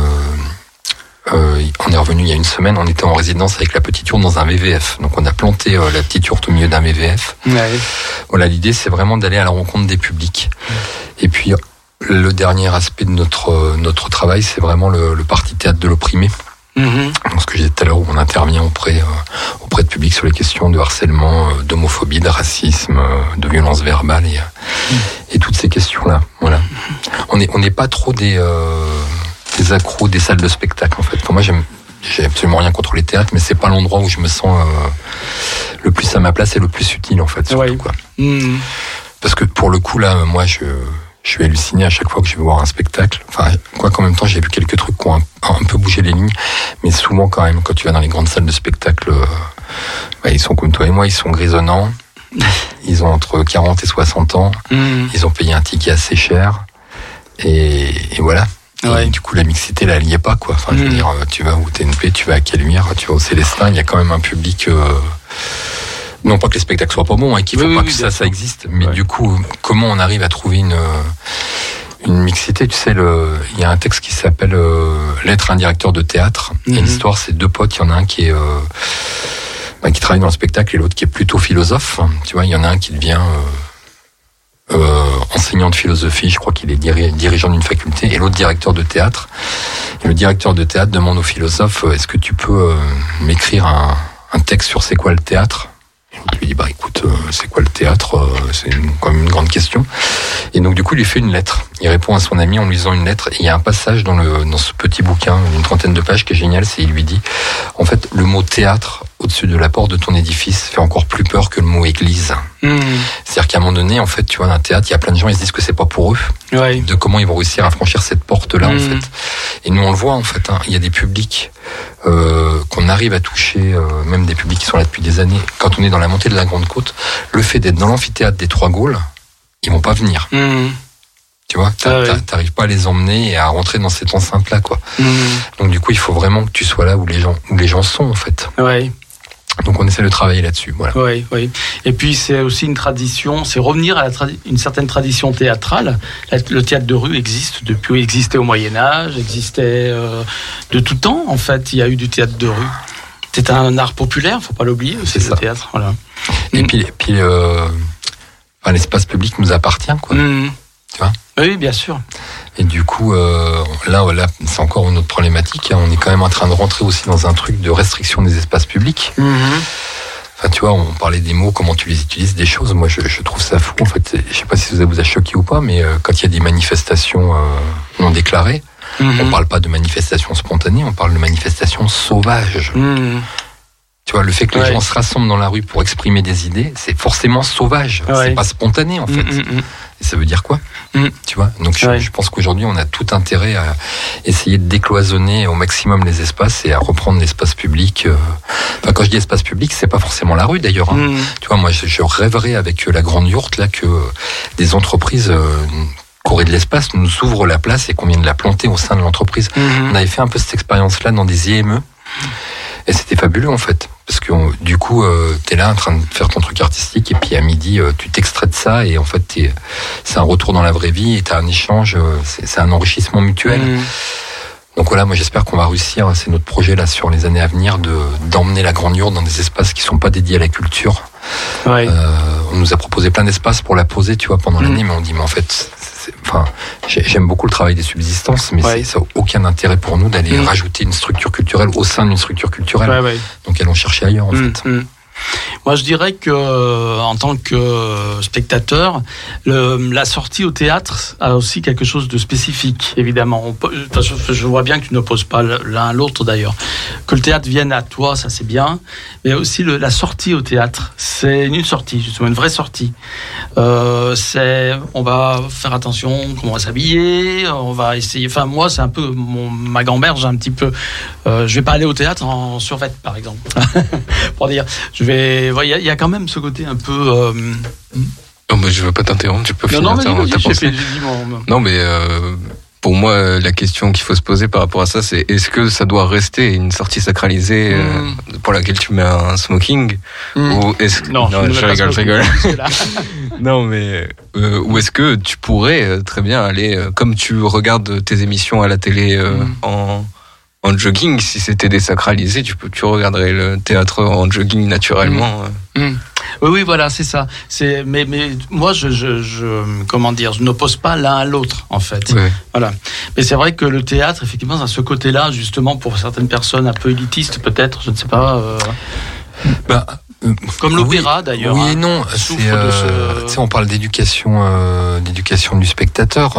on est revenu il y a une semaine, on était en résidence avec la petite yourte dans un VVF. Donc on a planté la petite yourte au milieu d'un VVF. Ouais. Voilà, l'idée, c'est vraiment d'aller à la rencontre des publics. Et puis le dernier aspect de notre travail, c'est vraiment le parti théâtre de l'opprimé. Ce que j'ai dit tout à l'heure, où on intervient auprès de public sur les questions de harcèlement, d'homophobie, de racisme, de violence verbale et toutes ces questions-là. Voilà. On n'est pas trop des accros des salles de spectacle, en fait. Enfin, moi, j'ai absolument rien contre les théâtres, mais c'est pas l'endroit où je me sens le plus à ma place et le plus utile, en fait, surtout, quoi. Parce que pour le coup, là, moi, je suis halluciné à chaque fois que je vais voir un spectacle. Enfin, quoi qu'en même temps, j'ai vu quelques trucs qui ont un peu bougé les lignes. Mais souvent, quand même, quand tu vas dans les grandes salles de spectacle, ils sont comme toi et moi, ils sont grisonnants. Ils ont entre 40 et 60 ans. Ils ont payé un ticket assez cher. Et voilà. Ouais. Et du coup, la mixité, là, elle y est pas, quoi. Enfin, je veux dire, tu vas au TNP, tu vas à Caluire, tu vas au Célestin, il y a quand même un public... Non pas que les spectacles soient pas bons, qu'il faut pas que ça existe, mais du coup, comment on arrive à trouver une mixité? Tu sais, il y a un texte qui s'appelle Lettre à un directeur de théâtre. Et l'histoire, c'est deux potes. Il y en a un qui est qui travaille dans le spectacle et l'autre qui est plutôt philosophe. Tu vois, il y en a un qui devient enseignant de philosophie, je crois qu'il est dirigeant d'une faculté, et l'autre directeur de théâtre. Et le directeur de théâtre demande au philosophe, est-ce que tu peux m'écrire un texte sur c'est quoi le théâtre? Et l'autre lui dit, bah écoute, c'est quoi le théâtre? C'est quand même une grande question. Et donc du coup, il lui fait une lettre. Il répond à son ami en lui lisant une lettre. Et il y a un passage dans ce petit bouquin, d'une 30aine de pages, qui est génial, c'est il lui dit, en fait, le mot théâtre au-dessus de la porte de ton édifice fait encore plus peur que le mot église. C'est-à-dire qu'à un moment donné, en fait, tu vois, dans un théâtre, il y a plein de gens, ils se disent que c'est pas pour eux. Ouais. De comment ils vont réussir à franchir cette porte-là, en fait. Et nous, on le voit, en fait, il y a des publics qu'on arrive à toucher, même des publics qui sont là depuis des années. Quand on est dans la montée de la Grande Côte, le fait d'être dans l'amphithéâtre des Trois Gaules, ils vont pas venir. Tu vois, t'arrives pas à les emmener et à rentrer dans cette enceinte-là, quoi. Donc du coup, il faut vraiment que tu sois là où les gens sont, en fait. Ouais. Donc on essaie de travailler là-dessus, voilà. Oui, oui. Et puis c'est aussi une tradition, c'est revenir à une certaine tradition théâtrale. Le théâtre de rue existait au Moyen-Âge, existait de tout temps, en fait. Il y a eu du théâtre de rue. C'est un art populaire, faut pas l'oublier aussi, le théâtre. Voilà. Et puis l'espace public nous appartient, quoi. Tu vois ? Oui, bien sûr. Et du coup, là, c'est encore une autre problématique. On est quand même en train de rentrer aussi dans un truc de restriction des espaces publics. Enfin, tu vois, on parlait des mots, comment tu les utilises, des choses. Moi, je trouve ça fou. En fait, je sais pas si ça vous a choqué ou pas, mais quand il y a des manifestations non déclarées, on parle pas de manifestations spontanées, on parle de manifestations sauvages. Tu vois, le fait que les gens se rassemblent dans la rue pour exprimer des idées, c'est forcément sauvage. C'est pas spontané, en fait. Et ça veut dire quoi? Tu vois? Donc, je pense qu'aujourd'hui, on a tout intérêt à essayer de décloisonner au maximum les espaces et à reprendre l'espace public. Enfin, quand je dis espace public, c'est pas forcément la rue, d'ailleurs. Tu vois, moi, je rêverais avec la Grande Yourte, là, que des entreprises qui auraient de l'espace nous ouvrent la place et qu'on vienne la planter au sein de l'entreprise. On avait fait un peu cette expérience-là dans des IME. Et c'était fabuleux, en fait. Parce que du coup, t'es là en train de faire ton truc artistique et puis à midi, tu t'extrais de ça et en fait, c'est un retour dans la vraie vie et t'as un échange, c'est un enrichissement mutuel. Donc voilà, moi j'espère qu'on va réussir, c'est notre projet là sur les années à venir, d'emmener la Grande Yourte dans des espaces qui sont pas dédiés à la culture. On nous a proposé plein d'espaces pour la poser, tu vois, pendant l'année, mais on dit, mais en fait, j'aime beaucoup le travail des subsistances, mais ça n'a aucun intérêt pour nous d'aller rajouter une structure culturelle au sein d'une structure culturelle. Donc allons chercher ailleurs, en fait. Moi, je dirais que, en tant que spectateur, la sortie au théâtre a aussi quelque chose de spécifique, évidemment. Je vois bien que tu n'opposes pas l'un à l'autre, d'ailleurs. Que le théâtre vienne à toi, ça c'est bien. Mais aussi la sortie au théâtre, c'est une sortie, justement, une vraie sortie. On va faire attention comment on va s'habiller, on va essayer. Enfin, moi, c'est un peu ma gamberge, un petit peu. Je vais pas aller au théâtre en survêt, par exemple, pour dire. Il y a quand même ce côté un peu. Non, mais je veux pas t'interrompre. Tu peux finir ta pensée. Non, mais pour moi, la question qu'il faut se poser par rapport à ça, c'est est-ce que ça doit rester une sortie sacralisée pour laquelle tu mets un smoking ou est-ce que non, je rigole. Non, mais ou est-ce que tu pourrais très bien aller comme tu regardes tes émissions à la télé en jogging, si c'était désacralisé, tu regarderais le théâtre en jogging naturellement. Oui, voilà, c'est ça. Mais moi, je n'oppose pas l'un à l'autre, en fait. Voilà. Mais c'est vrai que le théâtre, effectivement, a ce côté-là, justement, pour certaines personnes un peu élitistes, peut-être, je ne sais pas. Comme l'opéra, d'ailleurs. Oui et non. On parle d'éducation du spectateur.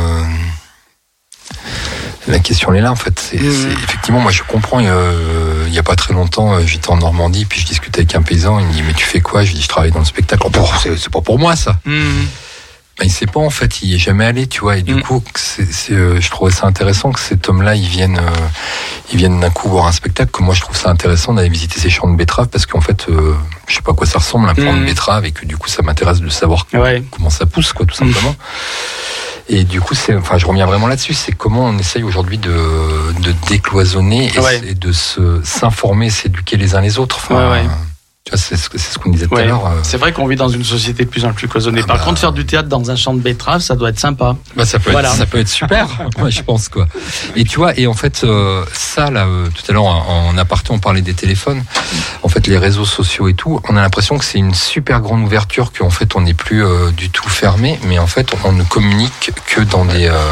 La question elle est là, en fait. C'est effectivement, moi je comprends. Il y a pas très longtemps, j'étais en Normandie, puis je discutais avec un paysan. Il me dit, mais tu fais quoi? Je lui dis, je travaille dans le spectacle. Oh, c'est pas pour moi, ça. Il sait pas, en fait. Il y est jamais allé, tu vois. Et du coup, je trouvais ça intéressant que cet homme-là, il vienne d'un coup voir un spectacle. Que moi, je trouve ça intéressant d'aller visiter ces champs de betteraves parce qu'en fait, je sais pas à quoi ça ressemble un plant de betterave et que du coup, ça m'intéresse de savoir comment ça pousse, quoi, tout simplement. Et du coup, je reviens vraiment là-dessus, c'est comment on essaye aujourd'hui de décloisonner et de s'informer, s'éduquer les uns les autres. Tu vois, c'est ce qu'on disait tout à l'heure. C'est vrai qu'on vit dans une société de plus en plus cloisonnée. Par contre, faire du théâtre dans un champ de betteraves, ça doit être sympa. Ça peut être super, moi, je pense, quoi. Et tu vois, et en fait, ça, là, tout à l'heure, en aparté, on parlait des téléphones. En fait, fait, les réseaux sociaux et tout, on a l'impression que c'est une super grande ouverture, qu'en fait, on n'est plus du tout fermé, mais en fait, on ne communique que dans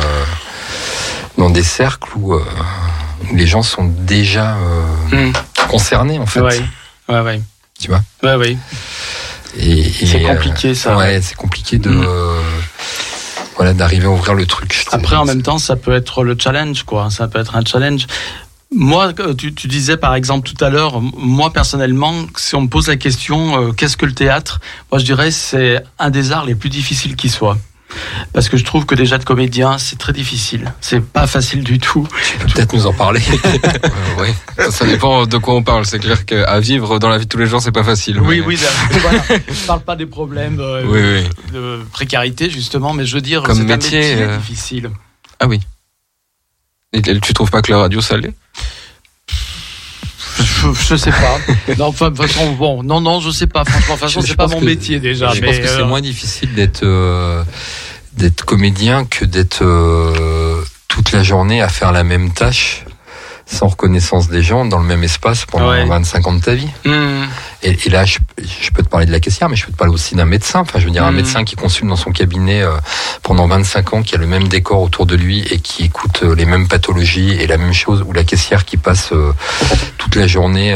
des cercles où les gens sont déjà concernés, en fait. Ouais. Tu vois ? Ouais. Et c'est compliqué, ça. Ouais, c'est compliqué d'arriver à ouvrir le truc. Je trouve. Après, en même temps, ça peut être le challenge, quoi. Ça peut être un challenge. Moi, tu disais par exemple tout à l'heure, moi personnellement, si on me pose la question qu'est-ce que le théâtre, moi je dirais c'est un des arts les plus difficiles qui soit. Parce que je trouve que déjà de comédien, c'est très difficile. C'est pas facile du tout. Tu peux peut-être nous en parler. Oui. Ça dépend de quoi on parle. C'est clair qu'à vivre dans la vie de tous les jours, c'est pas facile. Oui, voilà. Je parle pas des problèmes de précarité justement, mais je veux dire, comme c'est métier, un métier difficile. Ah oui. Et tu trouves pas que la radio ça l'est ? Je sais pas. Non, enfin, de toute façon, bon, non, je sais pas. Franchement, de toute façon, c'est pas mon métier déjà. Je pense que c'est moins difficile d'être comédien que d'être toute la journée à faire la même tâche sans reconnaissance des gens dans le même espace pendant 25 ans de ta vie. Et là, je peux te parler de la caissière, mais je peux te parler aussi d'un médecin. Enfin, je veux dire, un médecin qui consulte dans son cabinet pendant 25 ans, qui a le même décor autour de lui et qui écoute les mêmes pathologies et la même chose, ou la caissière qui passe toute la journée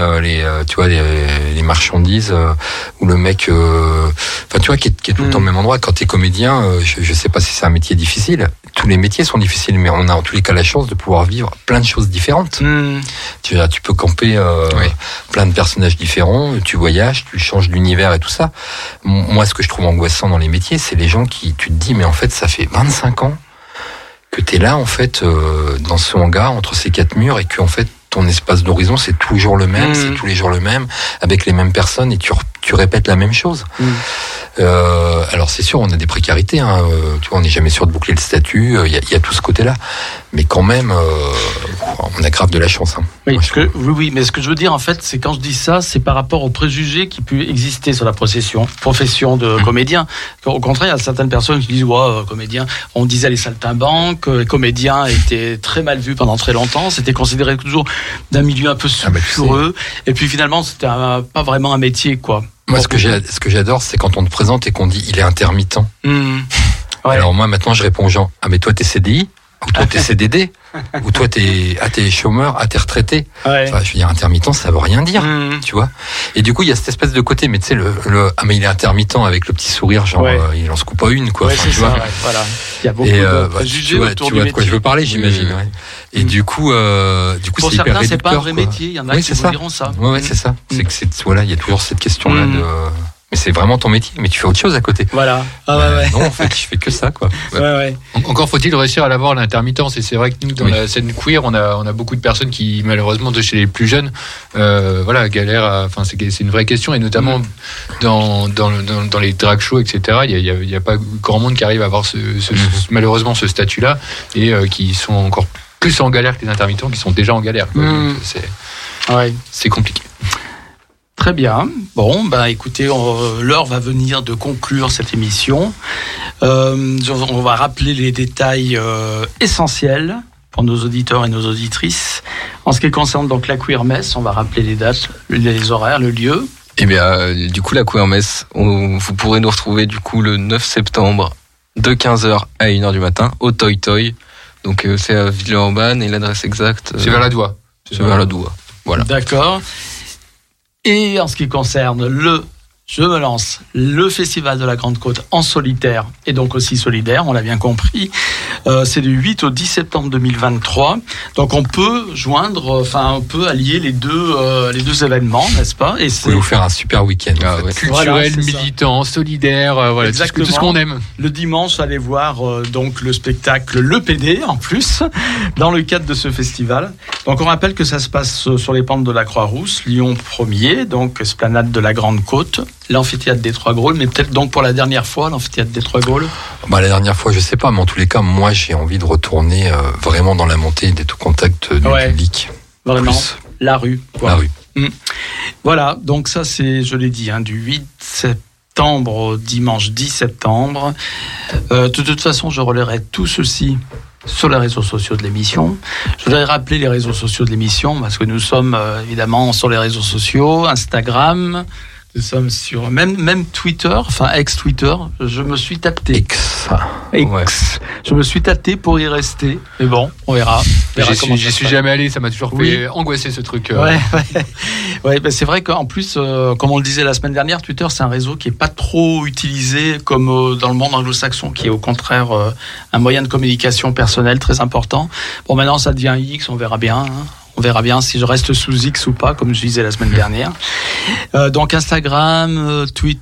les marchandises, ou le mec, enfin, tu vois, qui est tout le temps au même endroit. Quand t'es comédien, je sais pas si c'est un métier difficile. Tous les métiers sont difficiles, mais on a en tous les cas la chance de pouvoir vivre plein de choses différentes. Tu peux camper plein de personnages différents, tu voyages, tu changes d'univers et tout ça. Moi, ce que je trouve angoissant dans les métiers, c'est les gens qui, tu te dis, mais en fait, ça fait 25 ans que t'es là, en fait, dans ce hangar, entre ces quatre murs, et que, en fait, ton espace d'horizon, c'est toujours le même, c'est tous les jours le même, avec les mêmes personnes, et tu répètes la même chose. Alors c'est sûr, on a des précarités, hein, tu vois, on n'est jamais sûr de boucler le statut, il y a tout ce côté-là, mais quand même, on a grave de la chance. Hein. Oui, mais ce que je veux dire en fait, c'est quand je dis ça, c'est par rapport aux préjugés qui peuvent exister sur la profession de comédien. Au contraire, il y a certaines personnes qui disent comédien, on disait les saltimbanques, les comédiens étaient très mal vus pendant très longtemps, c'était considéré toujours d'un milieu un peu sulfureux, et puis finalement c'était pas vraiment un métier, quoi. Moi, ce que j'adore, c'est quand on te présente et qu'on dit il est intermittent. Alors moi, maintenant, je réponds aux gens, mais toi, t'es CDI, ou toi, t'es CDD, ou toi, t'es chômeur, t'es retraité. Enfin, je veux dire, intermittent, ça veut rien dire, tu vois. Et du coup, il y a cette espèce de côté, mais tu sais, mais il est intermittent avec le petit sourire, genre, il en se coupe pas une, quoi. Enfin, tu vois. Voilà. Il y a beaucoup de préjugés autour du métier. Tu vois de quoi je veux parler, j'imagine. Et du coup, pour c'est certains, hyper c'est pas un vrai quoi. métier. Il y en a qui vous diront ça. Ouais, c'est ça. C'est que voilà, il y a toujours cette question-là de. Mais c'est vraiment ton métier, mais tu fais autre chose à côté. Voilà. Non, en fait, je fais que ça, quoi. Encore faut-il réussir à l'avoir, l'intermittence. Et c'est vrai que nous, dans la scène queer, on a beaucoup de personnes qui, malheureusement, de chez les plus jeunes, galèrent. Enfin, c'est une vraie question, et notamment dans les drag shows, etc. Il y a pas grand monde qui arrive à avoir malheureusement ce statut-là, et qui sont encore plus en galère que les intermittents qui sont déjà en galère. Donc, c'est compliqué. Très bien. Bon, écoutez, l'heure va venir de conclure cette émission. On va rappeler les détails essentiels pour nos auditeurs et nos auditrices. En ce qui concerne donc la Queer Mess, on va rappeler les dates, les horaires, le lieu. Eh bien, du coup, la Queer Mess, vous pourrez nous retrouver du coup le 9 septembre de 15h à 1h du matin au Toy Toy. Donc c'est à Villeurbanne, et l'adresse exacte... C'est vers la Doua. C'est vers la Doua. Voilà. D'accord. Et en ce qui concerne le Festival de la Grande Côte en solitaire, et donc aussi solidaire, on l'a bien compris, c'est du 8 au 10 septembre 2023. Donc on peut on peut allier les deux événements, n'est-ce pas? Et vous pouvez vous faire un super week-end. Culturel, militant, solidaire, voilà, tout ce qu'on aime. Le dimanche, allez voir donc le spectacle Le PD, en plus, dans le cadre de ce festival. Donc on rappelle que ça se passe sur les pentes de la Croix-Rousse, Lyon 1er, donc esplanade de la Grande Côte, l'amphithéâtre des Trois Gaules, mais peut-être donc pour la dernière fois, l'amphithéâtre des Trois Gaules. La dernière fois, je sais pas, mais en tous les cas, moi, j'ai envie de retourner vraiment dans la montée, d'être au contact du public. Vraiment, la rue. Quoi. La rue. Voilà, donc ça, c'est, je l'ai dit, du 8 septembre au dimanche 10 septembre. De toute façon, je relayerai tout ceci sur les réseaux sociaux de l'émission. Je voudrais rappeler les réseaux sociaux de l'émission parce que nous sommes évidemment sur les réseaux sociaux, Instagram, nous sommes sur même Twitter, enfin ex-Twitter. Je me suis tâté. X. Ouais. Je me suis tâté pour y rester. Mais bon, on verra. J'y suis jamais allé, ça m'a toujours fait angoisser ce truc. Ouais, ben c'est vrai qu'en plus, comme on le disait la semaine dernière, Twitter, c'est un réseau qui est pas trop utilisé comme dans le monde anglo-saxon, qui est au contraire un moyen de communication personnelle très important. Bon, maintenant, ça devient X, on verra bien. On verra bien si je reste sous X ou pas, comme je disais la semaine dernière. Donc Instagram,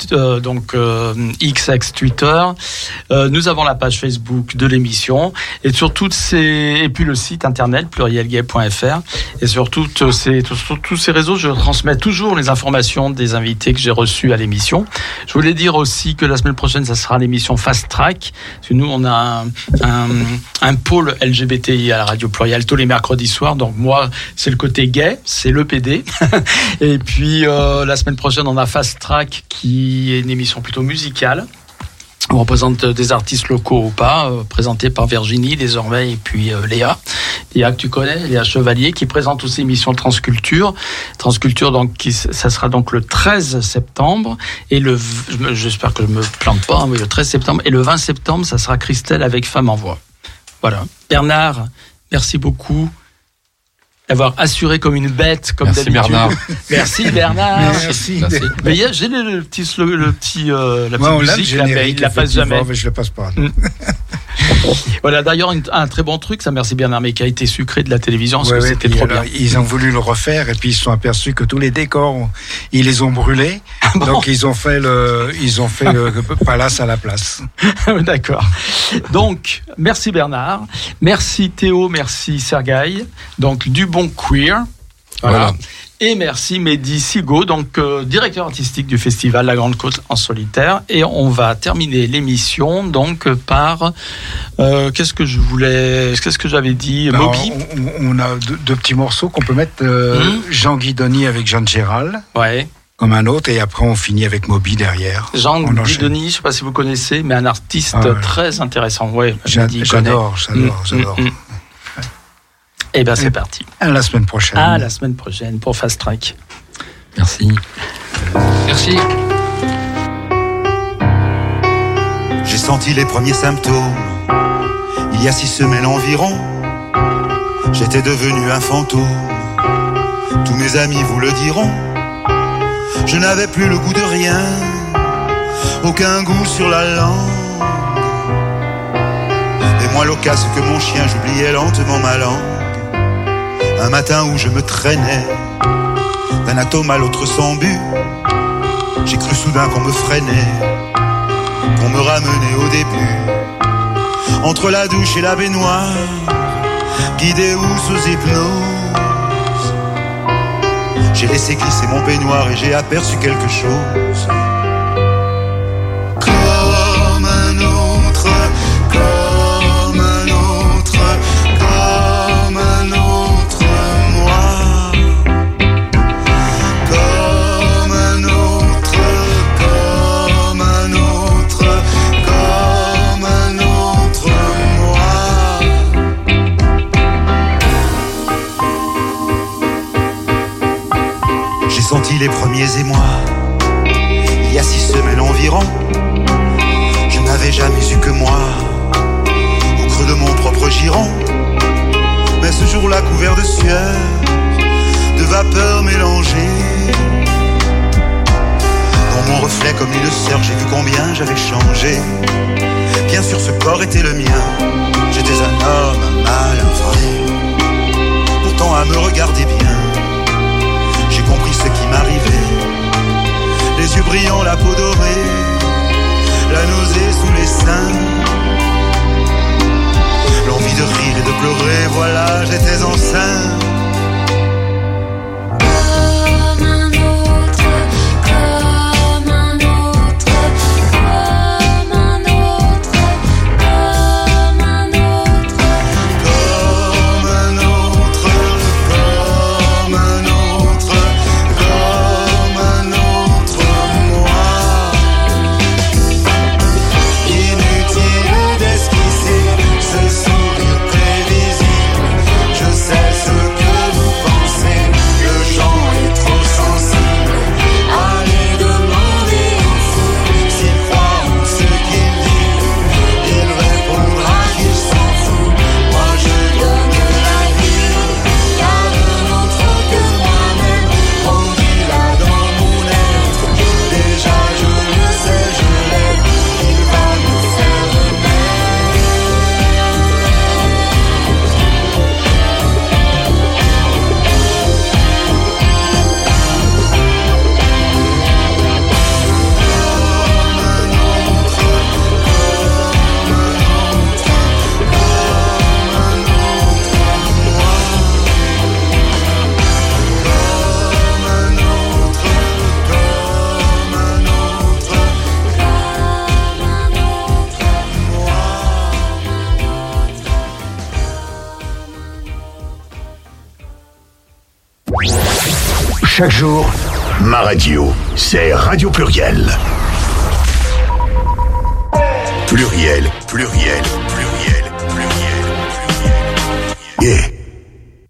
X ex Twitter. Nous avons la page Facebook de l'émission et sur et puis le site internet plurielgay.fr et sur tous ces réseaux, je transmets toujours les informations des invités que j'ai reçus à l'émission. Je voulais dire aussi que la semaine prochaine, ça sera l'émission Fast Track. Parce que nous, on a un pôle LGBTI à la radio Pluriel tous les mercredis soirs. Donc moi, c'est le côté gay, c'est le PD. Et puis la semaine prochaine, on a Fast Track qui est une émission plutôt musicale. On représente des artistes locaux ou pas, présentés par Virginie désormais et puis Léa que tu connais, Léa Chevalier, qui présente aussi l'émission Transculture. Transculture, donc, ça sera donc le 13 septembre et j'espère que je me plante pas, mais le 13 septembre et le 20 septembre, ça sera Christelle avec Femme en Voix. Voilà. Bernard, merci beaucoup d'avoir assuré comme une bête, comme d'habitude. Bernard. Merci Bernard. Merci. Mais j'ai la petite musique, il la passe jamais. Mais je le passe pas. Voilà, d'ailleurs, un très bon truc, ça, merci Bernard, mais qui a été sucré de la télévision, parce que c'était trop bien. Ils ont voulu le refaire, et puis ils se sont aperçus que tous les décors, ils les ont brûlés. Bon. Donc ils ont fait le palace à la place. D'accord. Donc, merci Bernard, merci Théo, merci Sergueï, donc du bon queer. Voilà. Et merci Mehdi Sigo, donc directeur artistique du festival La Grande Côte en solitaire. Et on va terminer l'émission donc par qu'est-ce que j'avais dit, Moby. On a deux petits morceaux qu'on peut mettre. Jean Guidoni avec Jeanne Gérald. Ouais. Comme un autre, et après on finit avec Moby derrière. Jean Guidoni, je ne sais pas si vous connaissez, mais un artiste très intéressant. Ouais, j'adore. Eh bien, c'est parti. À la semaine prochaine. À la semaine prochaine pour Fast Track. Merci. Merci. J'ai senti les premiers symptômes il y a 6 semaines environ. J'étais devenu un fantôme. Tous mes amis vous le diront. Je n'avais plus le goût de rien, aucun goût sur la langue. Et moi loquace que mon chien, j'oubliais lentement ma langue. Un matin où je me traînais d'un atome à l'autre sans but, j'ai cru soudain qu'on me freinait, qu'on me ramenait au début. Entre la douche et la baignoire, guidé ou sous hypnose, j'ai laissé glisser mon peignoir et j'ai aperçu quelque chose. Comme un autre, comme un autre, comme un autre moi. Comme un autre, comme un autre, comme un autre moi. J'ai senti les premiers émois il y a 6 semaines environ. Je n'avais jamais eu que moi au creux de mon propre giron. Mais ce jour-là couvert de sueur, de vapeur mélangée, dans mon reflet comme une sœur, j'ai vu combien j'avais changé. Bien sûr ce corps était le mien, j'étais un homme, un mâle, un vrai. Pourtant à me regarder bien, j'ai compris ce qui m'arrivait. Les yeux brillants, la peau dorée, la nausée sous les seins, l'envie de rire et de pleurer, voilà, j'étais enceinte. Inutile d'esquisser ce sourire. Chaque jour, ma radio, c'est Radio Pluriel. Pluriel, pluriel, pluriel, pluriel, pluriel. Yeah.